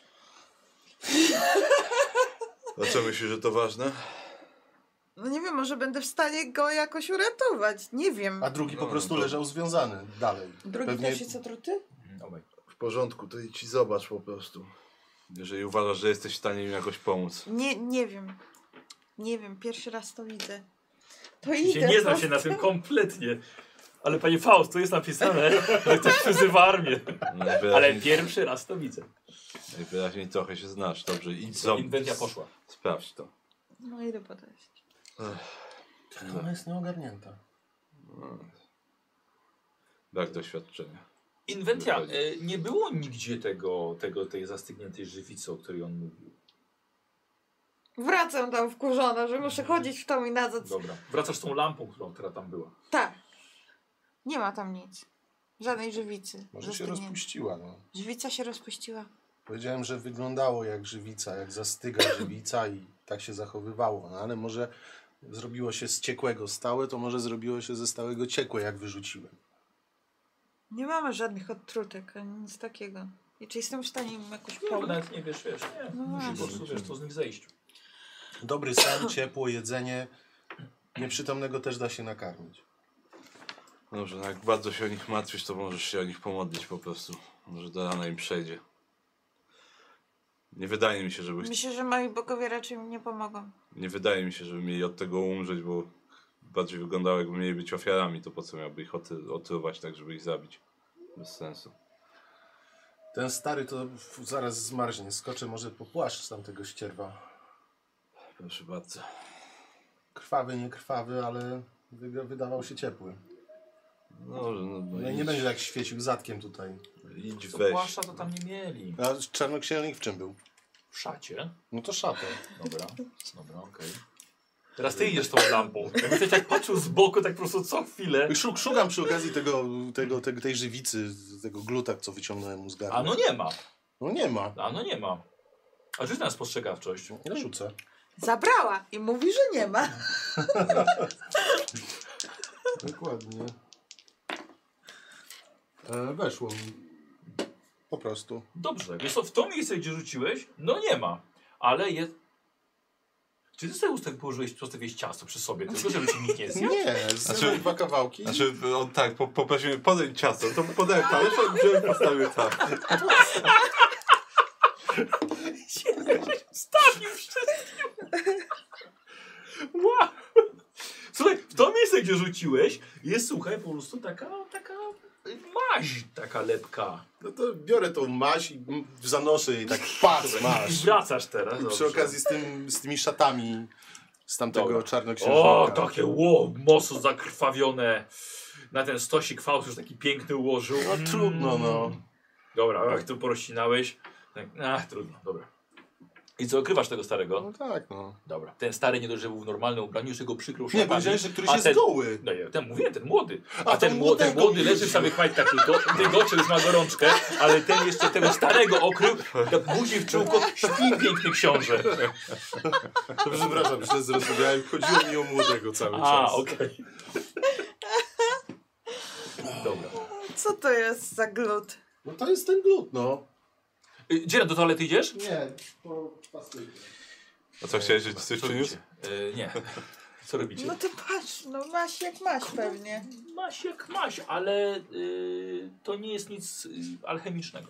A co myślisz, że to ważne? No nie wiem, może będę w stanie go jakoś uratować. Nie wiem. A drugi po No, prostu to- leżał związany dalej. Drugi Pewnie też jest otruty? Obaj. W porządku, to idź i zobacz po prostu. Jeżeli uważasz, że jesteś w stanie im jakoś pomóc. Nie wiem. Nie wiem, pierwszy raz to widzę. To Się idę. nie znam się na tym kompletnie. Ale panie Faust, tu jest napisane, że ktoś przyzywa armię. Ale pierwszy raz to widzę. Najwyraźniej trochę się znasz. Dobrze, idź Inwentia poszła. Sprawdź to. No idę podejść. Ona jest nieogarnięta. Brak doświadczenia. Inwentia, nie było nigdzie tej zastygniętej żywicy, o której on mówił. Wracam tam wkurzona, że muszę chodzić w tą i nazad. Dobra. Wracasz z tą lampą, która tam była. Tak. Nie ma tam nic. Żadnej żywicy. Może się Zastygniętej. rozpuściła. No. Żywica się rozpuściła. Powiedziałem, że wyglądało jak żywica, jak zastyga żywica i tak się zachowywało. No ale może zrobiło się z ciekłego stałe, to może zrobiło się ze stałego ciekłe, jak wyrzuciłem. Nie mamy żadnych odtrutek, ani nic takiego. I czy jestem w stanie im jakoś Nie, bo pomóc? nawet nie wiesz, nie. No Musisz po właśnie. prostu, wiesz, co z nich zejść. Dobry sen, ciepło, jedzenie. Nieprzytomnego też da się nakarmić. Dobrze, no jak bardzo się o nich martwisz, to możesz się o nich pomodlić po prostu. Może do rana im przejdzie. Nie wydaje mi się, żeby Myślę, że moi bogowie raczej mi nie pomogą. Nie wydaje mi się, żeby mieli od tego umrzeć, bo bardziej wyglądało, jakby mieli być ofiarami, to po co miałby ich otruwać tak, żeby ich zabić? Bez sensu. Ten stary to zaraz zmarznie. Skoczę może po płaszcz tamtego ścierwa. Proszę bardzo. Krwawy, nie krwawy, ale wydawał się ciepły. No Nie idź, będzie tak świecił zadkiem tutaj. idź To weź. płaszcza to tam nie mieli. A czarnoksiężnik w czym był? W szacie. No to szatę. Dobra, okej. Teraz ty idziesz tą lampą. Jakby ktoś tak patrzył z boku, tak po prostu co chwilę. Szukam przy okazji tej żywicy, tego gluta, co wyciągnąłem mu z gardła. A no nie ma. No nie ma. A no nie ma. A rzuć na spostrzegawczość. Ja rzucę. Zabrała i mówi, że nie ma. Dokładnie. Weszło mi. Po prostu. Dobrze, wiesz co, w to miejsce, gdzie rzuciłeś, no nie ma. Ale jest... Czy ty sobie ustek postawiłeś ciasto przy sobie, tylko żeby ci nikt nie zjadł? Nie, zjadłem dwa kawałki. Znaczy, on tak, poprosił mnie, podaj ciasto, to podałem talerz, a wziąłem i postawił tak. Stawił wszystkim! Wow! Słuchaj, w to miejsce, gdzie rzuciłeś, jest, słuchaj, po prostu taka maź taka lepka. No to biorę tą maź i zanoszę jej tak, patrz, I masz. wracasz teraz. I przy dobrze. okazji z tymi szatami z tamtego Dobra. czarnoksiężnika. O, takie mocno zakrwawione. Na ten stosik Faust taki piękny ułożył. No trudno, no. Dobra, jak tu porozcinałeś. Tak, trudno, dobra. I co, okrywasz tego starego? No tak, no. Dobra. Ten stary nie dość, że był w normalnym ubraniu, jeszcze go przykrył Nie, szatami. powiedziałeś, że któryś a jest ten, goły. No nie, ten mówię, ten młody. A A ten ten młody młodego leży w samych majtkach tylko. Ten goczy już ma gorączkę, ale ten jeszcze tego starego okrył. Tak buzi w czółko, śpi piękny książę. To przepraszam, źle zrozumiałem. Chodziło mi o młodego cały czas. A, okej. Dobra. Co to jest za glut? No to jest ten glut, no. Dzieran, do toalety idziesz? Nie, po pastyjkę. A co chciałeś, że ci coś Co przyniósł? robicie? Nie. Co robicie? No to patrz, no masz jak masz pewnie. Maś jak maś, ale to nie jest nic alchemicznego.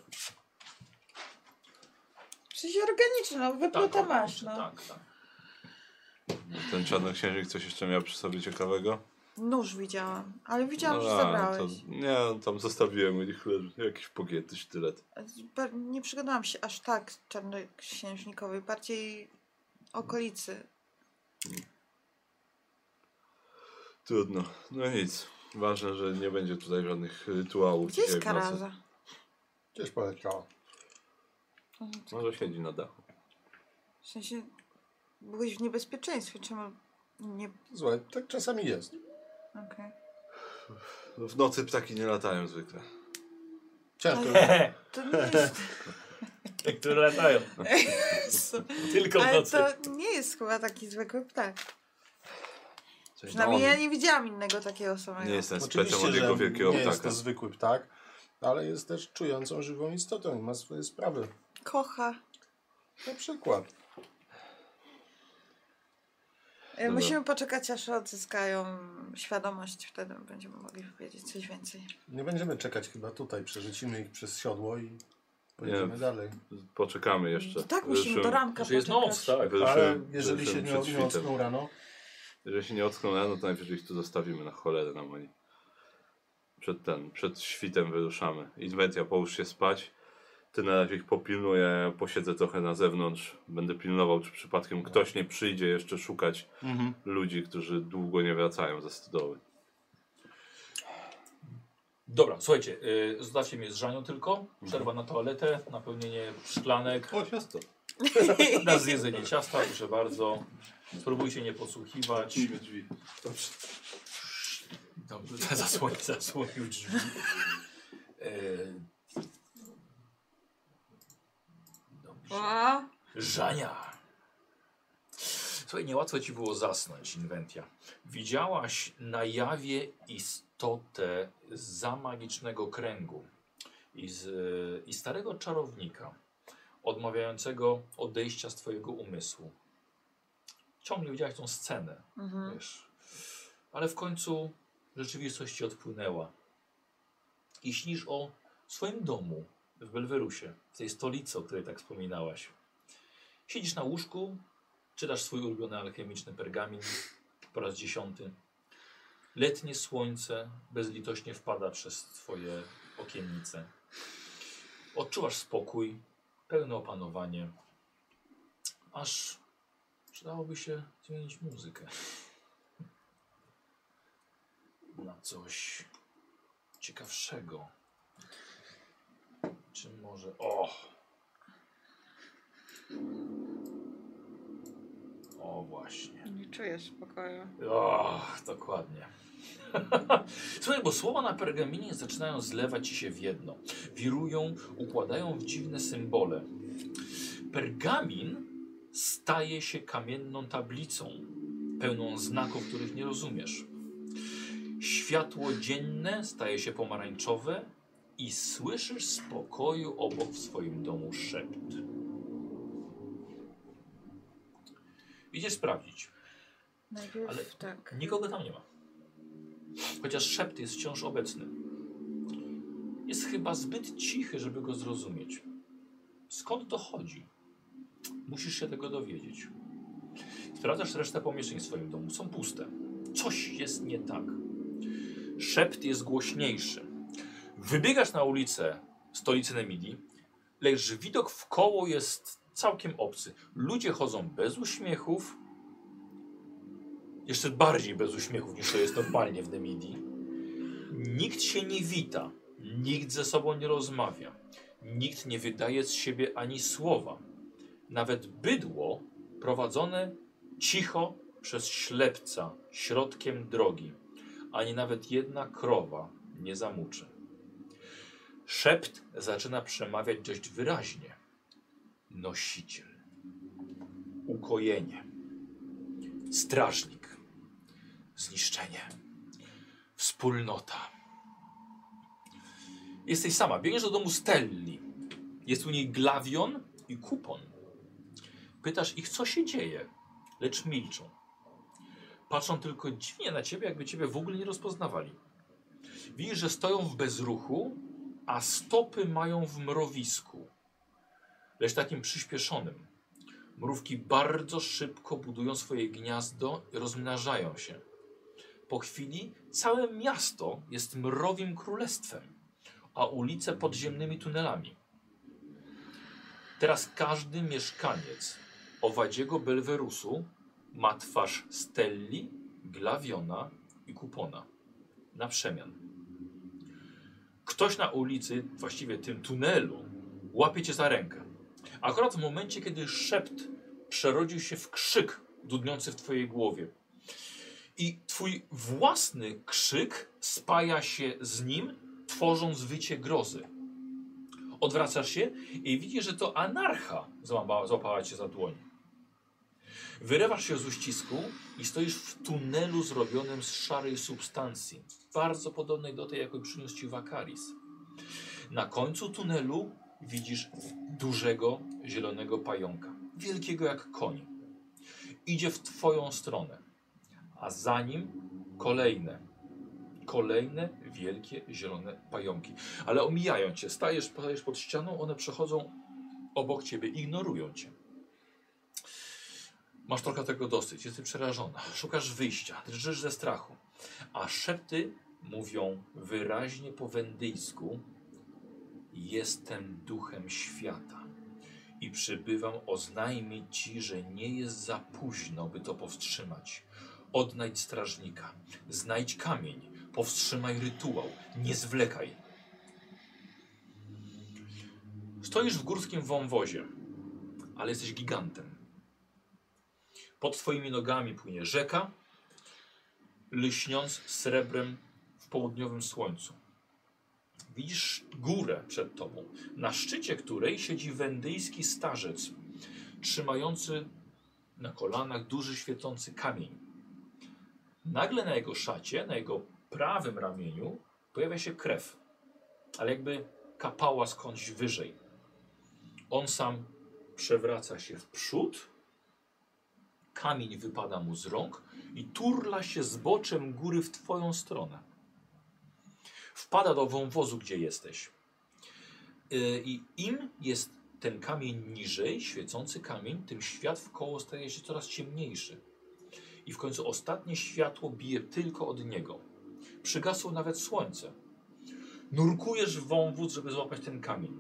Przecież organiczne, no wypluta masz, no. Tak, tak. Ten czarnoksiężnik coś jeszcze miał przy sobie ciekawego? Nóż widziałam, ale widziałam, że to, zabrałeś. nie, tam zostawiłem u nich leży jakiś pogięty sztylet. Nie przyglądałam się aż tak czarnoksiężnikowej, bardziej okolicy. Trudno, no nic. Ważne, że nie będzie tutaj żadnych rytuałów. Gdzie jest dzisiaj w nocy. Karaza? Gdzieś poleciała. Może siedzi na dachu. W sensie, byłeś w niebezpieczeństwie, czemu nie... Złe, tak czasami jest. Okej. W nocy ptaki nie latają zwykle. Ciężko. To nie jest... Które latają. Tylko w Ale nocy. to nie jest chyba taki zwykły ptak. No, Przynajmniej ja nie widziałam innego takiego samego. nie jestem specem Oczywiście, od że jego wielkiego nie jest ptaka. to zwykły ptak, ale jest też czującą żywą istotą i ma swoje sprawy. Kocha. Na przykład. Musimy poczekać, aż odzyskają świadomość. Wtedy będziemy mogli powiedzieć coś więcej. Nie będziemy czekać chyba tutaj. Przerzucimy ich przez siodło i pojedziemy Nie. dalej. Poczekamy jeszcze. Tak, musimy do ranka Że jest poczekać. noc, tak. Ale jeżeli się wyruszyłem nie przed świtem. ockną rano, Jeżeli się nie ockną rano, to najpierw ich tu zostawimy na cholerę nam oni. Przed świtem wyruszamy. Inwentia, połóż się spać. Ty na razie ich popilnuję, posiedzę trochę na zewnątrz. Będę pilnował, czy przypadkiem ktoś nie przyjdzie jeszcze szukać ludzi, którzy długo nie wracają ze stodoły. Dobra, słuchajcie, zostawcie mnie z Żanią tylko. Przerwa na toaletę, napełnienie szklanek. O, ciasto. Na zjedzenie ciasta, proszę bardzo. Spróbujcie nie podsłuchiwać. drzwi. Dobrze, zasłonił drzwi. Dobrze. O, Żania! Słuchaj, niełatwo ci było zasnąć, Inwentia. Widziałaś na jawie istotę zza magicznego kręgu i starego czarownika, odmawiającego odejścia z twojego umysłu. Ciągle widziałaś tą scenę, wiesz. Ale w końcu rzeczywistość ci odpłynęła. I śnisz o swoim domu w Belwerusie, w tej stolicy, o której tak wspominałaś. Siedzisz na łóżku, czytasz swój ulubiony alchemiczny pergamin po raz 10. Letnie słońce bezlitośnie wpada przez twoje okiennice. Odczuwasz spokój, pełne opanowanie. Aż przydałoby się zmienić muzykę. Na coś ciekawszego. Czy może... O właśnie. nie czuję spokoju. Dokładnie. Słuchaj, bo słowa na pergaminie zaczynają zlewać ci się w jedno. Wirują, układają w dziwne symbole. Pergamin staje się kamienną tablicą, pełną znaków, których nie rozumiesz. Światło dzienne staje się pomarańczowe i słyszysz z pokoju obok w swoim domu szept. Idziesz sprawdzić. Najpierw Ale tak. nikogo tam nie ma. Chociaż szept jest wciąż obecny. Jest chyba zbyt cichy, żeby go zrozumieć. Skąd to chodzi? Musisz się tego dowiedzieć. Sprawdzasz resztę pomieszczeń w swoim domu. Są puste. Coś jest nie tak. Szept jest głośniejszy. Wybiegasz na ulicę stolicy Nemidii, lecz widok w koło jest całkiem obcy. Ludzie chodzą bez uśmiechów, jeszcze bardziej bez uśmiechów niż to jest normalnie w Nemidii. Nikt się nie wita, nikt ze sobą nie rozmawia, nikt nie wydaje z siebie ani słowa. Nawet bydło prowadzone cicho przez ślepca środkiem drogi, ani nawet jedna krowa nie zamuczy. Szept zaczyna przemawiać dość wyraźnie. Nosiciel, ukojenie, strażnik, zniszczenie, wspólnota. Jesteś sama, biegniesz do domu Stelli. Jest u niej glawion i kupon. Pytasz ich, co się dzieje, lecz milczą. Patrzą tylko dziwnie na ciebie, jakby ciebie w ogóle nie rozpoznawali. Widzisz, że stoją w bezruchu, a stopy mają w mrowisku, lecz takim przyspieszonym. Mrówki bardzo szybko budują swoje gniazdo i rozmnażają się. Po chwili całe miasto jest mrowim królestwem, a ulice podziemnymi tunelami. Teraz każdy mieszkaniec owadziego Belwerusu ma twarz Stelli, glawiona i kupona na przemian. Ktoś na ulicy, właściwie tym tunelu, łapie cię za rękę. Akurat w momencie, kiedy szept przerodził się w krzyk dudniący w twojej głowie. I twój własny krzyk spaja się z nim, tworząc wycie grozy. Odwracasz się i widzisz, że to anarcha złapała cię za dłoń. Wyrywasz się z uścisku i stoisz w tunelu zrobionym z szarej substancji, bardzo podobnej do tej, jaką przyniósł ci Wakaris. Na końcu tunelu widzisz dużego, zielonego pająka, wielkiego jak koń. Idzie w twoją stronę, a za nim kolejne wielkie, zielone pająki. Ale omijają cię, stajesz pod ścianą, one przechodzą obok ciebie, ignorują cię. Masz trochę tego dosyć, jesteś przerażona, szukasz wyjścia, drżysz ze strachu, a szepty mówią wyraźnie po wendyjsku: jestem duchem świata i przybywam oznajmić ci, że nie jest za późno, by to powstrzymać. Odnajdź strażnika, znajdź kamień, powstrzymaj rytuał, nie zwlekaj. Stoisz w górskim wąwozie, ale jesteś gigantem. Pod twoimi nogami płynie rzeka, lśniąc srebrem w południowym słońcu. Widzisz górę przed tobą, na szczycie której siedzi wendyjski starzec, trzymający na kolanach duży świecący kamień. Nagle na jego szacie, na jego prawym ramieniu pojawia się krew, ale jakby kapała skądś wyżej. On sam przewraca się w przód, kamień wypada mu z rąk i turla się zboczem góry w twoją stronę. Wpada do wąwozu, gdzie jesteś. I im jest ten kamień niżej, świecący kamień, tym świat wkoło staje się coraz ciemniejszy. I w końcu ostatnie światło bije tylko od niego. Przygasło nawet słońce. Nurkujesz w wąwóz, żeby złapać ten kamień.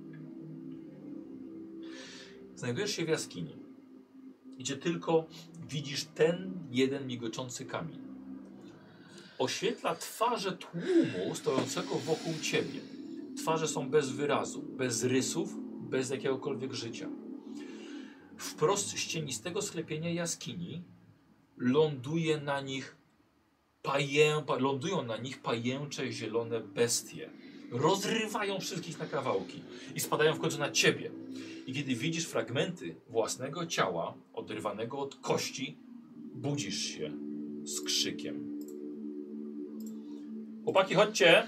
Znajdujesz się w jaskini. Gdzie tylko widzisz ten jeden migoczący kamień. Oświetla twarze tłumu stojącego wokół ciebie. Twarze są bez wyrazu, bez rysów, bez jakiegokolwiek życia. Wprost z cienistego sklepienia jaskini lądują na nich pajęcze zielone bestie. Rozrywają wszystkich na kawałki i spadają w końcu na ciebie. I kiedy widzisz fragmenty własnego ciała odrywanego od kości, budzisz się z krzykiem. Chłopaki, chodźcie!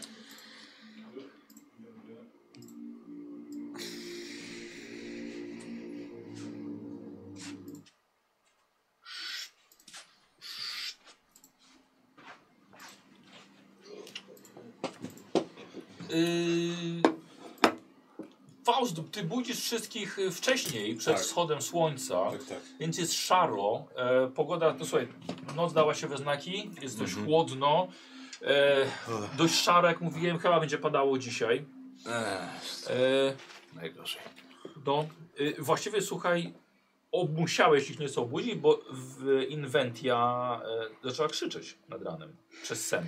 Faust, ty budzisz wszystkich wcześniej, przed wschodem słońca, więc jest szaro. Pogoda, to słuchaj, noc dała się we znaki, jest dość chłodno. Dość szaro, jak mówiłem, chyba będzie padało dzisiaj. Najgorzej. No, właściwie słuchaj, musiałeś ich nieco obudzić, bo Inventia zaczęła krzyczeć nad ranem przez sen.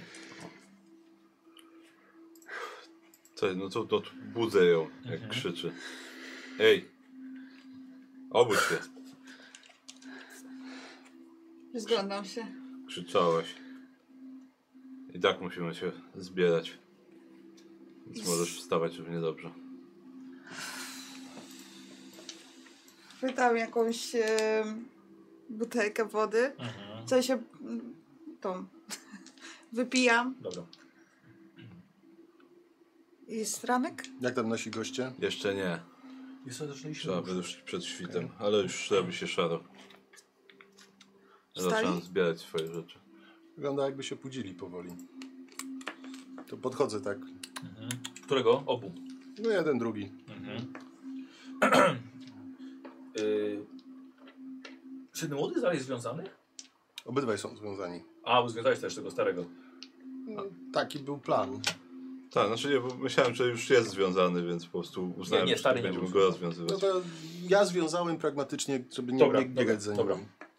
No to budzę ją, jak krzyczy. Ej! Obudź się. Zglądam się. Krzyczałaś. I tak musimy się zbierać. Więc możesz wstawać równie dobrze. Wydam jakąś butelkę wody. Co się wypijam. Dobra. Jest ranek? Jak tam nasi goście? Jeszcze nie. Trzeba wyruszyć przed świtem, ale już robi się szaro. Zaczynam zbierać swoje rzeczy. Wygląda jakby się budzili powoli. To podchodzę tak. Którego? Obu. No jeden, drugi. Czy ten młody dalej związany? Obydwaj są związani. A, bo związałeś też tego starego. Taki był plan. Tak, znaczy nie, bo myślałem, że już jest związany, więc po prostu uznałem, Nie, stary że nie będziemy był go związany. rozwiązywać. No to ja związałem pragmatycznie, żeby nie, Dobra, nie biegać za nim. dobra.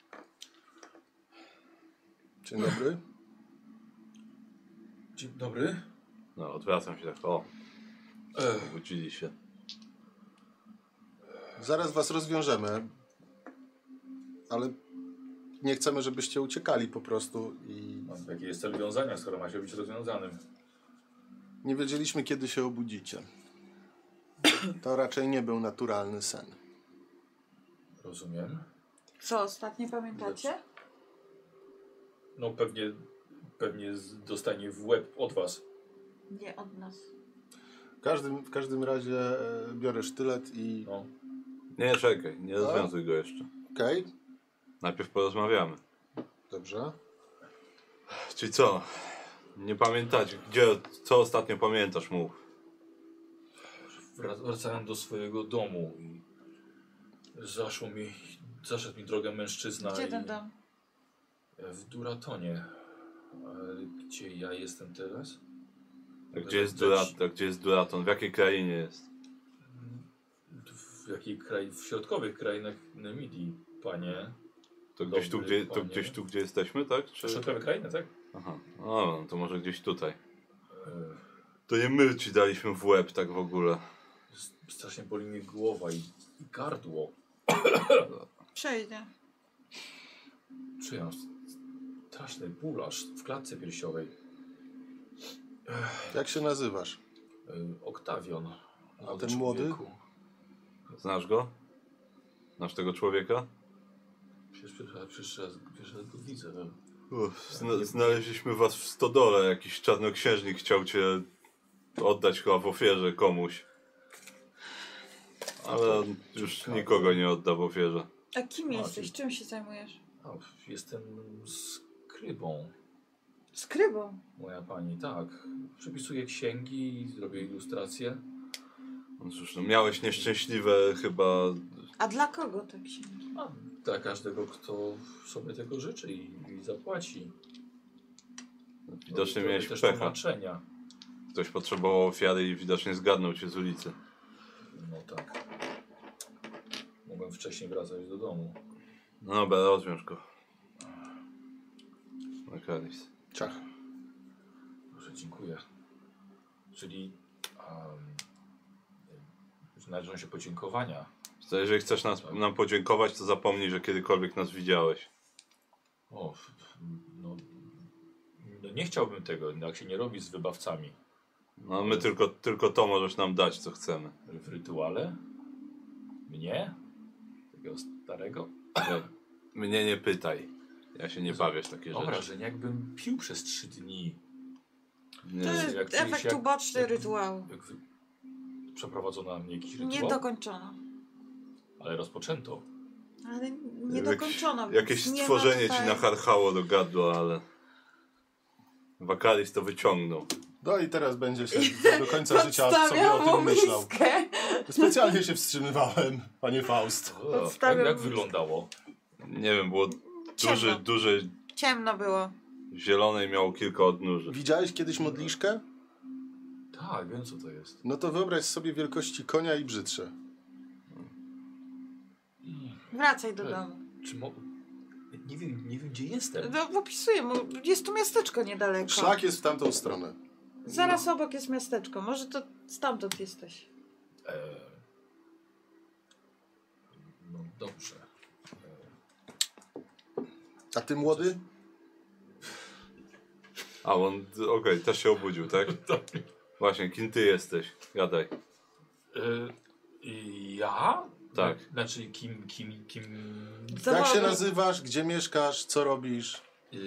Dzień dobry. Dzień dobry. No, odwracam się tak, obudzili się. Zaraz was rozwiążemy. Ale nie chcemy, żebyście uciekali po prostu i No, jaki jest cel wiązania, skoro ma się być rozwiązanym? nie wiedzieliśmy, kiedy się obudzicie. To raczej nie był naturalny sen. Rozumiem. Co ostatnio pamiętacie? No pewnie dostanie w łeb od was. Nie od nas. W każdym razie biorę sztylet i... No. Nie, czekaj, nie rozwiązuj go jeszcze. Okej, Najpierw porozmawiamy. dobrze. Czyli co? Nie pamiętać, co ostatnio pamiętasz, mów. Wracałem do swojego domu i zaszedł mi drogę mężczyzna. Gdzie ten dom? W Duratonie. Ale gdzie ja jestem teraz? A gdzie jest Duraton? W jakiej krainie jest? W jakiej w środkowych krainach Nemidii, panie. To gdzieś tu, gdzie jesteśmy, tak? Czy... Środkowe krainy, tak? Aha, no to może gdzieś tutaj. To nie my ci daliśmy w łeb tak w ogóle. Strasznie boli mnie głowa i gardło. Przejdzie. Czuję straszny ból aż w klatce piersiowej. Jak się nazywasz? Oktawion. A ten młody? Znasz go? Znasz tego człowieka? Pierwszy raz go widzę. Znaleźliśmy was w stodole. Jakiś czarnoksiężnik chciał cię oddać chyba w ofierze komuś. Ale on już nikogo nie odda w ofierze. A kim jesteś? Czym się zajmujesz? Jestem skrybą. Skrybą. Moja pani, tak. Przepisuję księgi, zrobię ilustracje. No cóż, no miałeś nieszczęśliwe chyba... A dla kogo te księgi? A dla każdego, kto sobie tego życzy i zapłaci. Widocznie miałeś też pecha. tłumaczenia. Ktoś potrzebował ofiary i widocznie zgadnął cię z ulicy. No tak. Mogłem wcześniej wracać do domu. No dobra, rozwiąż go. Makaris. Ciach. Proszę, dziękuję. Czyli należą się podziękowania. To jeżeli chcesz nam podziękować, to zapomnij, że kiedykolwiek nas widziałeś. No nie chciałbym tego, jak się nie robi z wybawcami. No my tylko to możesz nam dać, co chcemy. W rytuale? Mnie? Takiego starego? Mnie nie pytaj. Ja się nie bawię w takie Mam rzeczy. wrażenie, jakbym pił przez 3 dni. Nie. To jest Jak efekt uboczny rytuału. Przeprowadzono na mnie jakiś rytuał? Nie dokończono. Ale rozpoczęto. Ale nie dokończono. Jakieś nie stworzenie ma ci nacharchało do gadła, ale... Wakaris to wyciągnął. No i teraz będzie się do końca życia sobie o tym myślał. Specjalnie się wstrzymywałem, panie Faust. Jak wyglądało? Nie wiem, było Ciemno. duży... Ciemno było. zielonej miało kilka odnóży. Widziałeś kiedyś modliszkę? Tak, wiem co to jest. No to wyobraź sobie wielkości konia i brzydsze. Wracaj do domu. Czy nie wiem gdzie jestem. No, opisuję mu. Jest tu miasteczko niedaleko. Szlak jest w tamtą stronę. Zaraz obok jest miasteczko. Może to stamtąd jesteś. No dobrze. A ty młody? A on, okej, też się obudził, tak? Właśnie, kim ty jesteś? Gadaj. Ja? Tak. Znaczy kim... Jak się nazywasz? Gdzie mieszkasz? Co robisz?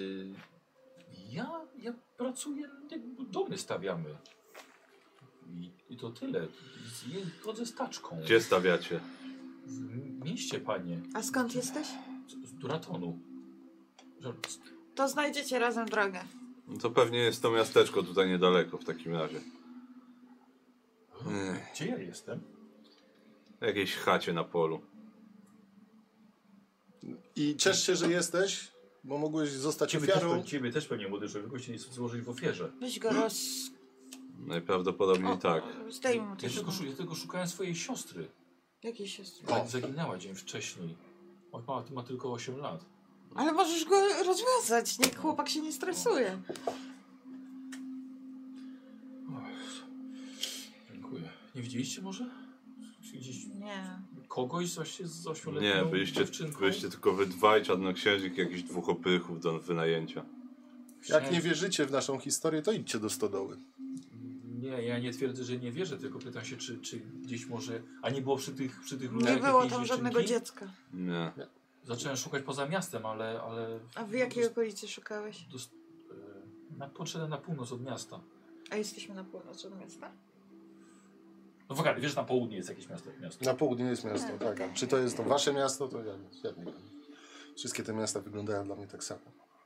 Ja pracuję, domy stawiamy. I to tyle. Chodzę z taczką. Gdzie stawiacie? W mieście, panie. A skąd jesteś? Z Duratonu. To znajdziecie razem drogę. No to pewnie jest to miasteczko tutaj niedaleko w takim razie. Gdzie ja jestem? W jakiejś chacie na polu. I ciesz się, że jesteś, bo mogłeś zostać ofiarą. Ciebie też pewnie młody człowiek chcieli złożyć w ofierze. Weź go Najprawdopodobniej tak. Zdejmij mu też. Ja tylko szukałem swojej siostry. Jakiej siostry? Zaginęła dzień wcześniej. Ma tylko 8 lat. Ale możesz go rozwiązać. Niech chłopak się nie stresuje. Dziękuję. Nie widzieliście może? Gdzieś Nie. kogoś z ośmioletnią Nie, byliście tylko wy dwaj, czarnoksiężnik, jakichś 2 opychów do wynajęcia. Jak nie wierzycie w naszą historię, to idźcie do stodoły. Nie, ja nie twierdzę, że nie wierzę, tylko pytam się, czy gdzieś może... A nie było przy tych ludziach Nie było jakiejś tam żadnego dziewczynki? dziecka. Nie. Zacząłem szukać poza miastem, ale... A w jakiej okolicy szukałeś? Podszedłem na północ od miasta. A jesteśmy na północ od miasta? No w ogóle, wiesz, na południe jest jakieś miasto. Na południe jest miasto, tak. A czy to jest to wasze miasto, to ja nie wiem. Wszystkie te miasta wyglądają dla mnie tak samo.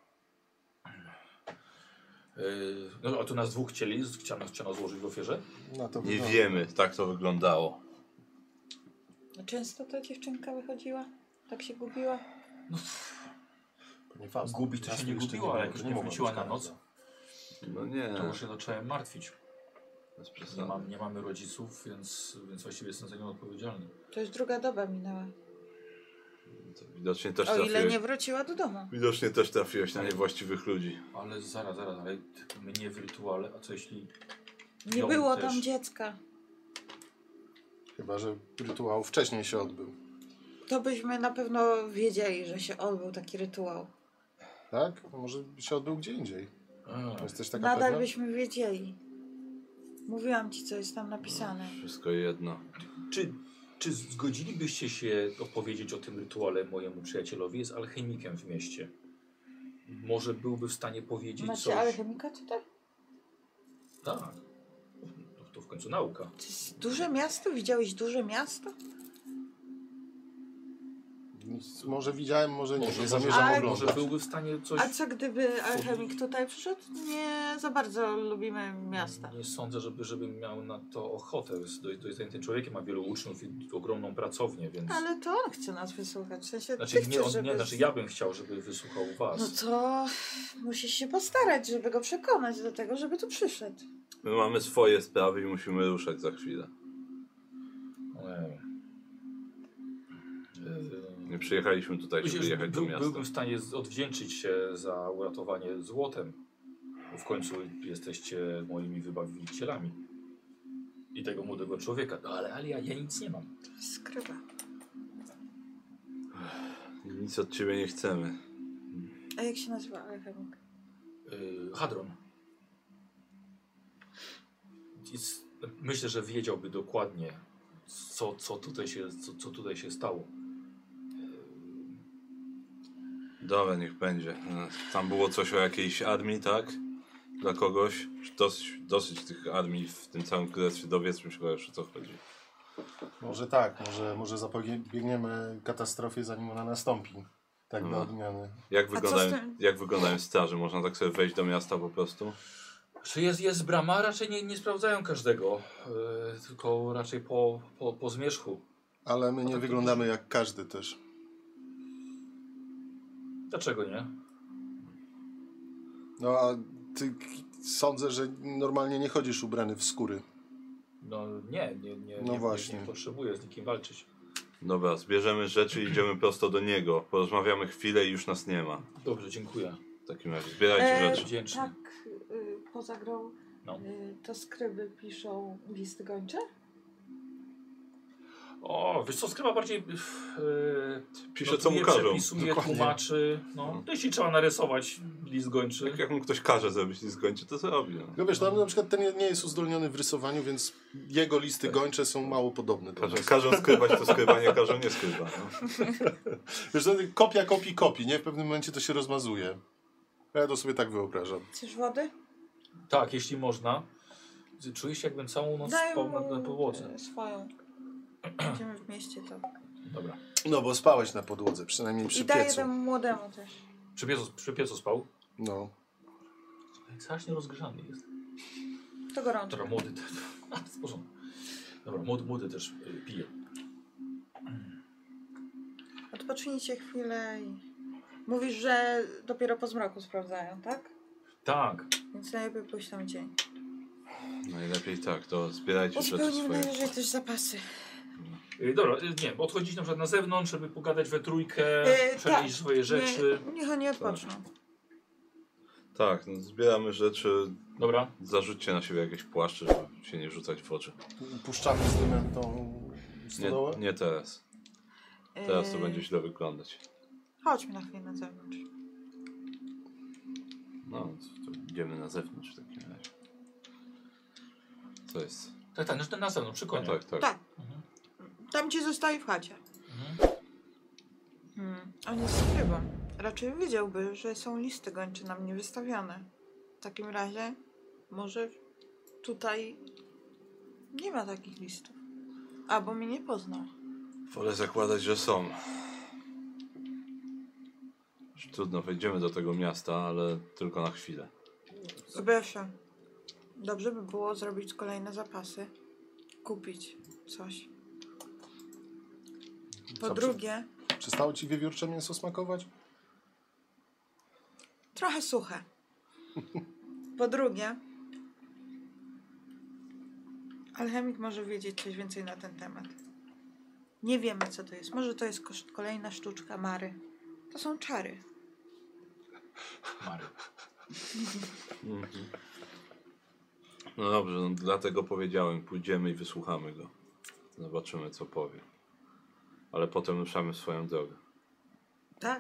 No a tu nas 2 chciano złożyć w ofierze? No to Nie wygląda. wiemy, tak to wyglądało. No często ta dziewczynka wychodziła? Tak się gubiła? Panie Faustu, Gubić to się miasto nie jeszcze gubiło, ale jak już nie mogło wróciła być na noc, No nie. to już się zacząłem martwić. Bez przesady. Nie mamy rodziców, więc właściwie jestem za nią odpowiedzialny. To już druga doba minęła. To widocznie też O ile trafiłeś. nie wróciła do domu. Widocznie też trafiłeś na niewłaściwych ludzi. Ale zaraz, ale mnie w rytuale, a co jeśli... Nie ją było też? tam dziecka. Chyba że rytuał wcześniej się odbył. To byśmy na pewno wiedzieli, że się odbył taki rytuał. Tak? A może się odbył gdzie indziej. A, Jesteś taka Nadal pewna? byśmy wiedzieli. Mówiłam ci, co jest tam napisane. Wszystko jedno. Czy zgodzilibyście się opowiedzieć o tym rytuale mojemu przyjacielowi? Jest alchemikiem w mieście. Może byłby w stanie powiedzieć Macie coś... alchemika tutaj? Tak. To w końcu nauka. To jest duże miasto? Widziałeś duże miasto? Może widziałem, może nie. Nie Ale- zamierzam Może oglądać. byłby w stanie coś... A co gdyby alchemik tutaj przyszedł? Nie za bardzo lubimy miasta. Nie sądzę, żeby miał na to ochotę. Jest dość zajętym człowiekiem, ma wielu uczniów i ogromną pracownię, więc... Ale to on chce nas wysłuchać. W sensie Znaczy, ty chcesz, żeby... znaczy ja bym chciał, żeby wysłuchał was. No to musisz się postarać, żeby go przekonać do tego, żeby tu przyszedł. My mamy swoje sprawy i musimy ruszać za chwilę. Nie przyjechaliśmy tutaj, żeby jechać do miasta. Byłbym w stanie odwdzięczyć się za uratowanie złotem. Bo w końcu jesteście moimi wybawicielami. I tego młodego człowieka. No, ale ja nic nie mam. Skrywa. Nic od ciebie nie chcemy. A jak się nazywa alchemik? Hadron. Myślę, że wiedziałby dokładnie, co tutaj się stało. Dobra, niech będzie. Tam było coś o jakiejś armii, tak? Dla kogoś. Dosyć tych armii w tym całym królestwie. Dowiedzmy się już, o co chodzi. Może tak, może zapobiegniemy katastrofie, zanim ona nastąpi. Tak do odmiany. Jak wyglądają straży? Można tak sobie wejść do miasta po prostu? Czy jest brama? Raczej nie sprawdzają każdego. Tylko raczej po zmierzchu. Ale my nie wyglądamy jak każdy też. Dlaczego nie? No a ty sądzę, że normalnie nie chodzisz ubrany w skóry. No nie, No właśnie. nie potrzebuję z nikim walczyć. Dobra, zbierzemy rzeczy i idziemy prosto do niego. Porozmawiamy chwilę i już nas nie ma. Dobrze, dziękuję. W takim razie zbierajcie rzeczy. Wdzięczny. Tak, poza grą No. to skryby piszą listy gończe? O, wiesz co, skryba bardziej Pisze, co mu każą. przepisuje, Dokładnie. tłumaczy. No, jeśli trzeba narysować list gończy. Jak mu ktoś każe zrobić list gończy, to zrobi. No. No wiesz, tam na przykład ten nie jest uzdolniony w rysowaniu, więc jego listy gończe są mało podobne do nas. Każą skrywać, to skryba, nie każą nie skryba. No. Wiesz, to kopia kopii, nie? W pewnym momencie to się rozmazuje. Ja to sobie tak wyobrażam. Chcesz wody? Tak, jeśli można. Czuję się, jakbym całą noc Daj spał mu na podłodze. swoją. Będziemy w mieście, to... Dobra. No, bo spałeś na podłodze, przynajmniej przy I daję piecu. temu młodemu też. Przy piecu spał? No. Strasznie rozgrzany jest. To gorąco. Dobra, młody też. A, w porządku. Dobra, młody też pije. Odpocznijcie chwilę i... Mówisz, że dopiero po zmroku sprawdzają, tak? Tak. Więc najlepiej pójść tam dzień. Najlepiej tak, to zbierajcie rzeczy Uzupełnimy swoje. najwyżej też zapasy. Dobra, nie, odchodzić na przykład na zewnątrz, żeby pogadać we trójkę, przenieść tak. swoje rzeczy. Niech oni odpoczną. Tak, no, zbieramy rzeczy. Dobra. Zarzućcie na siebie jakieś płaszcze, żeby się nie rzucać w oczy. Puszczamy z dymem tą stodołę? Nie teraz. Teraz to będzie źle wyglądać. Chodźmy na chwilę na zewnątrz. No, to idziemy na zewnątrz w takim razie. Co jest? Tak, na zewnątrz, przy No, koniu. tak. Tak. Mhm. Tam ci zostaje w chacie. Mhm. On jest skrybą. Raczej wiedziałby, że są listy gończe na mnie wystawione. W takim razie może tutaj nie ma takich listów. Albo mnie nie poznał. Wolę zakładać, że są. Trudno, wejdziemy do tego miasta, ale tylko na chwilę. Zbieszę. Dobrze by było zrobić kolejne zapasy. Kupić coś. Po Co, drugie, Przestało ci wiewiórcze mięso smakować? trochę suche. Po drugie, alchemik może wiedzieć coś więcej na ten temat. Nie wiemy, co to jest. Może to jest kolejna sztuczka Mary. To są czary. Mary. No dobrze, no dlatego powiedziałem, pójdziemy i wysłuchamy go. Zobaczymy, co powie. Ale potem ruszamy w swoją drogę. Tak?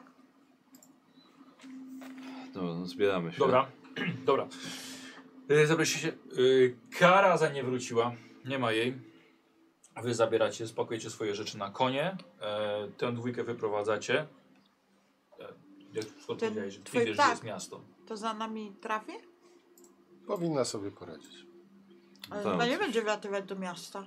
No, zbieramy się. Dobra, dobra. Zabierzcie się. Kara za nie wróciła. Nie ma jej. Wy zabieracie, spakujecie swoje rzeczy na konie. Tę dwójkę wyprowadzacie. Jak skąd Ten powiedziałeś, że twój ty wiesz, że ptak. jest miasto. To za nami trafi? Powinna sobie poradzić. Ale Tam chyba nie coś. będzie wlatywać do miasta.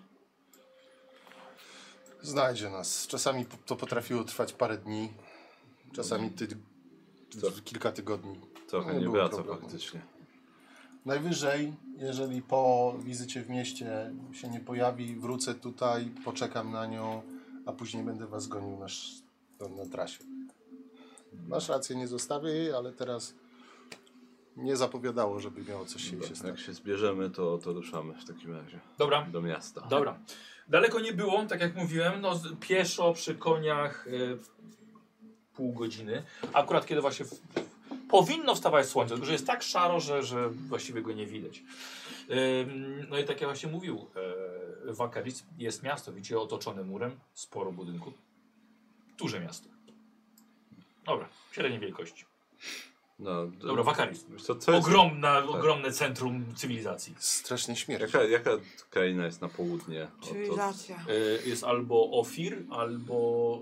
Znajdzie nas. Czasami to potrafiło trwać parę dni. Czasami kilka tygodni. Trochę Nie nie było wraca problemu. faktycznie. Najwyżej, jeżeli po wizycie w mieście się nie pojawi, wrócę tutaj, poczekam na nią, a później będę was gonił na trasie. Masz rację, nie zostawię jej, ale teraz nie zapowiadało, żeby miało coś się Dobra, stać. jak się zbierzemy, to ruszamy w takim razie. Dobra, Do miasta. dobra. Daleko nie było, tak jak mówiłem, no pieszo przy koniach pół godziny. Akurat kiedy właśnie powinno wstawać słońce, tylko że jest tak szaro, że właściwie go nie widać. No i tak jak właśnie mówił Wakaris, jest miasto, widzicie, otoczone murem, sporo budynków. Duże miasto. Dobra, średniej wielkości. No, Dobra, Wakaris. Co jest? Ogromne centrum cywilizacji. Strasznie śmierć. Jaka kraina jest na południe? Cywilizacja. Jest albo Ofir, albo...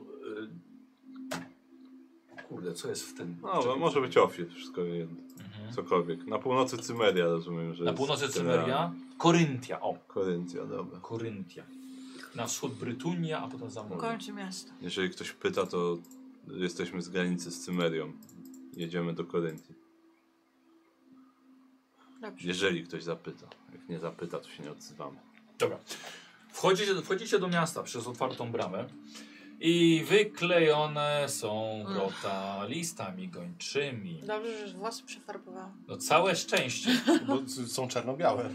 Kurde, co jest w tym? No, może być Ofir, wszystko jedno. Cokolwiek. Na północy Cymeria, rozumiem, że Na jest północy tyle- Cymeria, Koryntia, o, Koryntia, dobra. Koryntia. Na wschód Brytunia, a potem za morze. Kończy miasto. Jeżeli ktoś pyta, to jesteśmy z granicy z Cymerią. Jedziemy do Koryntii. Dobrze. Jeżeli ktoś zapyta. Jak nie zapyta, to się nie odzywamy. Dobra. Wchodzicie do miasta przez otwartą bramę. I wyklejone są wrota listami gończymi. Dobrze, że włosy przefarbowałam. No całe szczęście. Bo są czarno-białe.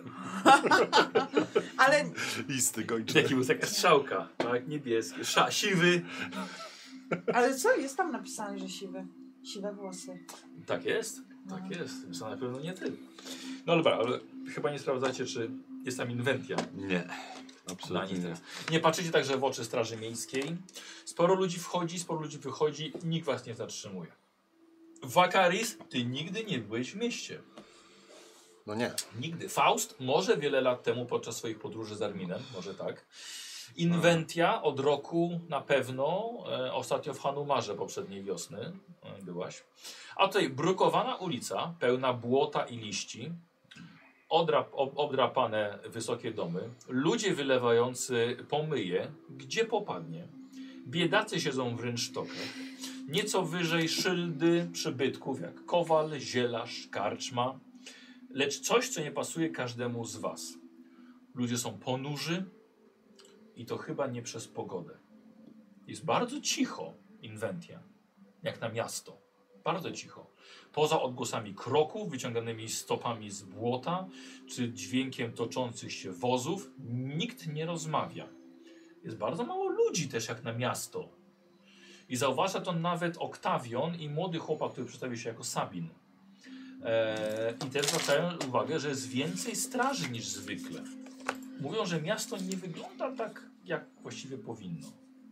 Ale Listy Taki gończe. był taka strzałka, tak? Niebieski, siwy. Ale co? Jest tam napisane, że siwe. Siwe włosy. Tak jest, tak jest. To na pewno nie ty. No dobra, ale chyba nie sprawdzacie, czy jest tam inwentia. Nie. Absolutnie nie. Nie patrzycie także w oczy Straży Miejskiej. Sporo ludzi wchodzi, sporo ludzi wychodzi. Nikt was nie zatrzymuje. Wakaris, ty nigdy nie byłeś w mieście. No nie. Nigdy. Faust może wiele lat temu podczas swoich podróży z Arminem, może tak. Inwentia od roku na pewno, ostatnio w Hanumarze poprzedniej wiosny byłaś. A tutaj brukowana ulica, pełna błota i liści, obdrapane wysokie domy, ludzie wylewający pomyje, gdzie popadnie. Biedacy siedzą w rynsztokach. Nieco wyżej szyldy przybytków jak kowal, zielarz, karczma. Lecz coś, co nie pasuje każdemu z was. Ludzie są ponurzy i to chyba nie przez pogodę. Jest bardzo cicho, Inwentia, jak na miasto. Bardzo cicho. Poza odgłosami kroków, wyciąganymi stopami z błota, czy dźwiękiem toczących się wozów, nikt nie rozmawia. Jest bardzo mało ludzi też jak na miasto. I zauważa to nawet Oktawion i młody chłopak, który przedstawił się jako Sabin. I też zwracają uwagę, że jest więcej straży niż zwykle. Mówią, że miasto nie wygląda tak, jak właściwie powinno.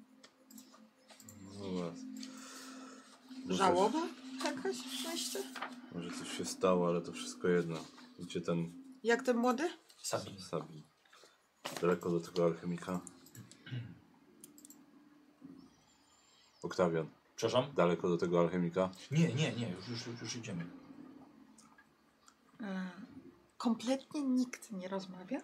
No właśnie. żałoba jakaś w mieście? Może coś się stało, ale to wszystko jedno. Gdzie ten Jak ten młody? Sabin. Sabin? Daleko do tego alchemika? Oktawian. Przepraszam? Daleko do tego alchemika? Nie, już idziemy. Kompletnie nikt nie rozmawia?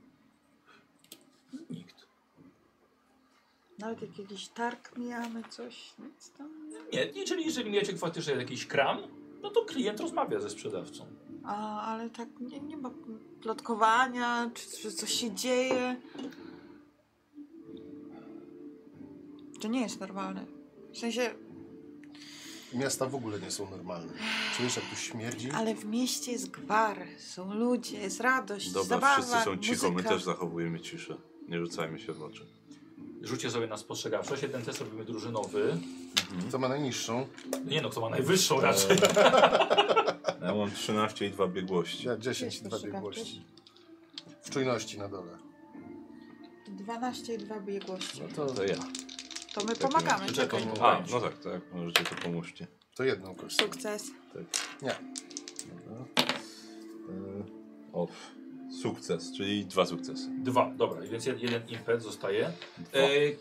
Nikt. Nawet jak jakiś targ mijamy, coś, nic tam. Nie, jeżeli miecie faktycznie jakiś kram, no to klient rozmawia ze sprzedawcą. Ale tak nie ma plotkowania, czy coś się dzieje. To nie jest normalne. W sensie, Miasta w ogóle nie są normalne. Czujesz, jak tu śmierdzi? ale w mieście jest gwar, są ludzie, jest radość, Dobra, zabawa, wszyscy są cicho, my muzyka. też zachowujemy ciszę. Nie rzucajmy się w oczy. Rzućcie sobie na spostrzegawczość. Jeden test robimy drużynowy. Co ma najniższą? Nie no, kto ma najwyższą raczej. Ja mam 13 i 2 biegłości. Ja 10 Jest 2 spostrzegawczość? biegłości. W czujności na dole. 12 i 2 biegłości. No to, To ja. To my Takim pomagamy. razie Czekaj. czekaj. A, no tak, tak. Możecie to pomóżcie. to jedną kość. Sukces. Nie. Dobra. O, sukces, czyli 2 sukcesy. 2, dobra, więc jeden impet zostaje. 2.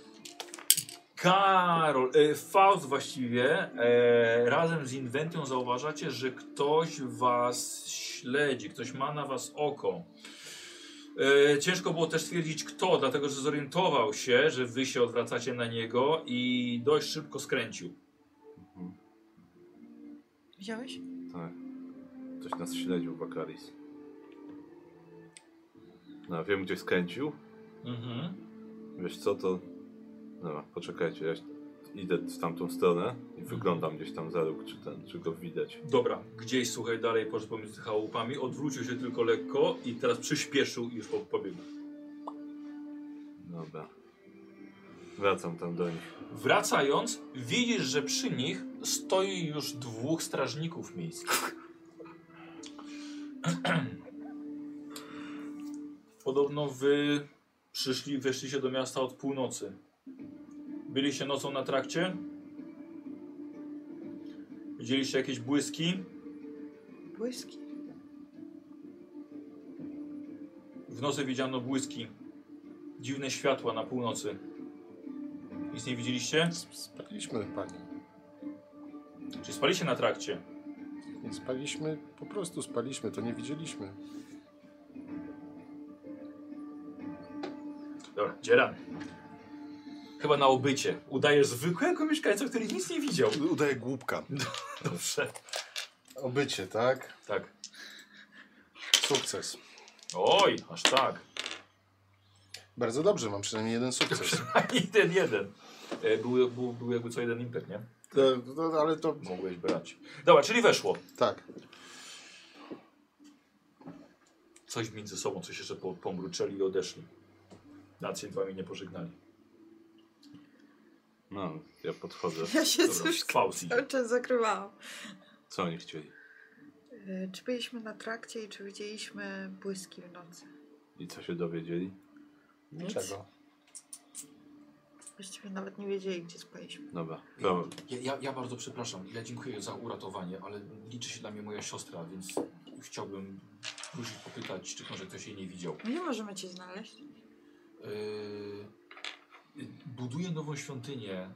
Karol, Faust właściwie, razem z Inventią zauważacie, że ktoś was śledzi, ktoś ma na was oko. Ciężko było też stwierdzić kto, dlatego że zorientował się, że wy się odwracacie na niego i dość szybko skręcił. Widziałeś? Tak. Ktoś nas śledził, Wakaris. No, wiem gdzie skręcił. Mhm. Wiesz co, to... Dobra, poczekajcie, ja idę w tamtą stronę i wyglądam gdzieś tam za róg, czy go widać. Dobra, gdzieś słuchaj dalej poszedł pomiędzy chałupami, odwrócił się tylko lekko i teraz przyspieszył i już pobiegł. Dobra. Wracam tam do nich. Wracając, widzisz, że przy nich stoi już 2 strażników miejskich. Podobno wy weszliście do miasta od północy. Byliście nocą na trakcie? Widzieliście jakieś błyski? Błyski. W nocy widziano błyski. Dziwne światła na północy. Nic nie widzieliście? Spaliśmy, pani. Czy spaliście na trakcie? Nie spaliśmy, po prostu spaliśmy, to nie widzieliśmy. Dobra, Dzieran. Chyba na obycie. Udajesz zwykłego mieszkańca, który nic nie widział. Udaje głupka. Dobrze. Obycie, tak? Tak. Sukces. Oj, aż tak. Bardzo dobrze, mam przynajmniej jeden sukces. jeden. Był jakby co jeden impet, nie? Ale to... Mogłeś brać. Dobra, czyli weszło. Tak. Coś między sobą, coś jeszcze pomruczeli i odeszli. Nad się wami nie pożegnali. No, ja podchodzę. Ja się Dobra, już Fausti. cały czas zakrywałam. Co oni chcieli? Czy byliśmy na trakcie i czy widzieliśmy błyski w nocy? I co się dowiedzieli? Niczego. Właściwie nawet nie wiedzieli, gdzie spaliśmy. Dobra. Ja bardzo przepraszam. Ja dziękuję za uratowanie, ale liczy się dla mnie moja siostra, więc chciałbym prosić, popytać, czy może ktoś jej nie widział. Nie możemy cię znaleźć. Buduję nową świątynię.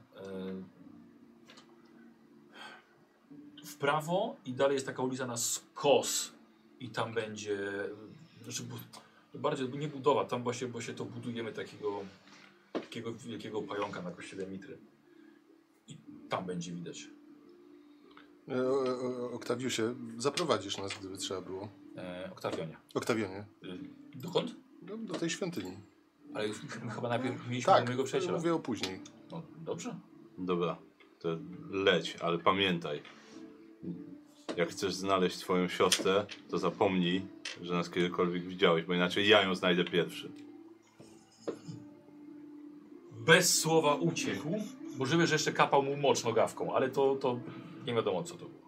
W prawo i dalej jest taka ulica na skos i tam będzie, znaczy bardziej nie budowa, tam właśnie to budujemy takiego wielkiego pająka na kościele Mitry. I tam będzie widać. Oktawiusie, zaprowadzisz nas, gdyby trzeba było. Oktawionie. Oktawionie. Dokąd? No, do tej świątyni. Ale chyba najpierw mieliśmy do mojego przyjaciela. mówię o później. No, dobrze. Dobra, to leć, ale pamiętaj. Jak chcesz znaleźć twoją siostrę, to zapomnij, że nas kiedykolwiek widziałeś, bo inaczej ja ją znajdę pierwszy. Bez słowa uciekł. Możliwe, że jeszcze kapał mu mocz nogawką, ale to nie wiadomo, co to było.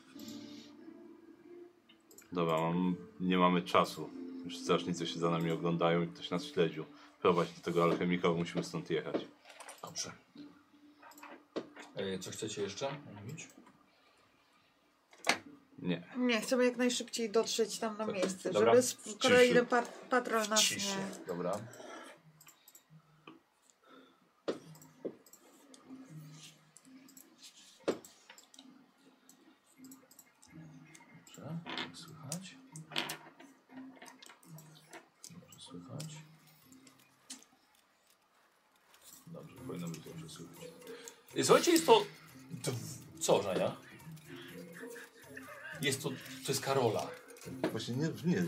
Dobra, nie mamy czasu. Już strażnicy się za nami oglądają i ktoś nas śledził. Prowadź do tego alchemika, bo musimy stąd jechać. Dobrze. Co chcecie jeszcze mówić? Nie. Nie, chcemy jak najszybciej dotrzeć tam na miejsce, Dobra. żeby kolejny patrol nas Ciszy. nie... Dobra. Dobrze, słychać. Dobrze słychać. Dobrze, powinno być dobrze słychać. Słuchajcie, jest to... Co, Żania? To jest Karola. Właśnie nie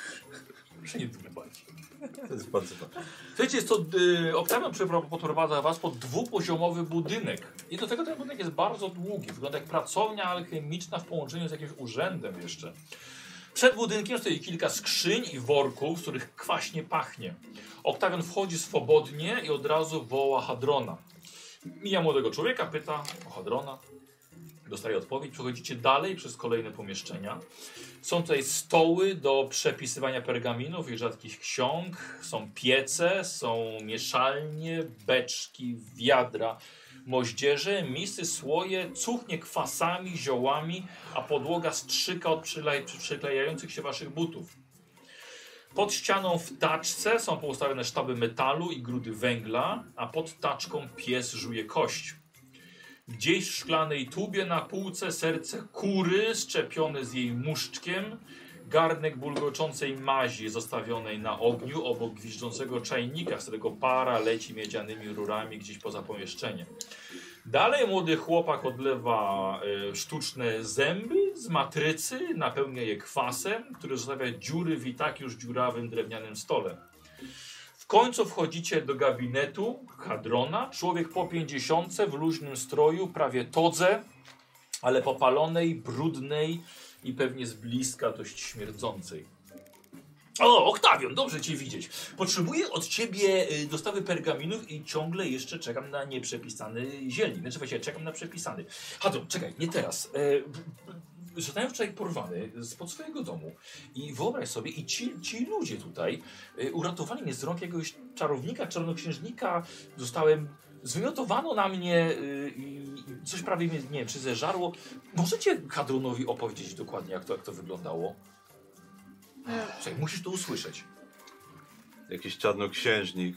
Proszę nie dbać. to jest bardzo ważne. Słuchajcie, jest to Oktawian podprowadza was pod dwupoziomowy budynek. I do tego ten budynek jest bardzo długi. Wygląda jak pracownia alchemiczna w połączeniu z jakimś urzędem jeszcze. Przed budynkiem stoi kilka skrzyń i worków, z których kwaśnie pachnie. Oktawian wchodzi swobodnie i od razu woła Hadrona. Mija młodego człowieka, pyta o Hadrona. Dostaje odpowiedź. Przechodzicie dalej przez kolejne pomieszczenia. Są tutaj stoły do przepisywania pergaminów i rzadkich ksiąg. Są piece, są mieszalnie, beczki, wiadra, moździerze, misy, słoje, cuchnie kwasami, ziołami, a podłoga strzyka od przyklejających się waszych butów. Pod ścianą w taczce są poustawione sztaby metalu i grudy węgla, a pod taczką pies żuje kość. Gdzieś w szklanej tubie na półce serce kury szczepione z jej muszczkiem, garnek bulgoczącej mazi zostawionej na ogniu obok gwizdzącego czajnika, z którego para leci miedzianymi rurami gdzieś poza pomieszczeniem. Dalej młody chłopak odlewa sztuczne zęby z matrycy, napełnia je kwasem, który zostawia dziury w i tak już dziurawym drewnianym stole. W końcu wchodzicie do gabinetu Hadrona. Człowiek po 50 w luźnym stroju, prawie todze, ale popalonej, brudnej i pewnie z bliska dość śmierdzącej. O, Oktawion, dobrze cię widzieć. Potrzebuję od ciebie dostawy pergaminów i ciągle jeszcze czekam na nieprzepisany zielnik. Znaczy właściwie czekam na przepisany. Hadron, czekaj, nie teraz. Zostałem wczoraj porwany spod swojego domu i wyobraź sobie, i ci ludzie tutaj uratowali mnie z rąk jakiegoś czarownika, czarnoksiężnika. Zwymiotowano na mnie i coś prawie mnie, nie wiem, czy zeżarło. Możecie Hadronowi opowiedzieć dokładnie, jak to wyglądało? Słuchaj, musisz to usłyszeć. Jakiś czarnoksiężnik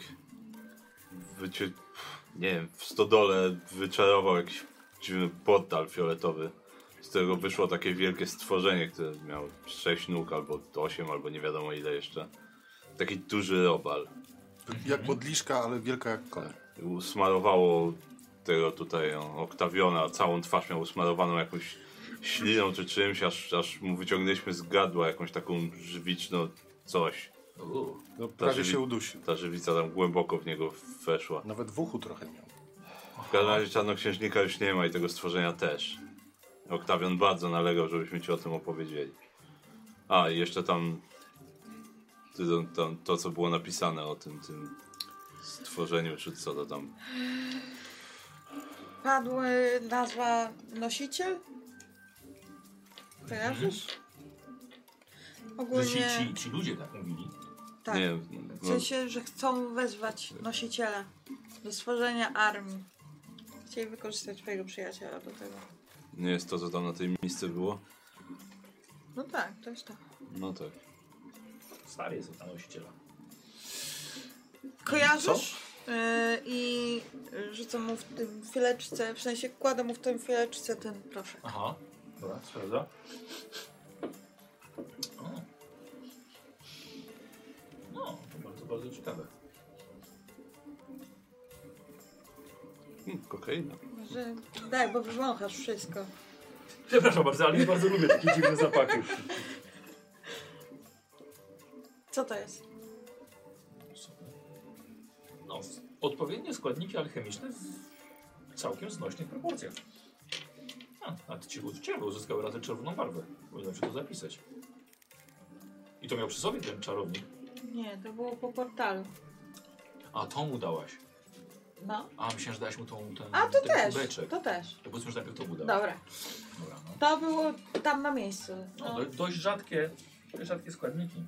nie wiem, w stodole wyczarował jakiś dziwny portal fioletowy, z którego wyszło takie wielkie stworzenie, które miało 6 nóg, albo 8, albo nie wiadomo ile jeszcze. Taki duży robal. Jak modliszka, ale wielka jak koń. Usmarowało tego tutaj Oktawiona, całą twarz miał usmarowaną jakąś śliną czy czymś, aż mu wyciągnęliśmy z gardła jakąś taką żywiczną coś. No, prawie żywi- się udusił. Ta żywica tam głęboko w niego weszła. Nawet w uchu trochę miał. W każdym razie czarnoksiężnika już nie ma i tego stworzenia też. Oktawian bardzo nalegał, żebyśmy ci o tym opowiedzieli. A, i jeszcze tam to, co było napisane o tym stworzeniu, czy co to tam. Padła nazwa nosiciel? Kojarzysz? Że Ogólnie ci ludzie tak mówili. tak. Nie, W sensie, że chcą wezwać nosiciela do stworzenia armii. Chcieli wykorzystać twojego przyjaciela do tego. nie jest to, co tam na tej misce było? No tak, to jest to. No tak. Stary jest na nosiciela. Kojarzysz? I rzucę mu w tym fileczce, w sensie kładę mu w tym fileczce ten proszek. Aha, dobra, sprawdza. O. No, to bardzo, bardzo ciekawe. Kokaina. Że daj, bo wywąchasz wszystko. Przepraszam bardzo, ale nie bardzo lubię takie dziwne zapachy. Co to jest? No, odpowiednie składniki alchemiczne w całkiem znośnych proporcjach. A ty ciebie uzyskały razem czerwoną barwę. Powinienem się to zapisać. I to miał przy sobie ten czarownik. Nie, to było po portalu. A, to mu dałaś. No. A, myślałem, że dałaś mu ten A to ten też, kubeczek. to też. To powiedzmy, że najpierw to mu dałaś. Dobra. Dobra, no. To było tam na miejscu. No, dość rzadkie składniki.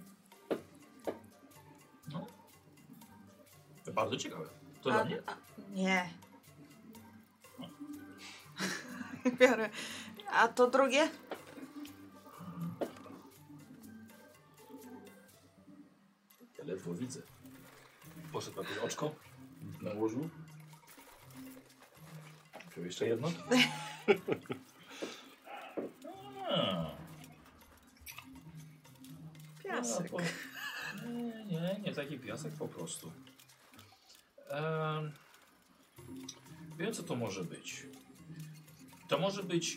No. To bardzo ciekawe. To dla mnie? Nie. Biorę. A to drugie? Ja ledwo widzę. Poszedł na to oczko. Nałożył. Wziął jeszcze jedno. Piasek. No, nie taki piasek po prostu. Wiem, co to może być. To może być,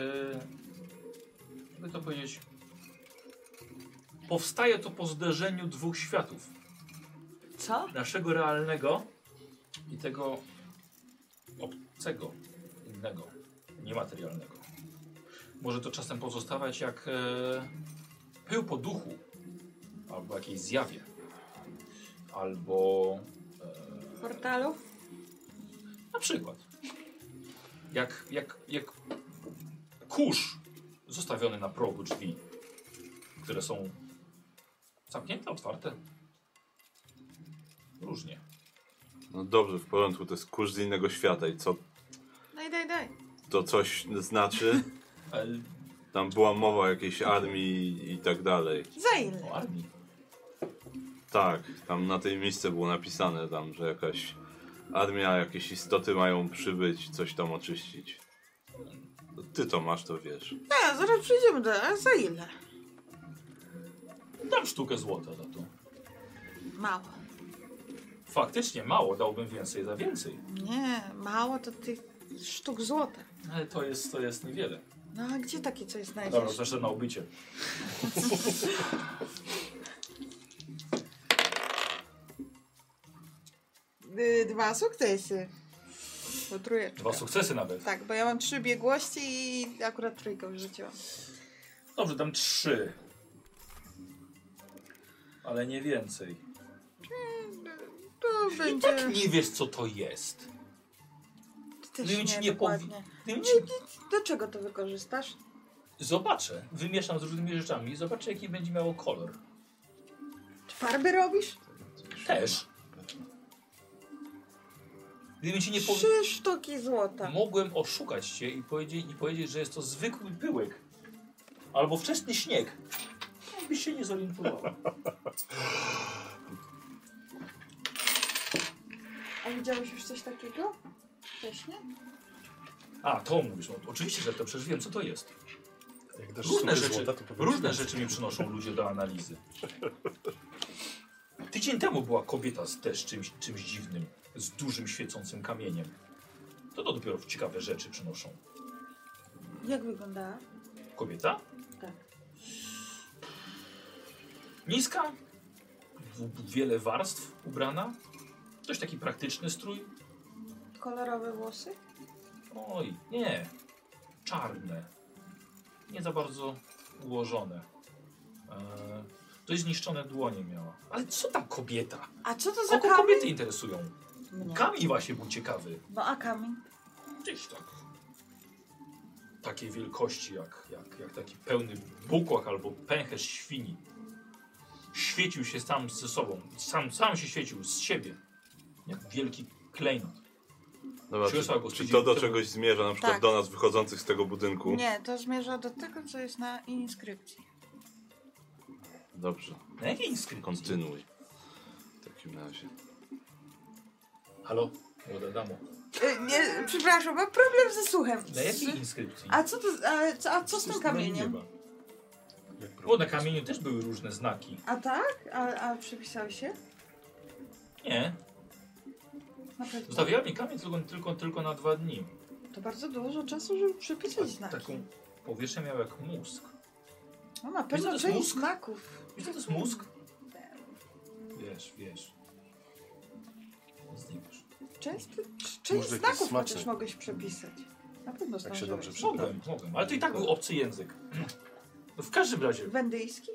jakby to powiedzieć, powstaje to po zderzeniu dwóch światów. Co? Naszego realnego i tego obcego, innego, niematerialnego. Może to czasem pozostawać jak pył po duchu, albo jakiejś zjawie, albo Portalu? na przykład jak kurz zostawiony na progu drzwi, które są zamknięte, otwarte. Różnie. No dobrze, w porządku, to jest kurz z innego świata i co Daj. to coś znaczy? Ale Tam była mowa o jakiejś armii i tak dalej. Za ile? o armii. Tak, tam na tej miejsce było napisane tam, że jakaś armia, jakieś istoty mają przybyć, coś tam oczyścić. To ty to masz, to wiesz. Nie, zaraz przyjdziemy do... A za ile? Dam sztukę złota za to. Mało. Faktycznie mało, dałbym więcej za więcej. Nie, mało to tych sztuk złota. Ale to jest niewiele. No a gdzie takie coś znajdziesz? Dobra, zacznę na ubycie. Dwa sukcesy. Bo trójeczka. 2 sukcesy nawet. Tak, bo ja mam 3 biegłości i akurat trójkę wyrzuciłam. Dobrze, dam 3. Ale nie więcej. To I będzie... tak nie wiesz, co to jest. Ty Gdybym też ci nie nie dokładnie. Gdybym Do czego to wykorzystasz? Zobaczę, wymieszam z różnymi rzeczami i zobaczę, jaki będzie miało kolor. Czy farby robisz? Też. Gdybym ci nie 3 sztuki złota. mogłem oszukać cię i powiedzieć, że jest to zwykły pyłek. Albo wczesny śnieg. Byś się nie zorientowała. A widziałeś już coś takiego? Wcześniej? A, to mówisz. No, oczywiście, że to przecież wiem, co to jest. Jak dasz Różne sztukę rzeczy, złota, to powiesz różne więcej. rzeczy mi przynoszą ludzie do analizy. Tydzień temu była kobieta z też czymś dziwnym, z dużym świecącym kamieniem. To dopiero ciekawe rzeczy przynoszą. Jak wyglądała? Kobieta? Tak. Niska, w wiele warstw ubrana. Dość taki praktyczny strój. Kolorowe włosy? Oj, nie. Czarne. Nie za bardzo ułożone. Dość zniszczone dłonie miała. Ale co tam kobieta? A co to za Kogo kamień? kobiety interesują? Mnie. Kamień właśnie był ciekawy. No a kamień? Gdzieś tak. Takiej wielkości jak taki pełny bukłak albo pęcherz świni. Świecił się sam ze sobą. Sam się świecił z siebie. Jak wielki klejnot. Dobra, Przyniosła go czy z to do tyłu. czegoś zmierza, na przykład Tak. do nas wychodzących z tego budynku? Nie, to zmierza do tego, co jest na inskrypcji. Dobrze, Na jakiej inskrypcji? kontynuuj. W takim razie. Halo? Młoda damo. Nie, przepraszam, mam problem ze słuchem. Na jakiej inskrypcji? A co to, a co z tym kamieniem? Bo na kamieniu też były różne znaki. A tak? A przypisał się? Nie. Na pewno. Zostawiła mi kamień tylko na 2 dni. To bardzo dużo czasu, żeby przypisać znaki. Taką powierzchnię miał jak mózg. No na Wiesz, co to pewno jest część mózg? znaków. Wiesz co to jest mózg? Wiesz. Nic nie wiesz. Część Może jakiś znaków smaczny. chociaż mogłeś przepisać. Na pewno Jak się zdążyłeś. dobrze przyprawi. Mogłem, ale to i tak był obcy język. No w każdym razie, Wendyjski?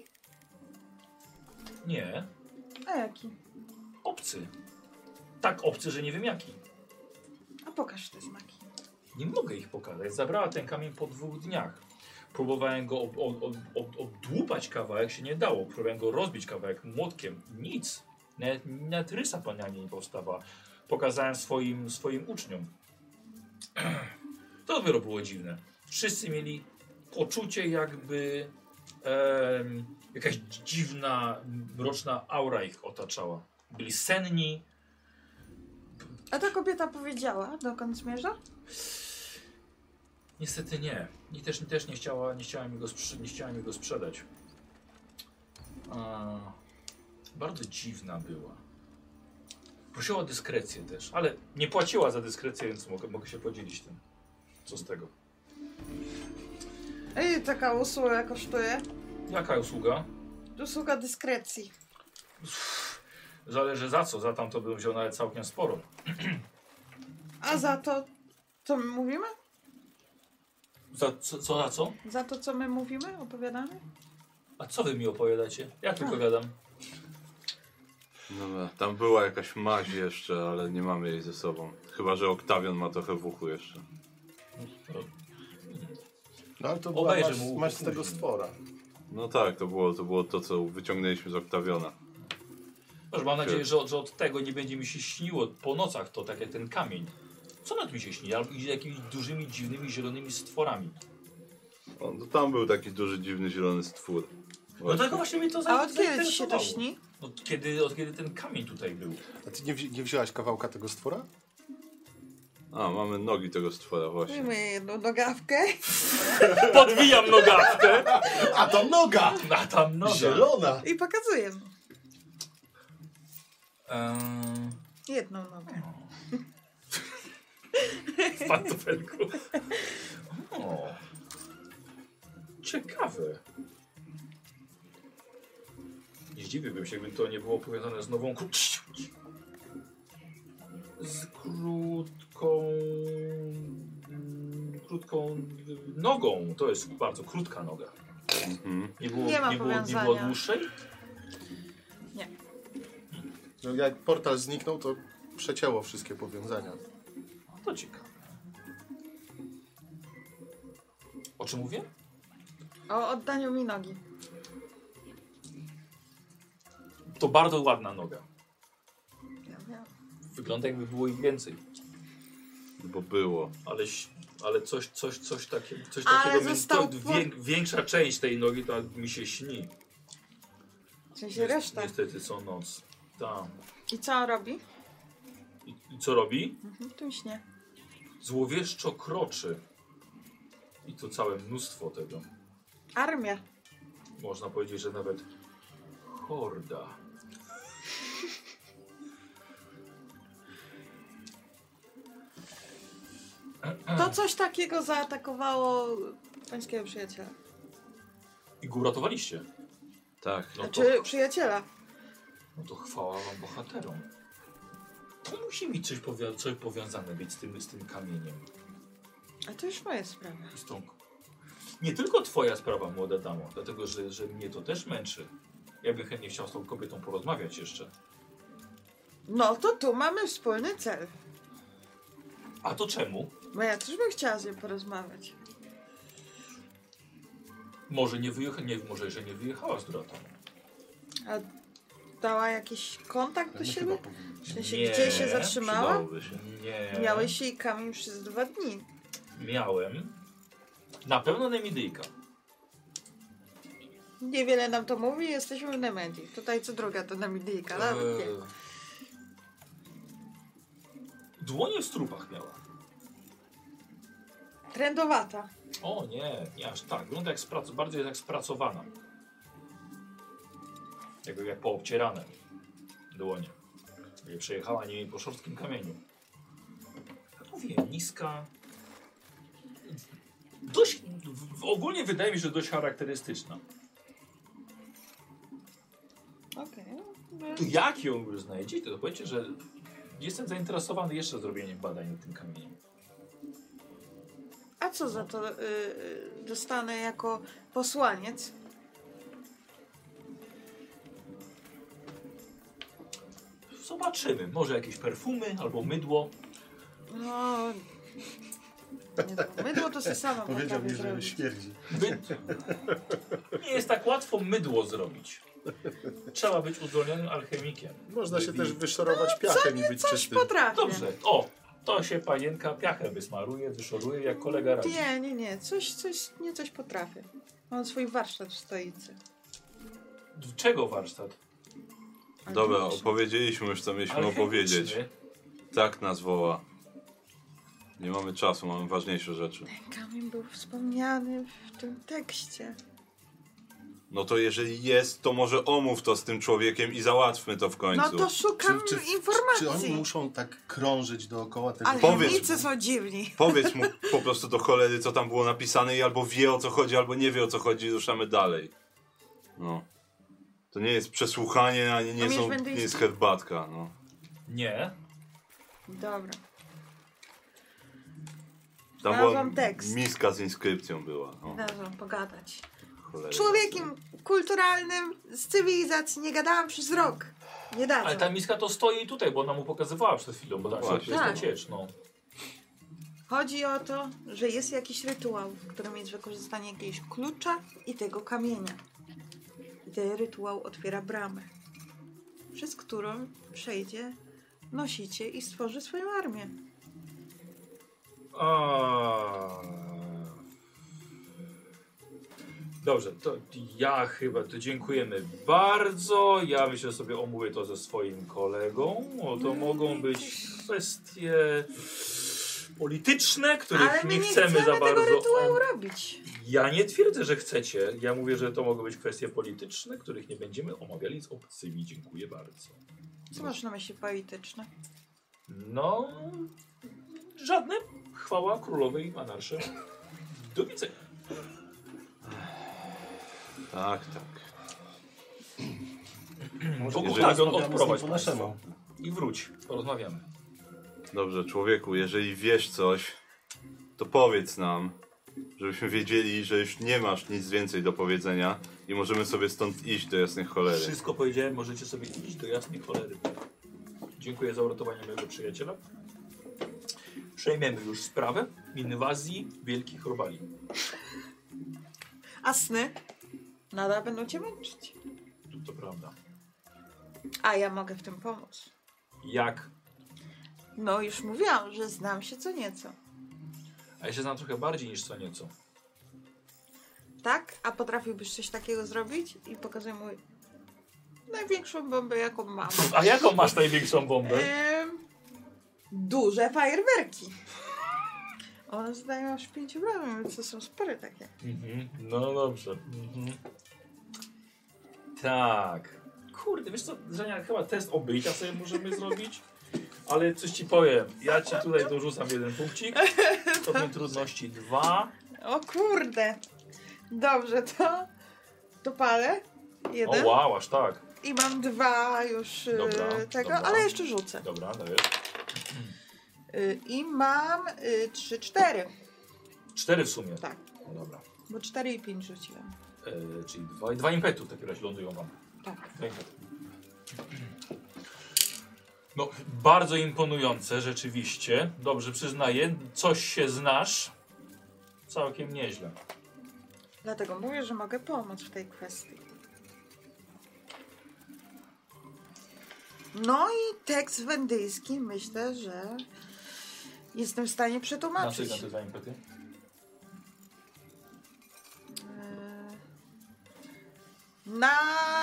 nie. A jaki? Obcy. Tak obcy, że nie wiem jaki. A pokaż te znaki. Nie mogę ich pokazać. Zabrała ten kamień po 2 dniach. Próbowałem go obdłupać kawałek, się nie dało. Próbowałem go rozbić kawałek młotkiem. Nic. Nawet rysa pana nie powstała. Pokazałem swoim uczniom. To dopiero było dziwne. Wszyscy mieli poczucie, jakby jakaś dziwna, mroczna aura ich otaczała. Byli senni. A ta kobieta powiedziała, dokąd zmierza? Niestety nie. I też nie chciała mi go sprzedać. Bardzo dziwna była. Prosiła o dyskrecję też, ale nie płaciła za dyskrecję, więc mogę się podzielić tym. Co z tego? Ej, taka usługa kosztuje. Jaka usługa? Usługa dyskrecji. Zależy za co. Za tamto bym wziął nawet całkiem sporo. A za to, co my mówimy? Za co? Za to, co my mówimy, opowiadamy? A co wy mi opowiadacie? Ja tylko gadam. Dobra, tam była jakaś maź jeszcze, ale nie mamy jej ze sobą. Chyba że Oktawian ma trochę w uchu jeszcze. No ale to była Obejrzę mu maść z tego później. stwora. No tak, to było to, co wyciągnęliśmy z Oktawiona. Może mam nadzieję, że od tego nie będzie mi się śniło po nocach to tak jak ten kamień. Co nad mi się śni? Albo jakimiś dużymi, dziwnymi, zielonymi stworami. O, to tam był taki duży, dziwny, zielony stwór. No tego właśnie mnie to A od kiedy ci się to zainteresowało. śni? Od kiedy ten kamień tutaj był. A ty nie wzięłaś kawałka tego stwora? A, mamy nogi tego stwora właśnie. Mamy jedną nogawkę. Podwijam nogawkę! A tam noga! A tam noga. Zielona! I pokazujemy. Eee, Jedną nogę. w pantofelku. O, ciekawe. Nie zdziwiłbym się, gdyby to nie było powiązane z nową z krótką nogą. To jest bardzo krótka noga. Mhm. Nie było, Nie ma nie było powiązania. dłuższej? No, jak portal zniknął, to przecięło wszystkie powiązania. To ciekawe. O czym mówię? O oddaniu mi nogi. To bardzo ładna noga. Ja wiem. Wygląda jakby było ich więcej. Bo było. Ale coś takiego, Ale to został większa część tej nogi to mi się śni. W sensie reszta. Niestety co noc. Tam. I co on robi? I co robi? W tym śnie. Złowieszczo kroczy. I to całe mnóstwo tego. Armia. Można powiedzieć, że nawet horda. To coś takiego zaatakowało pańskiego przyjaciela. I go uratowaliście. Tak. No to, Znaczy przyjaciela. No to chwała wam bohaterom. To musi mieć coś powiązane być z tym kamieniem. A to już moja sprawa. I z tą... Nie tylko twoja sprawa, młoda damo, dlatego że mnie to też męczy. Ja bym chętnie chciał z tą kobietą porozmawiać jeszcze. No to tu mamy wspólny cel. A to czemu? Bo ja też bym chciała z nią porozmawiać. Może że nie wyjechała z Duratonu. A dała jakiś kontakt do My siebie? chyba powinniśmy. W sensie, Nie, gdzie się zatrzymała? Przydałoby się. Nie. Miałeś jej kamień przez 2 dni. Miałem. Na pewno Nemidyjka. Niewiele nam to mówi, jesteśmy w Nemedii. Tutaj co druga to Nemidyjka, nawet nie. Dłonie w strupach miała. Trendowata. O nie aż tak. Wygląda bardziej jak spracowana. Jak poobcierane dłonie. Jak przejechała nimi po szorstkim kamieniu. Jak mówiłem, niska. Dość, ogólnie wydaje mi się, że dość charakterystyczna. Okej. To jak ją już znajdziecie, to powiedzcie, że jestem zainteresowany jeszcze zrobieniem badań nad tym kamieniem. A co za to dostanę jako posłaniec? Zobaczymy. Może jakieś perfumy albo mydło. No... Mydło to sobie sama Powiedział mi, potrafię że zrobić. śmierdzi. Nie jest tak łatwo mydło zrobić. Trzeba być uzdolnionym alchemikiem. Można się też wyszorować piachem i być Coś czystym. potrafię. Dobrze. O, to się panienka piachę wysmaruje, wyszoruje jak kolega radzi. Nie. Coś potrafię. Mam swój warsztat w stolicy. Czego warsztat? Dobra, Alchemiczny. opowiedzieliśmy już, co mieliśmy Alchemiczny. opowiedzieć. Tak nas woła. Nie mamy czasu, mamy ważniejsze rzeczy. Ten kamień był wspomniany w tym tekście. No to jeżeli jest, to może omów to z tym człowiekiem i załatwmy to w końcu. No to szukam informacji. Czy oni muszą tak krążyć dookoła tego? Alchemicy są dziwni. Powiedz mu po prostu do cholery, co tam było napisane i albo wie, o co chodzi, albo nie wie, o co chodzi i ruszamy dalej. No. To nie jest przesłuchanie, ani nie, Umiesz nie wendyjski? jest herbatka. No. Nie. Dobra. Tam była Znalazłam tekst. miska z inskrypcją była. No. Znalazłam pogadać. Cholera. Człowiekiem kulturalnym z cywilizacji nie gadałam przez rok. Nie dadzą. Ale ta miska to stoi tutaj, bo ona mu pokazywała przed chwilą, bo tak, to Właśnie. jest Tak. ta ciecz, no. Chodzi o to, że jest jakiś rytuał, w którym jest wykorzystanie jakiegoś klucza i tego kamienia. I ten rytuał otwiera bramę, przez którą przejdzie nosicie i stworzy swoją armię. Dobrze, to ja chyba, to dziękujemy bardzo. Ja myślę, że sobie omówię to ze swoim kolegą. O, to mogą być kwestie polityczne, których Ale my nie nie chcemy za tego bardzo. rytuału robić. Ja nie twierdzę, że chcecie. Ja mówię, że to mogą być kwestie polityczne, których nie będziemy omawiali z obcymi. Dziękuję bardzo. Co masz na myśli polityczne? No, żadne. Chwała królowej Manarsze. Do widzenia. Tak. Może Oktagon porozmawiamy z nim odprowadź po państwa. naszemu. I wróć, porozmawiamy. Dobrze, człowieku, jeżeli wiesz coś, to powiedz nam, żebyśmy wiedzieli, że już nie masz nic więcej do powiedzenia i możemy sobie stąd iść do jasnej cholery. Wszystko powiedziałem, możecie sobie iść do jasnej cholery. Dziękuję za uratowanie mojego przyjaciela. Przejmiemy już sprawę inwazji wielkich robali. A sny? Nadal będą cię męczyć. To prawda. A ja mogę w tym pomóc. Jak? No już mówiłam, że znam się co nieco. A ja się znam trochę bardziej niż co nieco. Tak? A potrafiłbyś coś takiego zrobić? I pokazuję mu największą bombę, jaką mam. A jaką masz największą bombę? Duże fajerwerki. One zdają aż 5 bram, więc to są spore takie. No dobrze. Tak. Kurde, wiesz co, Żenia, chyba test obycia sobie możemy zrobić. Ale coś ci powiem. Ja ci tutaj dorzucam 1 punkcik. Stopień trudności 2. O kurde. Dobrze, to palę. O 1. wow, aż tak. I mam 2 już Dobra, tego, dobra. ale jeszcze rzucę. Dobra, dajesz. I mam 3, 4. 4 w sumie. Tak, No dobra. bo 4 i 5 rzuciłem. Czyli 2 impetu w takim razie lądują wam. Tak. 2 impety. No, bardzo imponujące, rzeczywiście. Dobrze, przyznaję. Coś się znasz. Całkiem nieźle. Dlatego mówię, że mogę pomóc w tej kwestii. No i tekst wendyjski myślę, że jestem w stanie przetłumaczyć. Na te 2 impety? Na...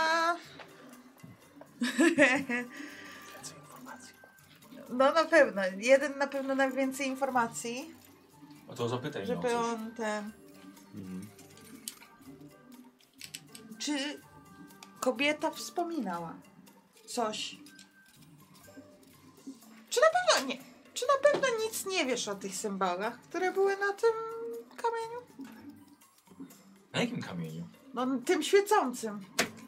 Więcej informacji. No na pewno. Jeden na pewno na więcej informacji, No to zapytaj mnie o żeby coś. on ten... Czy kobieta wspominała coś? Czy na pewno nie? Czy na pewno nic nie wiesz o tych symbolach, które były na tym kamieniu? Na jakim kamieniu? No tym świecącym.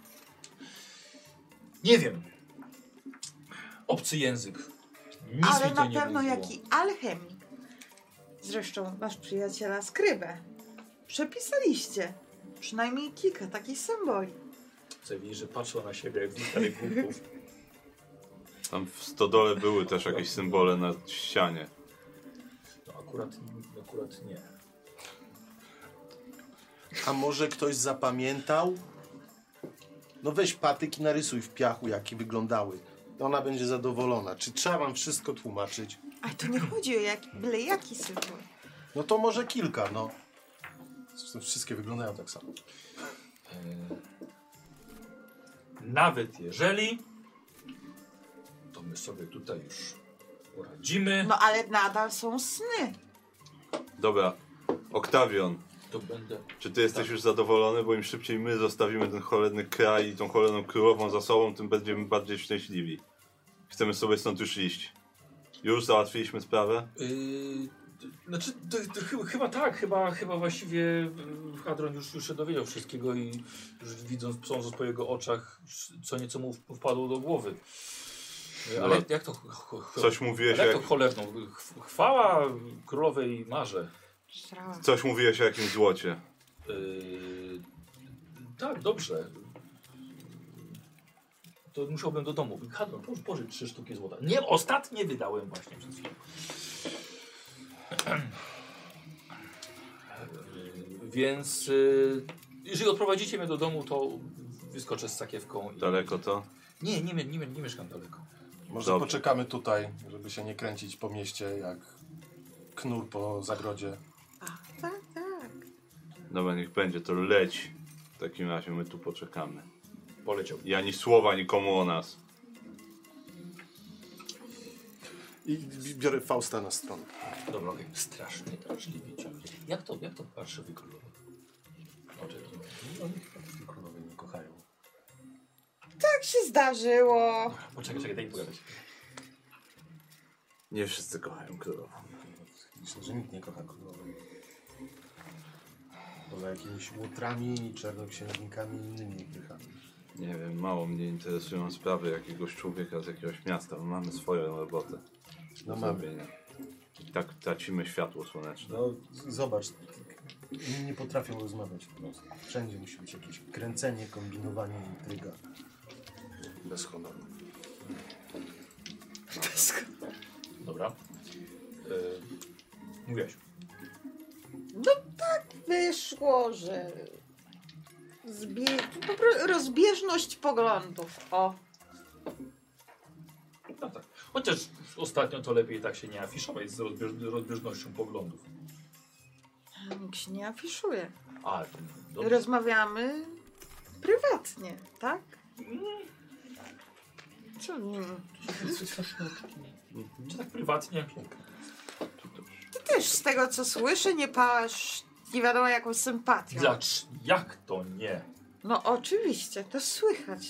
Nie wiem. Obcy język. Nic Ale mi to na nie pewno mówiło. jaki alchemik. Zresztą masz przyjaciela Skrybę. Przepisaliście przynajmniej kilka takich symboli. Chcę widzieć, że patrzą na siebie jak z starych głupków. Tam w stodole były też jakieś symbole na ścianie. No akurat nie. A może ktoś zapamiętał? No weź patyk i narysuj w piachu, jakie wyglądały. Ona będzie zadowolona. Czy trzeba wam wszystko tłumaczyć? Ale to nie chodzi o byle jaki symbol. No to może kilka, no. Zresztą wszystkie wyglądają tak samo. Nawet jeżeli, to my sobie tutaj już poradzimy. No ale nadal są sny. Dobra, Oktawion, To będę... czy ty jesteś już zadowolony? Bo im szybciej my zostawimy ten cholerny kraj i tą cholerną królową za sobą, tym będziemy bardziej szczęśliwi. Chcemy sobie stąd już iść. Już załatwiliśmy sprawę? Znaczy, chyba tak, chyba właściwie Hadron już się dowiedział wszystkiego i już widząc psąc o swojego oczach, co nieco mu wpadło do głowy. Ale No, jak to... Coś mówiłeś Ale jak jak... to cholerną? Chwała królowej Marze. Coś mówiłeś o jakimś złocie. Tak, dobrze. To musiałbym do domu. Hadron, pożycz 3 sztuki złota. Nie, ostatnie wydałem właśnie przed chwilą. Więc jeżeli odprowadzicie mnie do domu, to wyskoczę z sakiewką. Daleko to? Nie mieszkam daleko. Może Dobrze. poczekamy tutaj, żeby się nie kręcić po mieście jak knur po zagrodzie. A, tak, tak. Dobra, niech będzie, to leć. W takim razie my tu poczekamy. Poleciał. I ani słowa nikomu o nas. I biorę Fausta na stronę. Dobra, okej. Strasznie drażliwi ci ludzie. Jak to Warszawy królowe? Oni chyba królowej nie kochają. Tak się zdarzyło. Poczekaj, daj mi pogadać. Nie wszyscy kochają królową. Myślę, że nikt nie kocha królowej. Poza jakimiś łutrami, czarnoksiężnikami i innymi grychami. Nie wiem, mało mnie interesują sprawy jakiegoś człowieka z jakiegoś miasta. Mamy swoją robotę. No Do mamy. zrobienia. I tak tracimy światło słoneczne. No zobacz, inni nie potrafią rozmawiać w nocy. Wszędzie musi być jakieś kręcenie, kombinowanie, intryga. Bez honoru. Dobra. Mówiłaś. No tak wyszło, że rozbieżność poglądów. O. No tak. Chociaż ostatnio to lepiej tak się nie afiszować z rozbieżnością poglądów. Nikt się nie afiszuje. A, dobrze. Rozmawiamy prywatnie, tak? Co nie? Czy tak prywatnie? Ty też z tego co słyszę nie pałasz nie wiadomo jaką sympatią. Jak to nie? No oczywiście, to słychać.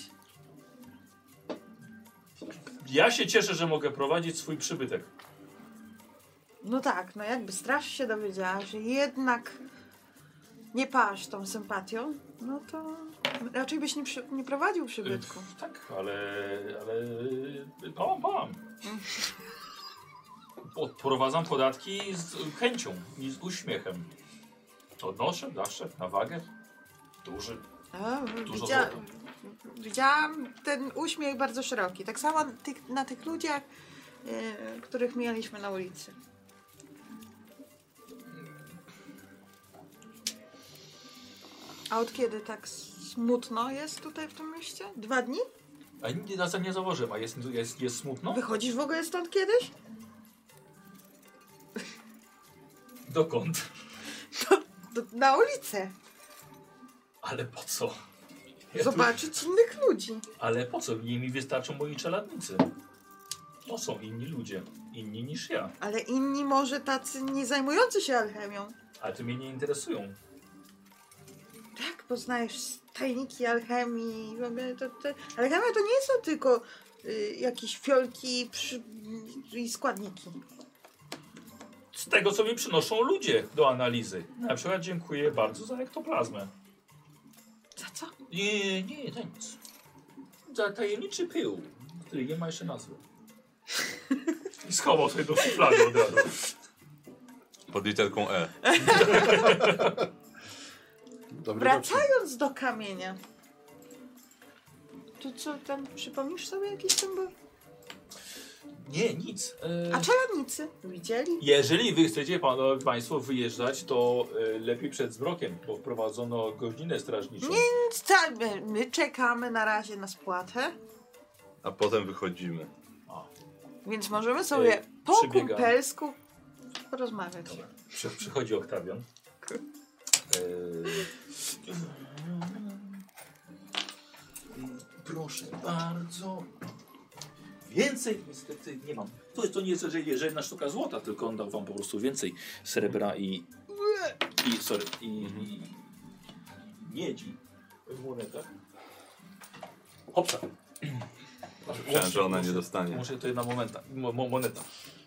Ja się cieszę, że mogę prowadzić swój przybytek. No tak, no jakby straż się dowiedziała, że jednak nie pasz tą sympatią, no to raczej byś nie prowadził przybytku. Tak, ale mam. Odprowadzam podatki z chęcią i z uśmiechem. Odnoszę zawsze na wagę. Duży. Dużo złota. Widziałam ten uśmiech bardzo szeroki. Tak samo na tych ludziach, których mieliśmy na ulicy. A od kiedy tak smutno jest tutaj w tym mieście? 2 dni? A nie zauważyłem, a jest smutno? Wychodzisz w ogóle stąd kiedyś? Dokąd? Na ulicę. Ale po co? Zobaczyć innych ludzi. Ale po co? Mi wystarczą moi czeladnicy. To są inni ludzie. Inni niż ja. Ale inni może tacy nie zajmujący się alchemią. Ale to mnie nie interesują. Tak, poznajesz tajniki alchemii. Alchemia to nie są tylko jakieś fiolki i składniki. Z tego, co mi przynoszą ludzie do analizy. Na przykład dziękuję bardzo za ektoplazmę. Za co? Nie, to nic. Za tajemniczy pył, który nie ma jeszcze nazwy. I schował sobie do szuflady od razu. Pod literką E. Wracając do kamienia. Tu co tam, przypomnisz sobie jakiś symbol? Nie, nic. A czeladnicy? Widzieli? Jeżeli wy chcecie państwo wyjeżdżać, to lepiej przed zmrokiem, bo wprowadzono godzinę strażniczą. My czekamy na razie na spłatę. A potem wychodzimy. Więc możemy sobie po kumpelsku porozmawiać. Dobra. Przychodzi Oktawian. Proszę bardzo. Więcej niestety nie mam. To nie jest, że jedna sztuka złota, tylko on dał wam po prostu więcej srebra i miedzi w monetach. Hopsa. Myślałem, że ona nie dostanie. Muszę to jedna moneta.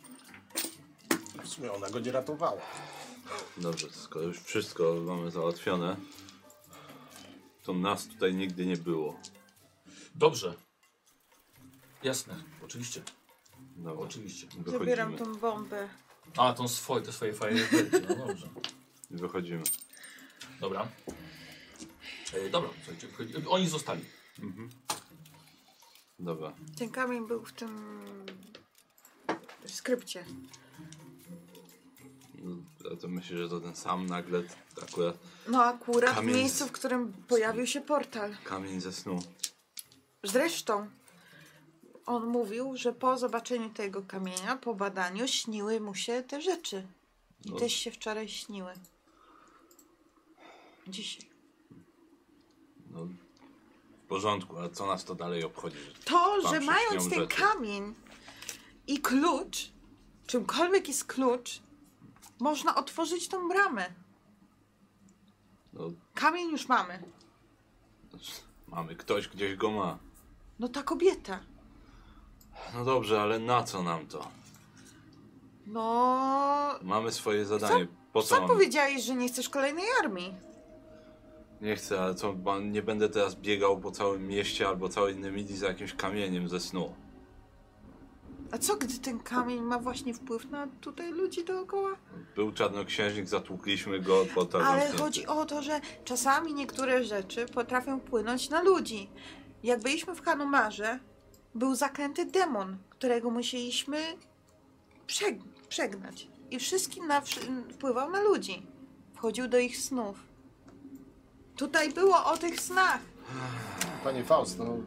W sumie ona go nie ratowała. Dobrze, skoro już wszystko mamy załatwione, to nas tutaj nigdy nie było. Dobrze. Jasne, oczywiście. Dobra, Oczywiście. wychodzimy. Zabieram tą bombę. A, te swoje fajerwerki, no dobrze. Wychodzimy. Dobra. Dobra, słuchajcie, oni zostali. Mhm. Dobra. Ten kamień był w tym skrypcie. No, to myślę, że to ten sam nagle akurat No akurat kamień w miejscu, w którym pojawił się portal. kamień ze snu. Zresztą on mówił, że po zobaczeniu tego kamienia, po badaniu śniły mu się te rzeczy. I No. też się wczoraj śniły. Dzisiaj. No, w porządku, ale co nas to dalej obchodzi? To, wam że się mając śnią ten rzeczy? kamień i klucz, czymkolwiek jest klucz, można otworzyć tą bramę. No, Kamień już mamy. mamy, ktoś gdzieś go ma. No ta kobieta. No dobrze, ale na co nam to? No... Mamy swoje zadanie. Po co Sam mam? powiedziałeś, że nie chcesz kolejnej armii. Nie chcę, ale co, nie będę teraz biegał po całym mieście albo całej Nemidii za jakimś kamieniem ze snu. A co, gdy ten kamień ma właśnie wpływ na tutaj ludzi dookoła? Był czarnoksiężnik, zatłukliśmy go pod Ale chodzi o to, że czasami niektóre rzeczy potrafią wpłynąć na ludzi. Jak byliśmy w Hanumarze, był zaklęty demon, którego musieliśmy przegnać. I wszystkim wpływał na ludzi. Wchodził do ich snów. Tutaj było o tych snach. Panie Faust, no,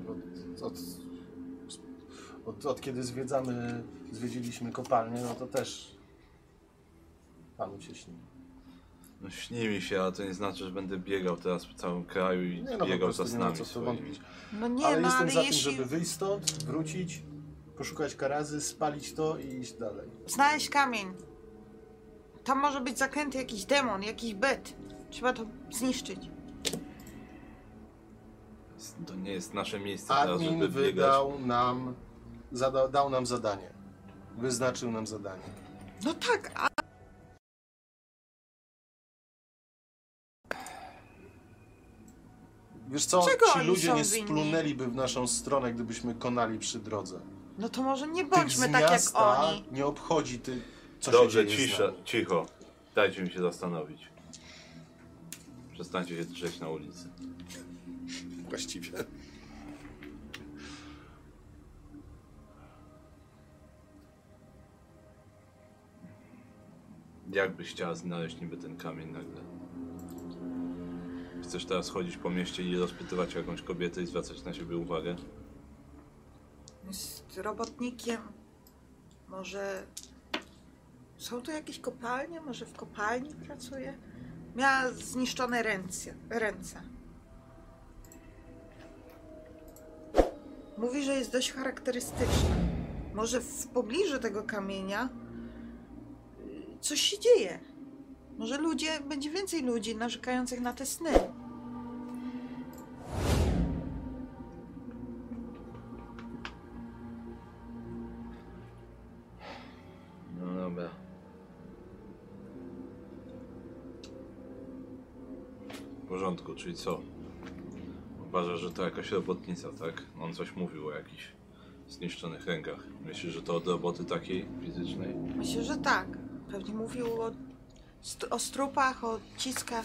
od kiedy zwiedziliśmy kopalnię, no to też panu się śni. No śni mi się, ale to nie znaczy, że będę biegał teraz po całym kraju i Nie, no po biegał za prostu nie ma snami co w to swoimi. wątpić. No nie, Ale no jestem ale za tym, jeśli żeby wyjść stąd, wrócić, poszukać karazy, spalić to i iść dalej. znaleźć kamień, tam może być zaklęty jakiś demon, jakiś byt. Trzeba to zniszczyć. To nie jest nasze miejsce teraz, Admin żeby biegać. dał nam zadanie. Wyznaczył nam zadanie. No tak, a Wiesz co, Czego ci oni ludzie są nie winni? splunęliby w naszą stronę, gdybyśmy konali przy drodze. No to może nie Tych bądźmy z tak jak miasta oni. nie obchodzi co Dobrze, się dzieje z cisza, nami. cicho. Dajcie mi się zastanowić. Przestańcie się drzeć na ulicy. Właściwie. Jak byś chciała znaleźć niby ten kamień nagle? Chcesz teraz chodzić po mieście i rozpytywać jakąś kobietę i zwracać na siebie uwagę? Jest robotnikiem. Może są tu jakieś kopalnie? Może w kopalni pracuje? Miała zniszczone ręce. Mówi, że jest dość charakterystyczna. Może w pobliżu tego kamienia coś się dzieje. Może będzie więcej ludzi narzekających na te sny. No dobra. W porządku, czyli co? Uważasz, że to jakaś robotnica, tak? On coś mówił o jakichś zniszczonych rękach. Myślisz, że to od roboty takiej fizycznej? Myślę, że tak. Pewnie mówił o strupach, o ciskach.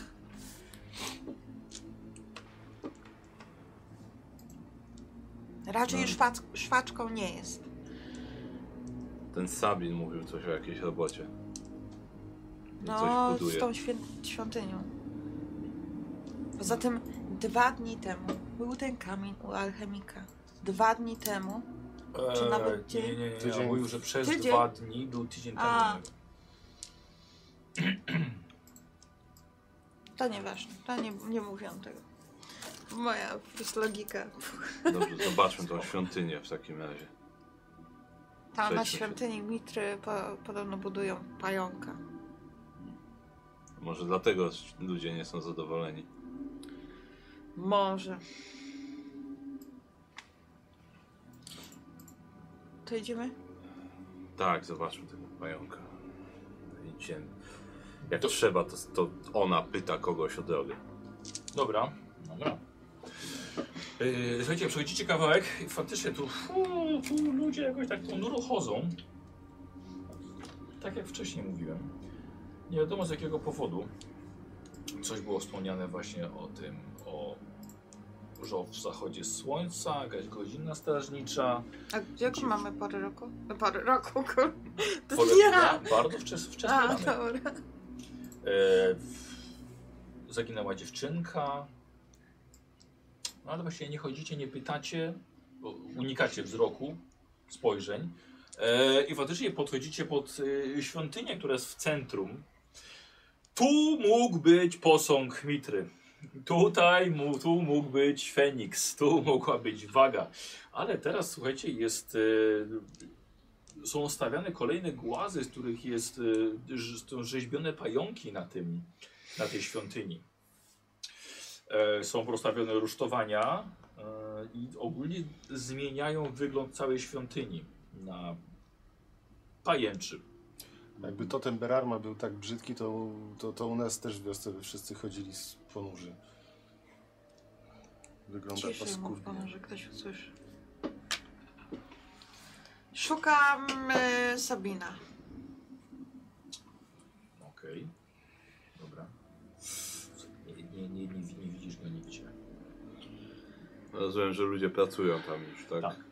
Raczej szwaczką nie jest. Ten Sabin mówił coś o jakiejś robocie. I No, coś z buduje. tą świątynią. Poza tym 2 dni temu był ten kamień u alchemika. 2 dni temu. Czy nawet dzień? Nie. Tydzień. On mówił, że przez Tydzień? 2 dni był tydzień temu. A. To nieważne. To nie mówiłam tego. Moja po prostu logika. Dobrze, zobaczmy tą świątynię w takim razie. Tam na Przejdźmy się. świątyni Mitry podobno budują pająka. Może dlatego ludzie nie są zadowoleni. Może. To idziemy? Tak, zobaczmy tego pająka. Idziemy. Jak to trzeba, to ona pyta kogoś o drogę. Dobra. Słuchajcie, przechodzicie kawałek i faktycznie tu ludzie jakoś tak ponuro chodzą. Tak jak wcześniej mówiłem. Nie wiadomo z jakiego powodu. Coś było wspomniane właśnie o tym, że w zachodzie słońca, jakaś godzina strażnicza. A jaką mamy porę roku? Porę roku, to Pole ja! dnia, bardzo wczesne A, rany. dobra. Zaginęła dziewczynka. No ale właściwie nie chodzicie, nie pytacie, bo unikacie wzroku, spojrzeń. I faktycznie podchodzicie pod świątynię, która jest w centrum. Tu mógł być posąg Mitry. Tu mógł być Feniks. Tu mogła być Waga. Ale teraz, słuchajcie, są stawiane kolejne głazy, z których są rzeźbione pająki na tej świątyni. Są rozstawione rusztowania i ogólnie zmieniają wygląd całej świątyni na pajęczy. Jakby totem Berarma był tak brzydki, to u nas też w wiosce by wszyscy chodzili z ponurzy. Wygląda Ciszej mów, paskudnie. może ktoś usłyszy. Szukam Sabina. Okej. Dobra. Nie widzisz go nigdzie. Rozumiem, że ludzie pracują tam już, tak? Tak.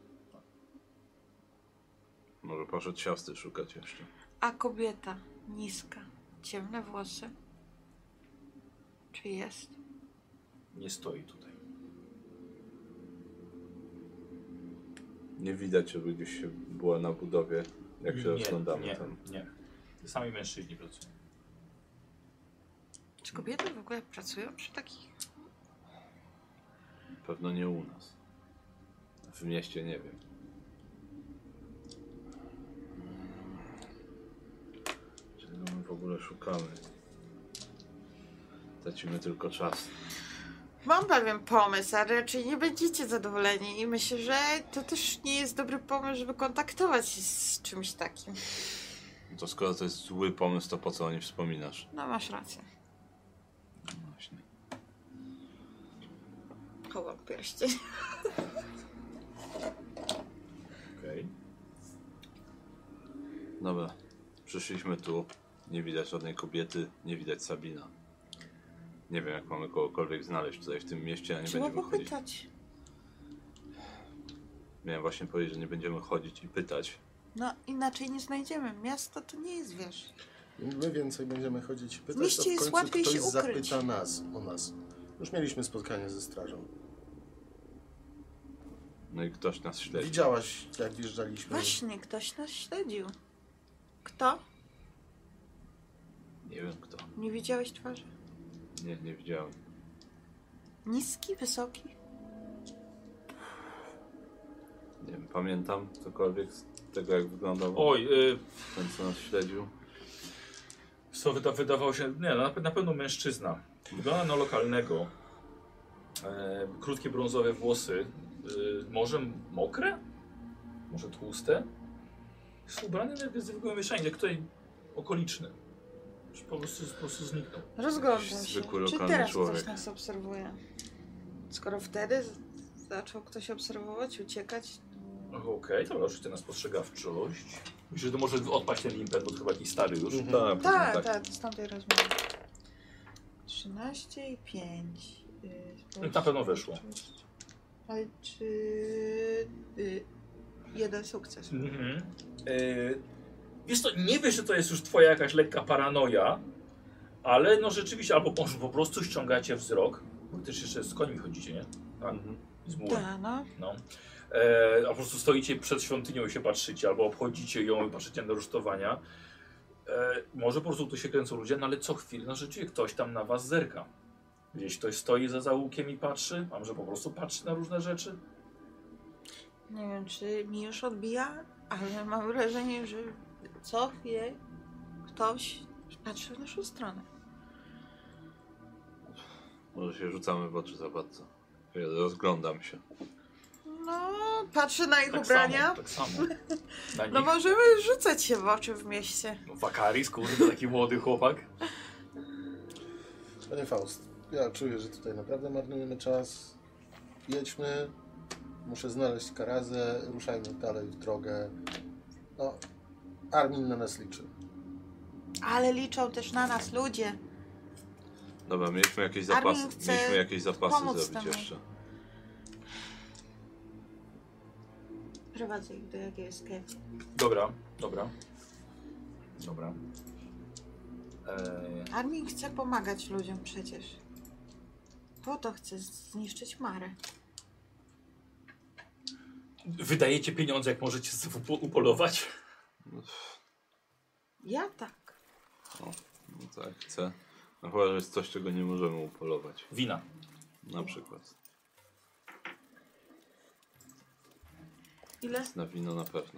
Może poszedł siastry szukać jeszcze. A kobieta niska, ciemne włosy. Czy jest? Nie stoi tutaj. Nie widać, żeby gdzieś się była na budowie, jak się rozglądamy tam. Nie. Sami mężczyźni pracują. Czy kobiety w ogóle pracują przy takich? Pewno nie u nas. W mieście nie wiem. Czego my w ogóle szukamy? Tracimy tylko czas. Mam pewien pomysł, ale raczej nie będziecie zadowoleni i myślę, że to też nie jest dobry pomysł, żeby kontaktować się z czymś takim. To skoro to jest zły pomysł, to po co o nim wspominasz? No masz rację. Właśnie. Chowam pierścień. Okej. Dobra, przyszliśmy tu, nie widać żadnej kobiety, nie widać Sabina. Nie wiem, jak mamy kogokolwiek znaleźć tutaj w tym mieście, a nie Trzeba będziemy chodzić. popytać. Miałem właśnie powiedzieć, że nie będziemy chodzić i pytać. No inaczej nie znajdziemy. Miasto to nie jest, wiesz. My więcej będziemy chodzić i pytać, W mieście to w jest końcu łatwiej ktoś się ukryć. zapyta nas o nas. Już mieliśmy spotkanie ze strażą. No i ktoś nas śledzi. Widziałaś, jak wjeżdżaliśmy. Właśnie, ktoś nas śledził. Kto? Nie wiem kto. Nie widziałeś twarzy? Nie widziałem. Niski, wysoki? Nie wiem, pamiętam cokolwiek z tego, jak wyglądał Oj, ten, co nas śledził. co wydawało się, nie, na pewno mężczyzna. Wygląda na lokalnego. Krótkie brązowe włosy. Może mokre? Może tłuste? Jest ubrany na zwykłe mieszanie, jak tutaj okoliczny. Już po prostu zniknął. Rozglądam Jakiś się. zwykły, Czy lokalny teraz człowiek. ktoś nas obserwuje? Skoro wtedy zaczął ktoś obserwować, uciekać, Okej, to oczywiście na spostrzegawczość. Myślę, że to może odpaść ten impet, bo to chyba jakiś stary już. Tak, z tamtej rozmowy. 13 i 5. Na pewno weszło. Ale czy... jeden sukces. Mhm. Wiesz to, nie wiesz, że to jest już twoja jakaś lekka paranoja, ale no rzeczywiście, albo może po prostu ściągacie wzrok, bo też jeszcze z końmi chodzicie, nie? Tak. I z mułem. Tak, no. No. A po prostu stoicie przed świątynią i się patrzycie, albo obchodzicie ją i patrzycie na rusztowania. Może po prostu tu się kręcą ludzie, no ale co chwilę, no rzeczywiście ktoś tam na was zerka. Gdzieś ktoś stoi za zaułkiem i patrzy, a może po prostu patrzy na różne rzeczy. Nie wiem, czy mi już odbija, ale mam wrażenie, że co chwilę ktoś patrzy w naszą stronę. Może się rzucamy w oczy za bardzo. Ja rozglądam się. No, patrzę na ich Tak ubrania. samo, tak samo. Na nich. No możemy rzucać się w oczy w mieście. No, Wakaris, kurde, taki młody chłopak. Panie Faust, ja czuję, że tutaj naprawdę marnujemy czas. Jedźmy. Muszę znaleźć Karazę. Ruszajmy dalej w drogę. No, Armin na nas liczy. Ale liczą też na nas ludzie. Dobra, mieliśmy jakieś Armin zapasy. chce Mieliśmy jakieś zapasy pomóc zrobić temu. jeszcze. Prowadzę ich do jakiejś sklepie. Dobra. Armin chce pomagać ludziom przecież. Po to chce zniszczyć Marę. Wydajecie pieniądze, jak możecie upolować? Ja tak. No tak, chcę. No chyba, że jest coś, czego nie możemy upolować. Wina. Na przykład. Ile? Na wino na pewno.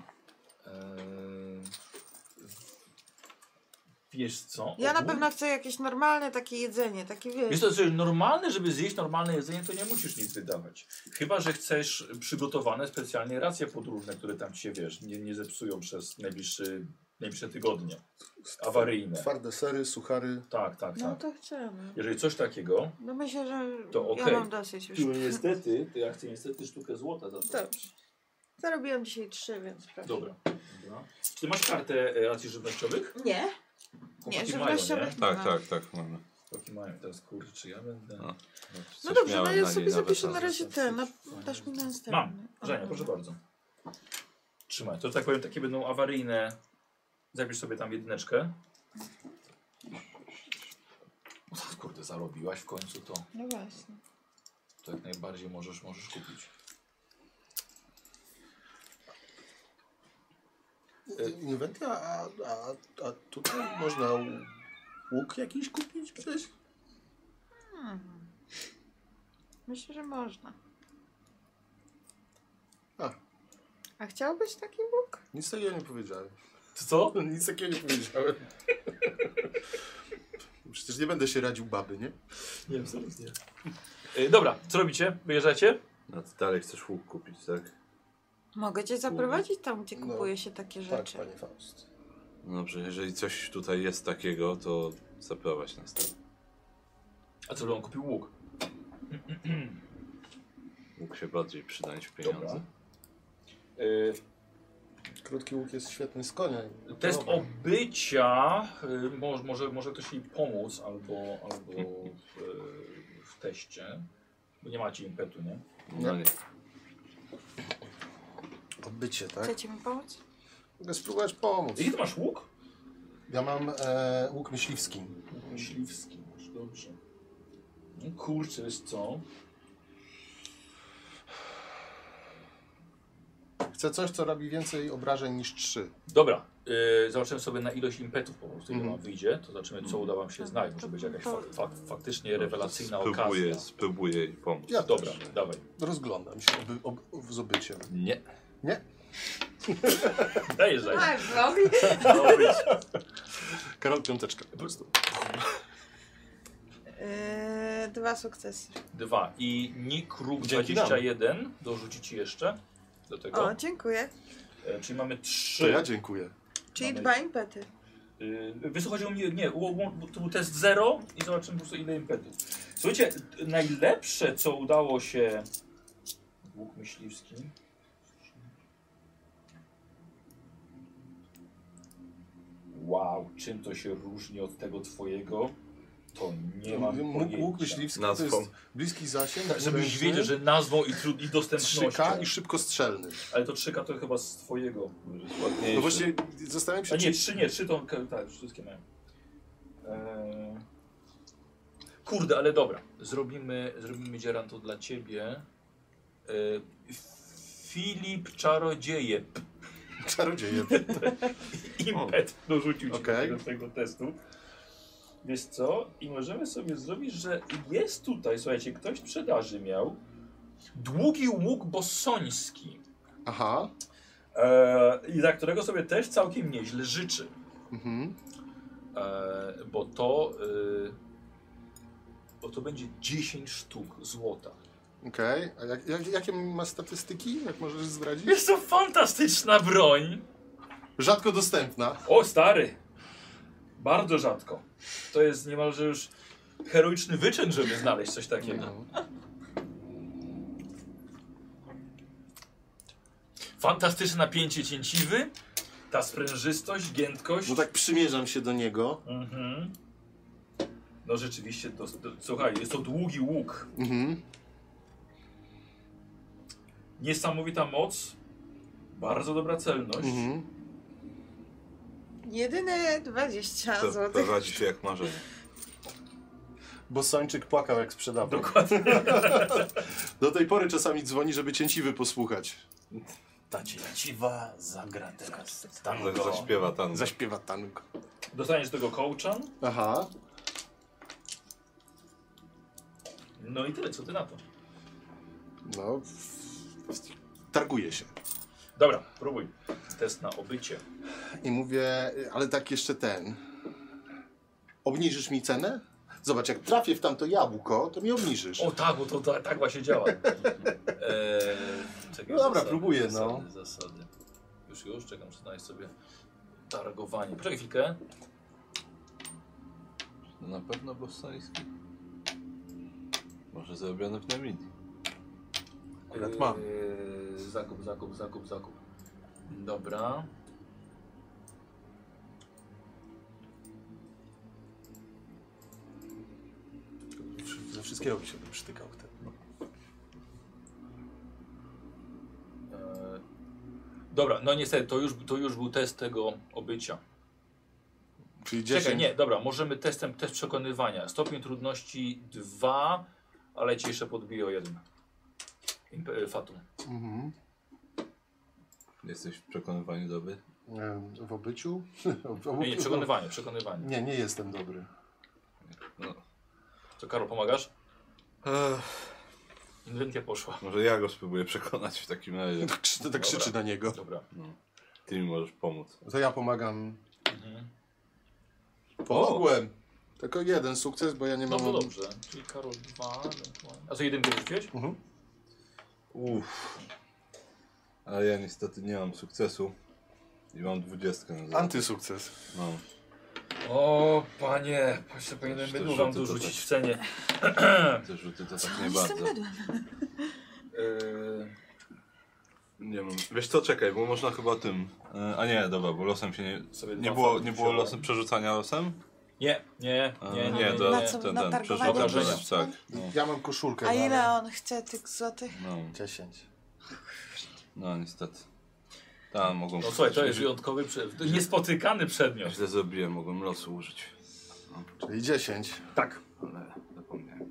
Wiesz co? Ja na pewno chcę jakieś normalne takie jedzenie, takie wiesz. Jest to, że normalne, żeby zjeść normalne jedzenie, to nie musisz nic wydawać. Chyba że chcesz przygotowane specjalnie racje podróżne, które tam ci się, wiesz, nie zepsują przez najbliższe tygodnie. Awaryjne. Twarde sery, suchary. Tak. No to chcemy. Jeżeli coś takiego, No myślę, że to ja okej. mam dosyć już. niestety, to ja chcę niestety sztukę złota za to. Dobrze. Zarobiłam dzisiaj 3, więc proszę. Dobra. Czy ty masz kartę racji żywnościowych? Nie. Chłopaki Nie, mają, żywnościowych nie Tak, mamy. Chłopaki mają. Teraz kurczę, ja będę... No. No Coś dobrze, no miałem ja na sobie niej zapiszę nawet na razie ten. Dasz mi na następny. Mam. Żenia, O, proszę dobra. bardzo. Trzymaj. To, że tak powiem, takie będą awaryjne. Zapisz sobie tam jedyneczkę. O, kurde, zarobiłaś w końcu to. No właśnie. To jak najbardziej możesz kupić. Inwentia, a tutaj można łuk jakiś kupić gdzieś? Myślę, że można. A, A chciałbyś taki łuk? nic takiego nie powiedziałem. Co? Nic takiego nie powiedziałem. Przecież nie będę się radził baby, nie? Nie, absolutnie. Dobra, co robicie? Wyjeżdżacie? No ty dalej chcesz łuk kupić, tak? Mogę cię zaprowadzić tam, gdzie No, kupuje się takie Tak, rzeczy. panie Faust. No dobrze, jeżeli coś tutaj jest takiego, to zaprowadź nas tam. A co, on kupił łuk? mógł się bardziej przydać w pieniądze. Dobra. Krótki łuk jest świetny z konia. Test obycia. Może ktoś jej pomóc albo w teście. Bo nie macie impetu, nie? No nie. Odbycie, tak? Chcecie mi pomóc? Mogę spróbować pomóc. Jaki ty masz łuk? Ja mam łuk myśliwski. Łuk myśliwski, masz dobrze. No kurczę, wiesz co? Chcę coś, co robi więcej obrażeń niż 3. Dobra, zobaczymy sobie na ilość impetów po prostu, ile wam wyjdzie. To zobaczymy, co uda wam się znaleźć. Może być jakaś faktycznie rewelacyjna okazja. Spróbuję jej pomóc. Ja Dobra, też. dawaj. Rozglądam się z obyciem. Nie. Nie? Dajesz, że. Tak, robi. Karol, piąteczka po prostu. 2 sukcesy. 2. I Nikruk Dzięki 21. Dorzuci ci jeszcze do tego. O, dziękuję. Czyli mamy 3. To ja dziękuję. Czyli Mamy- 2 impety. Wysłuchajcie mnie, nie, to był test 0 i zobaczymy po prostu ile impetu. Słuchajcie, najlepsze co udało się... Łuk myśliwski. Wow, czym to się różni od tego twojego? To nie mam pojęcia. Łuk myśliwski to Nazwą. jest bliski zasięg, Tak, żebyś dwuręczny, wiedział, że nazwą i dostępnością. 3K i szybkostrzelny. Ale to 3K to chyba z twojego. Może jest ładniejszy. No właśnie zastanawiam się, A nie, czy... 3 nie, 3 to tak, wszystkie mają. Kurde, ale dobra. Zrobimy dzieran to dla ciebie. Filip Czarodzieje. Czarodzieje. Impet dorzucił ci Okej. do tego testu. Wiesz co? I możemy sobie zrobić, że jest tutaj, słuchajcie, ktoś w sprzedaży miał długi łuk bossoński. Aha. I za którego sobie też całkiem nieźle życzy. Mhm. Bo to będzie 10 sztuk złota. Okej. A jakie ma statystyki? Jak możesz zdradzić? Jest to fantastyczna broń. Rzadko dostępna. O stary, bardzo rzadko. To jest niemalże już heroiczny wyczyn, żeby znaleźć coś takiego. No. Fantastyczne napięcie cięciwy, ta sprężystość, giętkość. No tak przymierzam się do niego. Mhm. No rzeczywiście, słuchaj, jest to długi łuk. Mhm. Niesamowita moc, bardzo dobra celność. Mhm. Jedyne 20 To zł. prowadzi się jak marzenie. Bo Sończyk płakał jak sprzedawał. Dokładnie. Do tej pory czasami dzwoni, żeby cięciwy posłuchać. Ta cięciwa zagra teraz Ale tango. zaśpiewa tango. Zaśpiewa tango. Dostaniesz tego kołczan. Aha. No i tyle, co ty na to? No. Targuję się. Dobra, próbuj. Test na obycie. I mówię, ale tak jeszcze ten. Obniżysz mi cenę? Zobacz, jak trafię w tamto jabłko, to mi obniżysz. O tak, bo to tak właśnie działa. Czekaj, No dobra, próbuję, Zasady. Już, czekam, muszę znaleźć sobie targowanie. Poczekaj chwilkę. No na pewno bossański. Może zrobiony w Namidii. Akurat mam. Zakup. Dobra. Ze wszystkiego by się przytykał wtedy. Dobra, no niestety, to już był test tego obycia. Czyli 10. Czekaj, nie, dobra, możemy test przekonywania. Stopień trudności 2, ale ci jeszcze podbiję o 1. Fatum. Mhm. Jesteś w przekonywaniu dobry? W obyciu? Nie, przekonywanie. Nie jestem dobry. No. Co, Karol, pomagasz? Inwentia poszła. Może ja go spróbuję przekonać w takim razie. Tak krzyczy na niego. Dobra. No. Ty mi możesz pomóc. To ja pomagam. Mhm. Pomogłem! Tylko jeden sukces, bo ja nie No mam... to dobrze. Czyli Karol 2. A co, jedynkę rzuciłeś? Mhm. Uff. Ale ja niestety nie mam sukcesu. I mam 20 na zewnątrz. Antysukces. No. O, panie, jeszcze powinienem Te mydło rzuty wam to dorzucić tak. w cenie. Te rzuty to tak Co nie jest z bardzo. tym mydłem? Nie wiem, wiesz co, czekaj, bo można chyba tym... A nie, dobra, bo losem się nie... Sobie Nie dwa było, fali nie było losem przerzucania losem? Nie, To Na co? ten, Na targowanie obrażenia, koszulką? tak. No, Ja mam koszulkę. A ile ale on chce tych złotych? no, 10. no niestety. Tam mogą... No słuchaj, to jest wyjątkowy, niespotykany przedmiot. Źle zrobiłem, mogłem losu użyć. Czyli 10. Tak. Ale zapomniałem.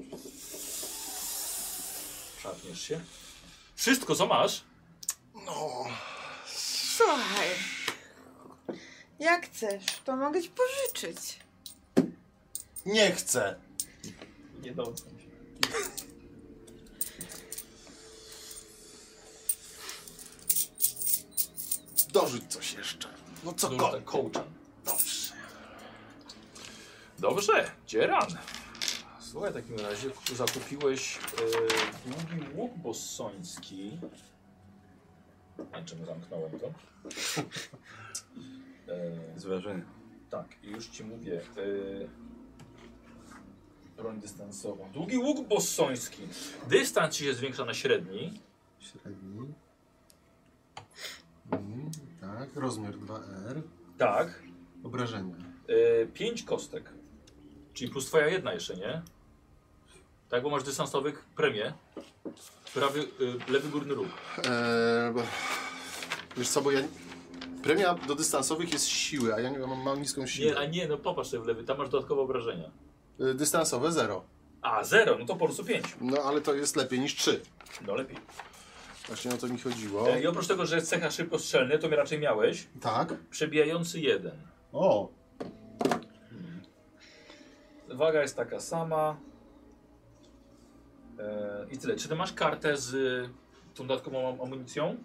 Szarpniesz się. Wszystko, co masz? No. Słuchaj, jak chcesz, to mogę ci pożyczyć. Nie chcę. Nie dącam się. Dorzuć coś jeszcze. No cokolwiek. Kołczan. Dobrze. Dobrze, Dzieran. Słuchaj, w takim razie zakupiłeś długi łuk bossoński. Nie, czemu zamknąłem to? Z wrażenia. Tak, i już ci mówię. Broń dystansową. Długi łuk bossoński. Dystans ci się zwiększa na średni. Średni. Tak, rozmiar 2R. Tak. Obrażenia. 5 kostek. Czyli plus twoja jedna jeszcze, nie? Tak, bo masz dystansowych premię. Prawy, lewy górny róg. Wiesz co, bo ja... Premia do dystansowych jest siły, a ja nie mam niską siłę. Nie, no popatrz sobie w lewy, tam masz dodatkowe obrażenia. Dystansowe 0. A, 0, no to po prostu 5. No ale to jest lepiej niż 3. No lepiej. Właśnie o to mi chodziło. I oprócz tego, że jest cecha szybkostrzelny, to mnie raczej miałeś. Tak. Przebijający 1. O! Waga jest taka sama. I tyle. Czy ty masz kartę z tą dodatkową amunicją?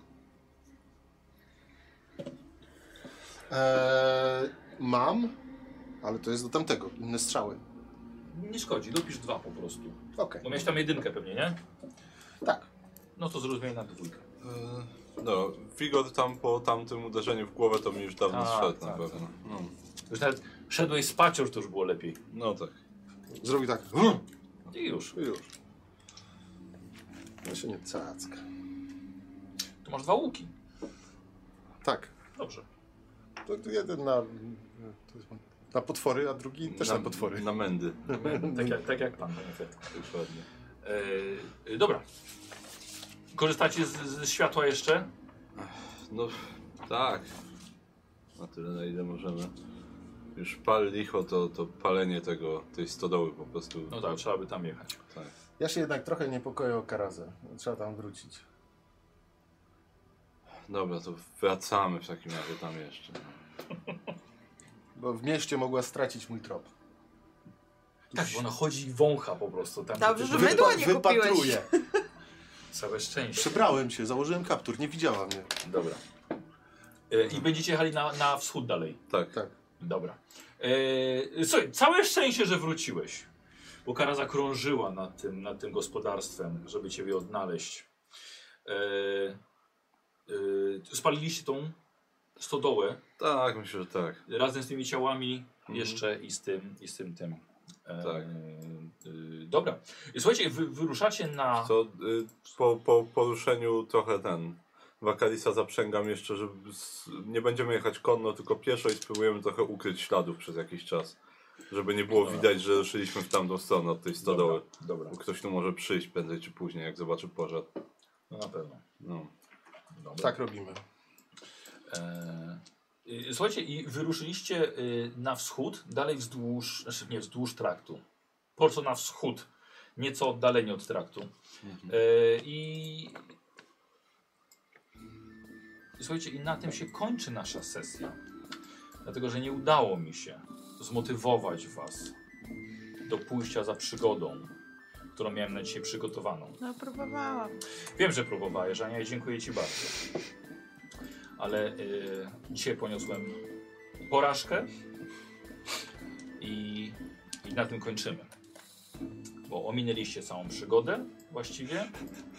Mam, ale to jest do tamtego. Inne strzały. Nie szkodzi, dopisz 2 po prostu. Okej. Bo miałeś tam jedynkę pewnie, nie? Tak. No to zrozumiej na 2. No, Figor tam po tamtym uderzeniu w głowę to mi już dawno Tak, zszedł tak, na pewno. No. Już nawet szedłeś z pacior, to już było lepiej. No tak. Zrobi tak. I już. I już. Ja się nie cacka. Tu masz 2 łuki. Tak. Dobrze. To jeden na potwory, a drugi też na potwory. Na mędy. Tak jak pan, panie Fred. Dokładnie. Dobra. Korzystacie ze światła jeszcze? No tak. Na tyle na ile możemy. Już pal licho, to palenie tej stodoły po prostu. No tak, trzeba by tam jechać. Tak. Ja się jednak trochę niepokoję o Karazę. Trzeba tam wrócić. Dobra, to wracamy w takim razie tam jeszcze. Bo w mieście mogła stracić mój trop. Tak, bo ona chodzi i wącha po prostu. Tam Dobrze, że mydła nie kupiłeś. Wypatruję. Całe szczęście. Przebrałem się, założyłem kaptur, nie widziała mnie. Dobra. I będziecie jechali na wschód dalej. Tak. Tak. Dobra. Słuchaj, całe szczęście, że wróciłeś. Bo Karaza krążyła nad tym gospodarstwem, żeby ciebie odnaleźć. Spaliliście tą stodołę Tak, myślę, że tak. razem z tymi ciałami jeszcze i z tym. Tak. Dobra. Słuchajcie, wyruszacie na... To po poruszeniu trochę Wakalisa zaprzęgam jeszcze, że nie będziemy jechać konno, tylko pieszo i spróbujemy trochę ukryć śladów przez jakiś czas. Żeby nie było widać, że ruszyliśmy w tamtą stronę od tej stodoły. Dobra. Bo ktoś tu może przyjść prędzej czy później, jak zobaczy pożar. No na pewno. No. Dobra. Tak robimy. Słuchajcie, i wyruszyliście na wschód, dalej wzdłuż, znaczy nie wzdłuż traktu. Po co na wschód, nieco oddalenie od traktu. I słuchajcie, i na tym się kończy nasza sesja. Dlatego, że nie udało mi się zmotywować was do pójścia za przygodą, którą miałem na dzisiaj przygotowaną. No, próbowałam. Wiem, że próbowałeś, Ania, i dziękuję ci bardzo. Ale dzisiaj poniosłem porażkę i na tym kończymy. Bo ominęliście całą przygodę właściwie.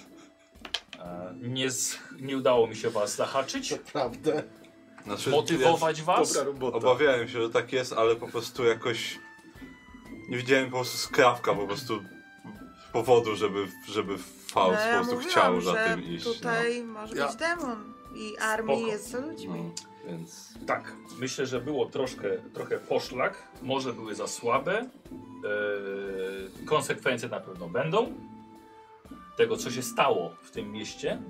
Nie udało mi się was zahaczyć, Prawda? Znaczy, motywować was. Dobra robota. Obawiałem się, że tak jest, ale po prostu jakoś nie widziałem po prostu skrawka, po prostu powodu, żeby Faust po prostu chciał mówiłam, za że tym iść. tutaj może być demon i armii Spoko. jest za ludźmi. Więc Tak, myślę, że było trochę poszlak, może były za słabe. Konsekwencje na pewno będą. Tego, co się stało w tym mieście,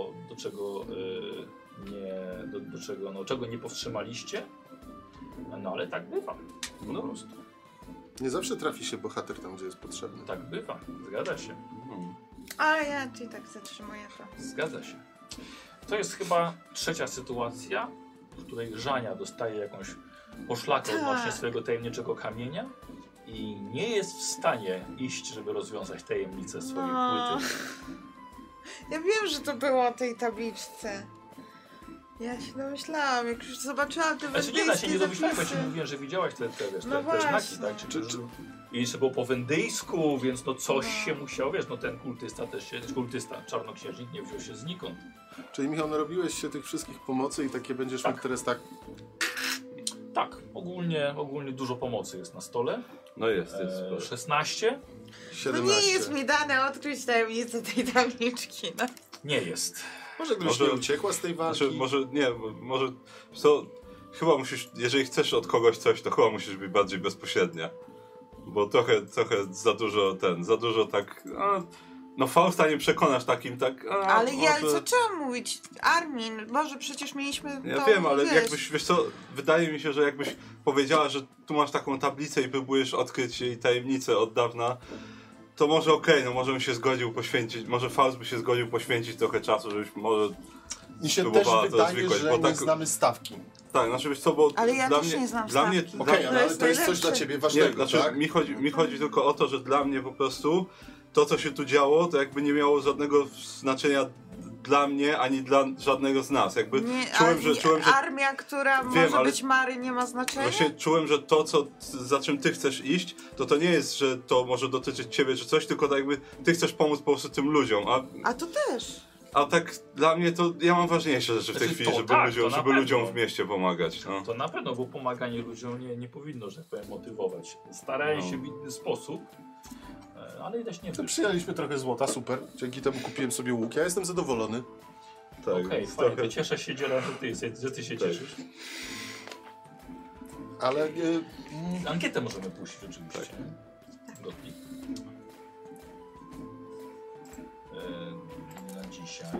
czego nie powstrzymaliście. No ale tak bywa. Po prostu. Nie zawsze trafi się bohater tam, gdzie jest potrzebny. Tak bywa. Zgadza się. Ale ja i tak zatrzymuję to. Zgadza się. To jest chyba trzecia sytuacja, w której Żania dostaje jakąś poszlakę odnośnie swojego tajemniczego kamienia i nie jest w stanie iść, żeby rozwiązać tajemnicę swojej płyty. Ja wiem, że to było o tej tabliczce. Ja się domyślałam, jak już zobaczyłam te Znaczy nie, ja się nie domyślałem, bo ja zapisy. ci mówiłem, że widziałaś te No znaki, właśnie. tak? I jeszcze było po wendyjsku, więc no coś się musiało, wiesz, no ten kultysta, czarnoksiężnik nie wziął się znikąd. Czyli Michał, narobiłeś się tych wszystkich pomocy i takie będziesz Tak. mógł teraz tak... Tak, ogólnie dużo pomocy jest na stole. no jest. 16. No 17. nie jest mi dane odkryć tajemnicę tej tabliczki, no. Nie jest. Może gdybyś nie uciekła z tej walki? Znaczy, może co, chyba musisz, jeżeli chcesz od kogoś coś, to chyba musisz być bardziej bezpośrednia. Bo trochę za dużo tak, no Fausta nie przekonasz takim tak, Ale ja może... zaczęłam mówić, Armin, może przecież mieliśmy Ja to, wiem, ale wiesz, jakbyś, wiesz co, wydaje mi się, że jakbyś powiedziała, że tu masz taką tablicę i próbujesz odkryć jej tajemnicę od dawna, to może okej, no może bym się zgodził poświęcić, może Faust by się zgodził poświęcić trochę czasu, żebyś może Mi się też spróbowała to wydaje, zwykłość, że bo nie tak, znamy stawki. tak, znaczy wiesz co, bo Ale ja dla też mnie, nie znam dla mnie, stawki. Okej, To ale jest to jest coś najlepsze. dla ciebie nie, ważnego, znaczy tak? mi chodzi tylko o to, że dla mnie po prostu to, co się tu działo, to jakby nie miało żadnego znaczenia dla mnie, ani dla żadnego z nas. Jakby nie, czułem, że armia, która Wiem, może ale- być Mary, nie ma znaczenia? właśnie czułem, że to, za czym ty chcesz iść, to nie jest, że to może dotyczyć ciebie czy coś, tylko tak jakby ty chcesz pomóc po prostu tym ludziom, A to też. a tak dla mnie to ja mam ważniejsze rzeczy w tej Znaczy, chwili, to żeby, tak, to na żeby ludziom pewno. w mieście pomagać. No. To na pewno, bo pomaganie ludziom nie powinno, że tak powiem, motywować. Starałem się w inny sposób, ale też nie To wyszło. przyjęliśmy trochę złota, super. Dzięki temu kupiłem sobie łuk. Ja jestem zadowolony. Tak, Okej, więc fajnie, trochę- to cieszę się, Dzielan, że ty się Tak. cieszysz. Ale Ankietę możemy puścić oczywiście. Gotli. Na dzisiaj.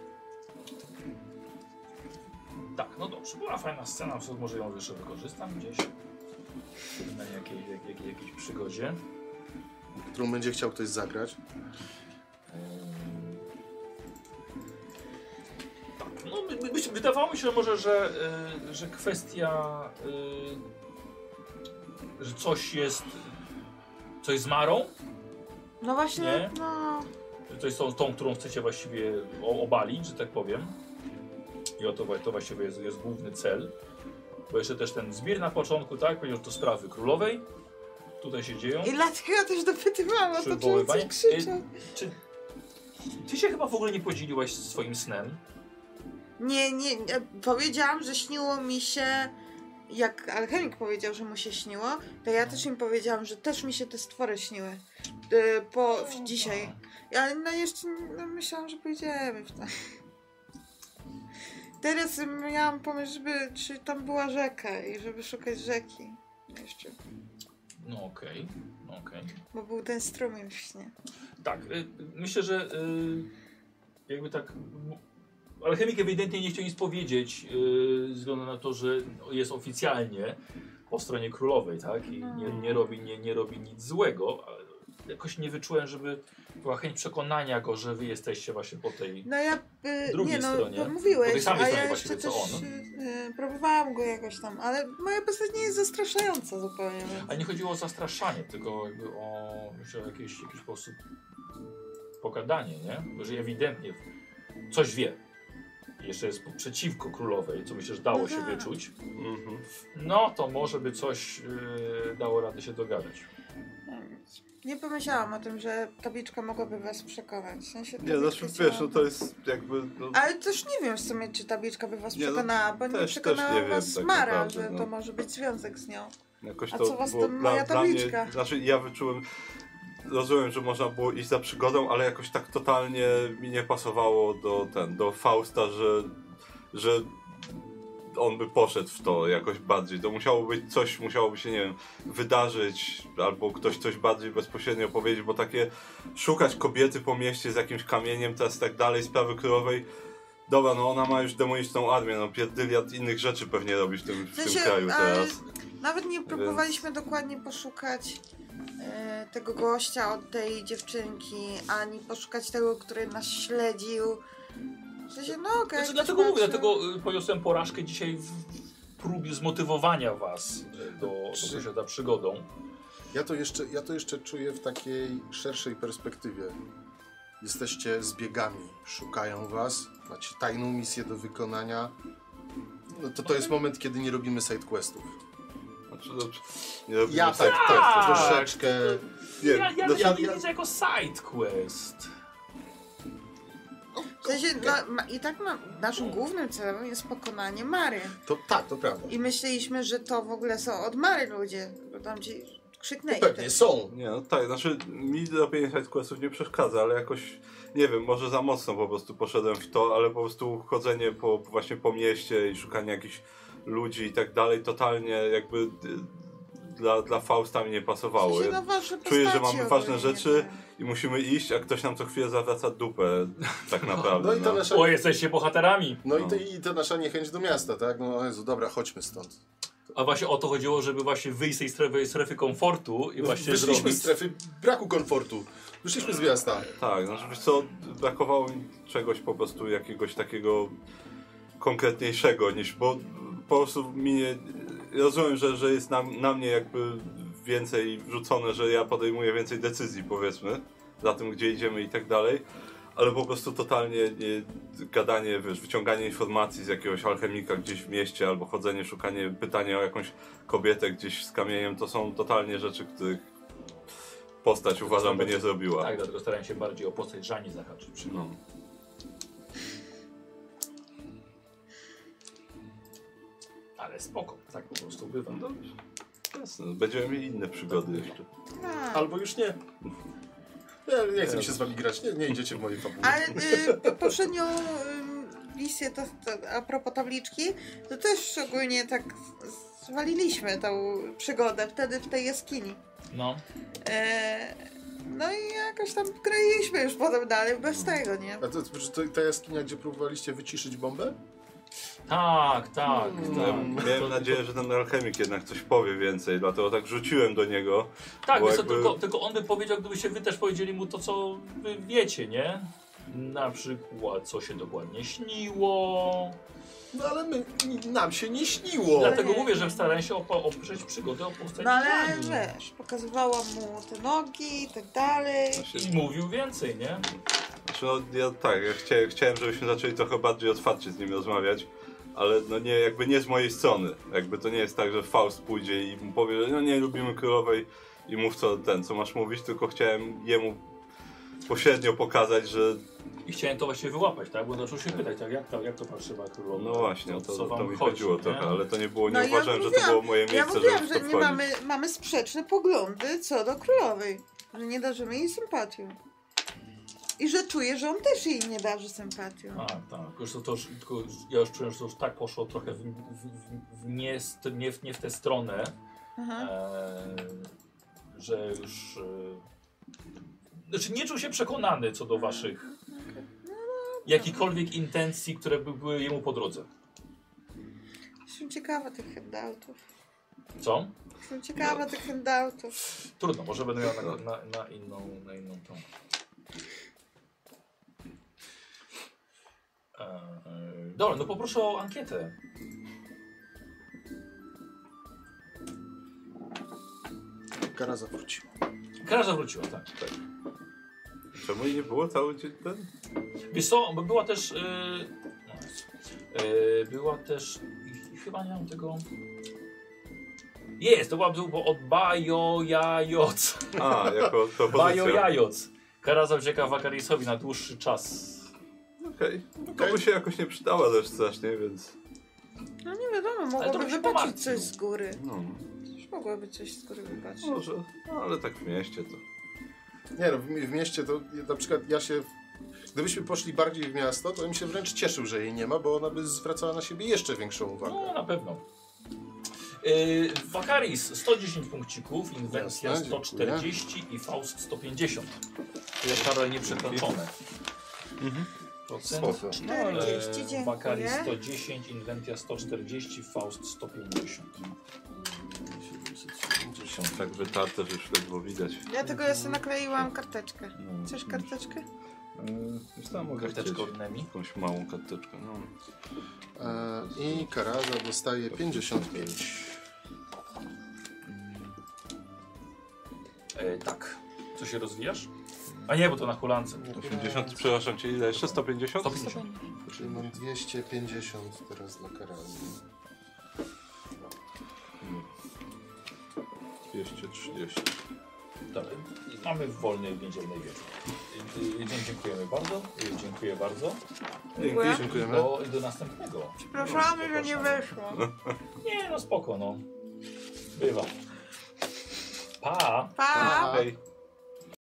Tak, no dobrze, była fajna scena, może ją jeszcze wykorzystam gdzieś. Na jakiejś przygodzie. którą będzie chciał ktoś zagrać. Tak, no wydawało mi się może, że kwestia, że coś z Marą, No właśnie, Nie? no. że to jest tą, którą chcecie właściwie obalić, że tak powiem. I to właściwie jest główny cel. Bo jeszcze też ten zbiór na początku, tak, ponieważ to sprawy królowej. Tutaj się dzieją. I dlatego też dopytywałam o to, czemu Przywoływanie. coś krzyczą. Czy ty się chyba w ogóle nie podzieliłaś swoim snem? Nie, powiedziałam, że śniło mi się, jak alchemik powiedział, że mu się śniło, to ja też im powiedziałam, że też mi się te stwory śniły. Dzisiaj. Ale no jeszcze myślałam, że pójdziemy w to. Teraz miałam pomysł, czy tam była rzeka i żeby szukać rzeki. Jeszcze. No okej. Bo był ten strumień w śnie. Tak, myślę, że jakby tak. Alchemik ewidentnie nie chciał nic powiedzieć, ze względu na to, że jest oficjalnie po stronie królowej, tak? I nie robi nic złego. Ale jakoś nie wyczułem, żeby była chęć przekonania go, że wy jesteście właśnie po tej. No ja drugiej stronie. to Po tej mówiłeś, samej a stronie ja właściwie, jeszcze co też on. próbowałam go jakoś tam, ale moja postać nie jest zastraszająca zupełnie. Więc... A nie chodziło o zastraszanie, tylko jakby o myślę, jakiś sposób pogadanie, nie? Że ewidentnie coś wie. Jeszcze jest przeciwko królowej, co myślę, że dało się wyczuć. No to może by coś dało radę się dogadać. Nie pomyślałam o tym, że tabliczka mogłaby was przekonać. W sensie Nie, znaczy wiesz, no to jest jakby... No, ale też nie wiem w sumie, czy tabliczka by was Nie, no, przekonała, bo nie też przekonała nie wiem was tak Mara, naprawdę, że no. to może być związek z nią. jakoś A to co was było to moja dla mnie, tabliczka? znaczy ja wyczułem... rozumiem, że można było iść za przygodą, ale jakoś tak totalnie mi nie pasowało do Fausta, że on by poszedł w to jakoś bardziej. To musiało być coś, musiałoby się, nie wiem, wydarzyć, albo ktoś coś bardziej bezpośrednio powiedzieć, bo takie szukać kobiety po mieście z jakimś kamieniem, teraz tak dalej, sprawy królowej. Dobra, no ona ma już demoniczną armię, no pierdyliard innych rzeczy pewnie robi w tym kraju teraz. Nawet nie próbowaliśmy dokładnie poszukać tego gościa od tej dziewczynki, ani poszukać tego, który nas śledził. W sensie, no okej. Znaczy, dlatego mówię, dlatego poniosłem porażkę dzisiaj w próbie zmotywowania was do posiada przygodą. Ja to jeszcze czuję w takiej szerszej perspektywie. Jesteście zbiegami, szukają was, macie tajną misję do wykonania. No to jest moment, kiedy nie robimy sidequestów. Znaczy, nie robimy Ja tak, troszeczkę... Ja nie widzę jako sidequest. W sensie, i tak naszym głównym celem jest pokonanie Mary. To prawda. I myśleliśmy, że to w ogóle są od Mary ludzie, bo tam ci krzyknęli. Pewnie są. Nie, no tak, znaczy mi robienie sidequestów nie przeszkadza, ale jakoś, nie wiem, może za mocno po prostu poszedłem w to, ale po prostu chodzenie właśnie po mieście i szukanie jakichś ludzi i tak dalej, totalnie jakby dla Fausta mi nie pasowało. W sensie, Czuję, że mamy ważne rzeczy tak. i musimy iść, a ktoś nam co chwilę zawraca dupę, tak naprawdę. No i to nasza... O, jesteście bohaterami! I to nasza niechęć do miasta, tak? No Jezu, dobra, chodźmy stąd. A właśnie o to chodziło, żeby właśnie wyjść z tej strefy komfortu i właśnie Wyszliśmy zrobić... z strefy braku komfortu. Wyszliśmy z miasta. Tak, znaczy wiesz co, brakowało mi czegoś po prostu jakiegoś takiego konkretniejszego niż, bo po prostu mi nie... Rozumiem, że jest na mnie jakby więcej wrzucone, że ja podejmuję więcej decyzji, powiedzmy, za tym, gdzie idziemy i tak dalej, ale po prostu totalnie gadanie, wiesz, wyciąganie informacji z jakiegoś alchemika gdzieś w mieście, albo chodzenie, szukanie, pytanie o jakąś kobietę gdzieś z kamieniem, to są totalnie rzeczy, których postać uważam by nie zrobiła. Tak, dlatego starałem się bardziej o postać Żani zahaczyć. No. Ale spoko, tak po prostu bywa. No, jasne, będziemy mieli inne przygody jeszcze. Albo już nie. Ja nie chcę mi się z wami grać, nie idziecie w moje fabuły. Ale poprzednią misję, to a propos tabliczki, to też ogólnie tak zwaliliśmy tą przygodę wtedy w tej jaskini. No. No i jakoś tam graliśmy już potem dalej bez tego, nie? A to ta jaskinia, gdzie próbowaliście wyciszyć bombę? Tak. Miałem nadzieję, że ten alchemik jednak coś powie więcej, dlatego tak rzuciłem do niego. Tak, bo wiesz, jakby... tylko on by powiedział, gdybyście wy też powiedzieli mu to, co wy wiecie, nie? Na przykład, co się dokładnie śniło. No ale nam się nie śniło. Dlatego mówię, że starałem się oprzeć przygodę o postaci No ale Żani. wiesz, pokazywałam mu te nogi i tak dalej. I mówił więcej, nie? Znaczy, no, ja chciałem, żebyśmy zaczęli trochę bardziej otwarcie z nim rozmawiać, ale no nie, jakby nie z mojej strony. Jakby to nie jest tak, że Faust pójdzie i mu powie, że no nie lubimy królowej i mów co masz mówić, tylko chciałem jemu pośrednio pokazać, że... I chciałem to właściwie wyłapać, tak? Bo zaczął się pytać, tak, jak to patrzyma królowa? No właśnie, co to wam mi chodzi, chodziło nie? trochę, ale to nie było, nie No uważałem, że to było moje miejsce, ja mówiłam, żeby że w nie to wchodzić. mamy sprzeczne poglądy co do królowej. Że nie darzymy jej sympatią. I że czuję, że on też jej nie darzy sympatią. Tak. Tylko ja już czułem, że to już tak poszło trochę nie w tę stronę, że już... Znaczy nie czuł się przekonany co do waszych jakichkolwiek intencji, które by były jemu po drodze. Jestem ciekawa tych handoutów. Co? Jestem ciekawa tych handoutów. Trudno, może będę miał na inną tą. Dobra, no poproszę o ankietę. Kara zawróciła. Kara zawróciła, tak. Czemu jej nie było cały dzień ten? Wiesz co, bo była też... była też... Chyba nie mam tego... Jest, to było od Bajo Jajoc. A, jako propozycja. Bajo Jajoc. Kara zawdzięka Wakarisowi na dłuższy czas. Okej. To by się jakoś nie przydała też strasznie, więc... No nie wiadomo, Ale mogłoby trochę się wybaczyć pomartwił. coś z góry. No, Mogłoby coś z góry wybaczyć. może, no, ale tak w mieście to... Nie no, w mieście to na przykład ja się... Gdybyśmy poszli bardziej w miasto, to bym się wręcz cieszył, że jej nie ma, bo ona by zwracała na siebie jeszcze większą uwagę. No, na pewno. Wakaris 110 punkcików, Inwencja Jasne, 140 i Faust 150. Jeszcze nieprzekroczone. Procent. Spoko. 40, dziękuję. Wakaris 110, Inwentia 140, Faust 150. Są tak wytarte, że już ledwo widać. Ja tego jeszcze nakleiłam karteczkę. Chcesz karteczkę? Już tam mogę Karteczkę chcieć. od Nemi. Jakąś małą karteczkę, no. I Karaza dostaje 55. Tak. Co się rozwijasz? A nie, bo to na hulance. 80, przepraszam cię, ile jeszcze? 150? 150. Czyli mam 250 teraz dla Karazy. 230. Dobra. Mamy wolny niedzielny wieczór. Dziękujemy bardzo. Dziękuję bardzo. Dziękuję. Dziękujemy. I do następnego. Przepraszamy, że nie weszło. Nie, no spoko, no. Bywa. Pa! Pa! Hej.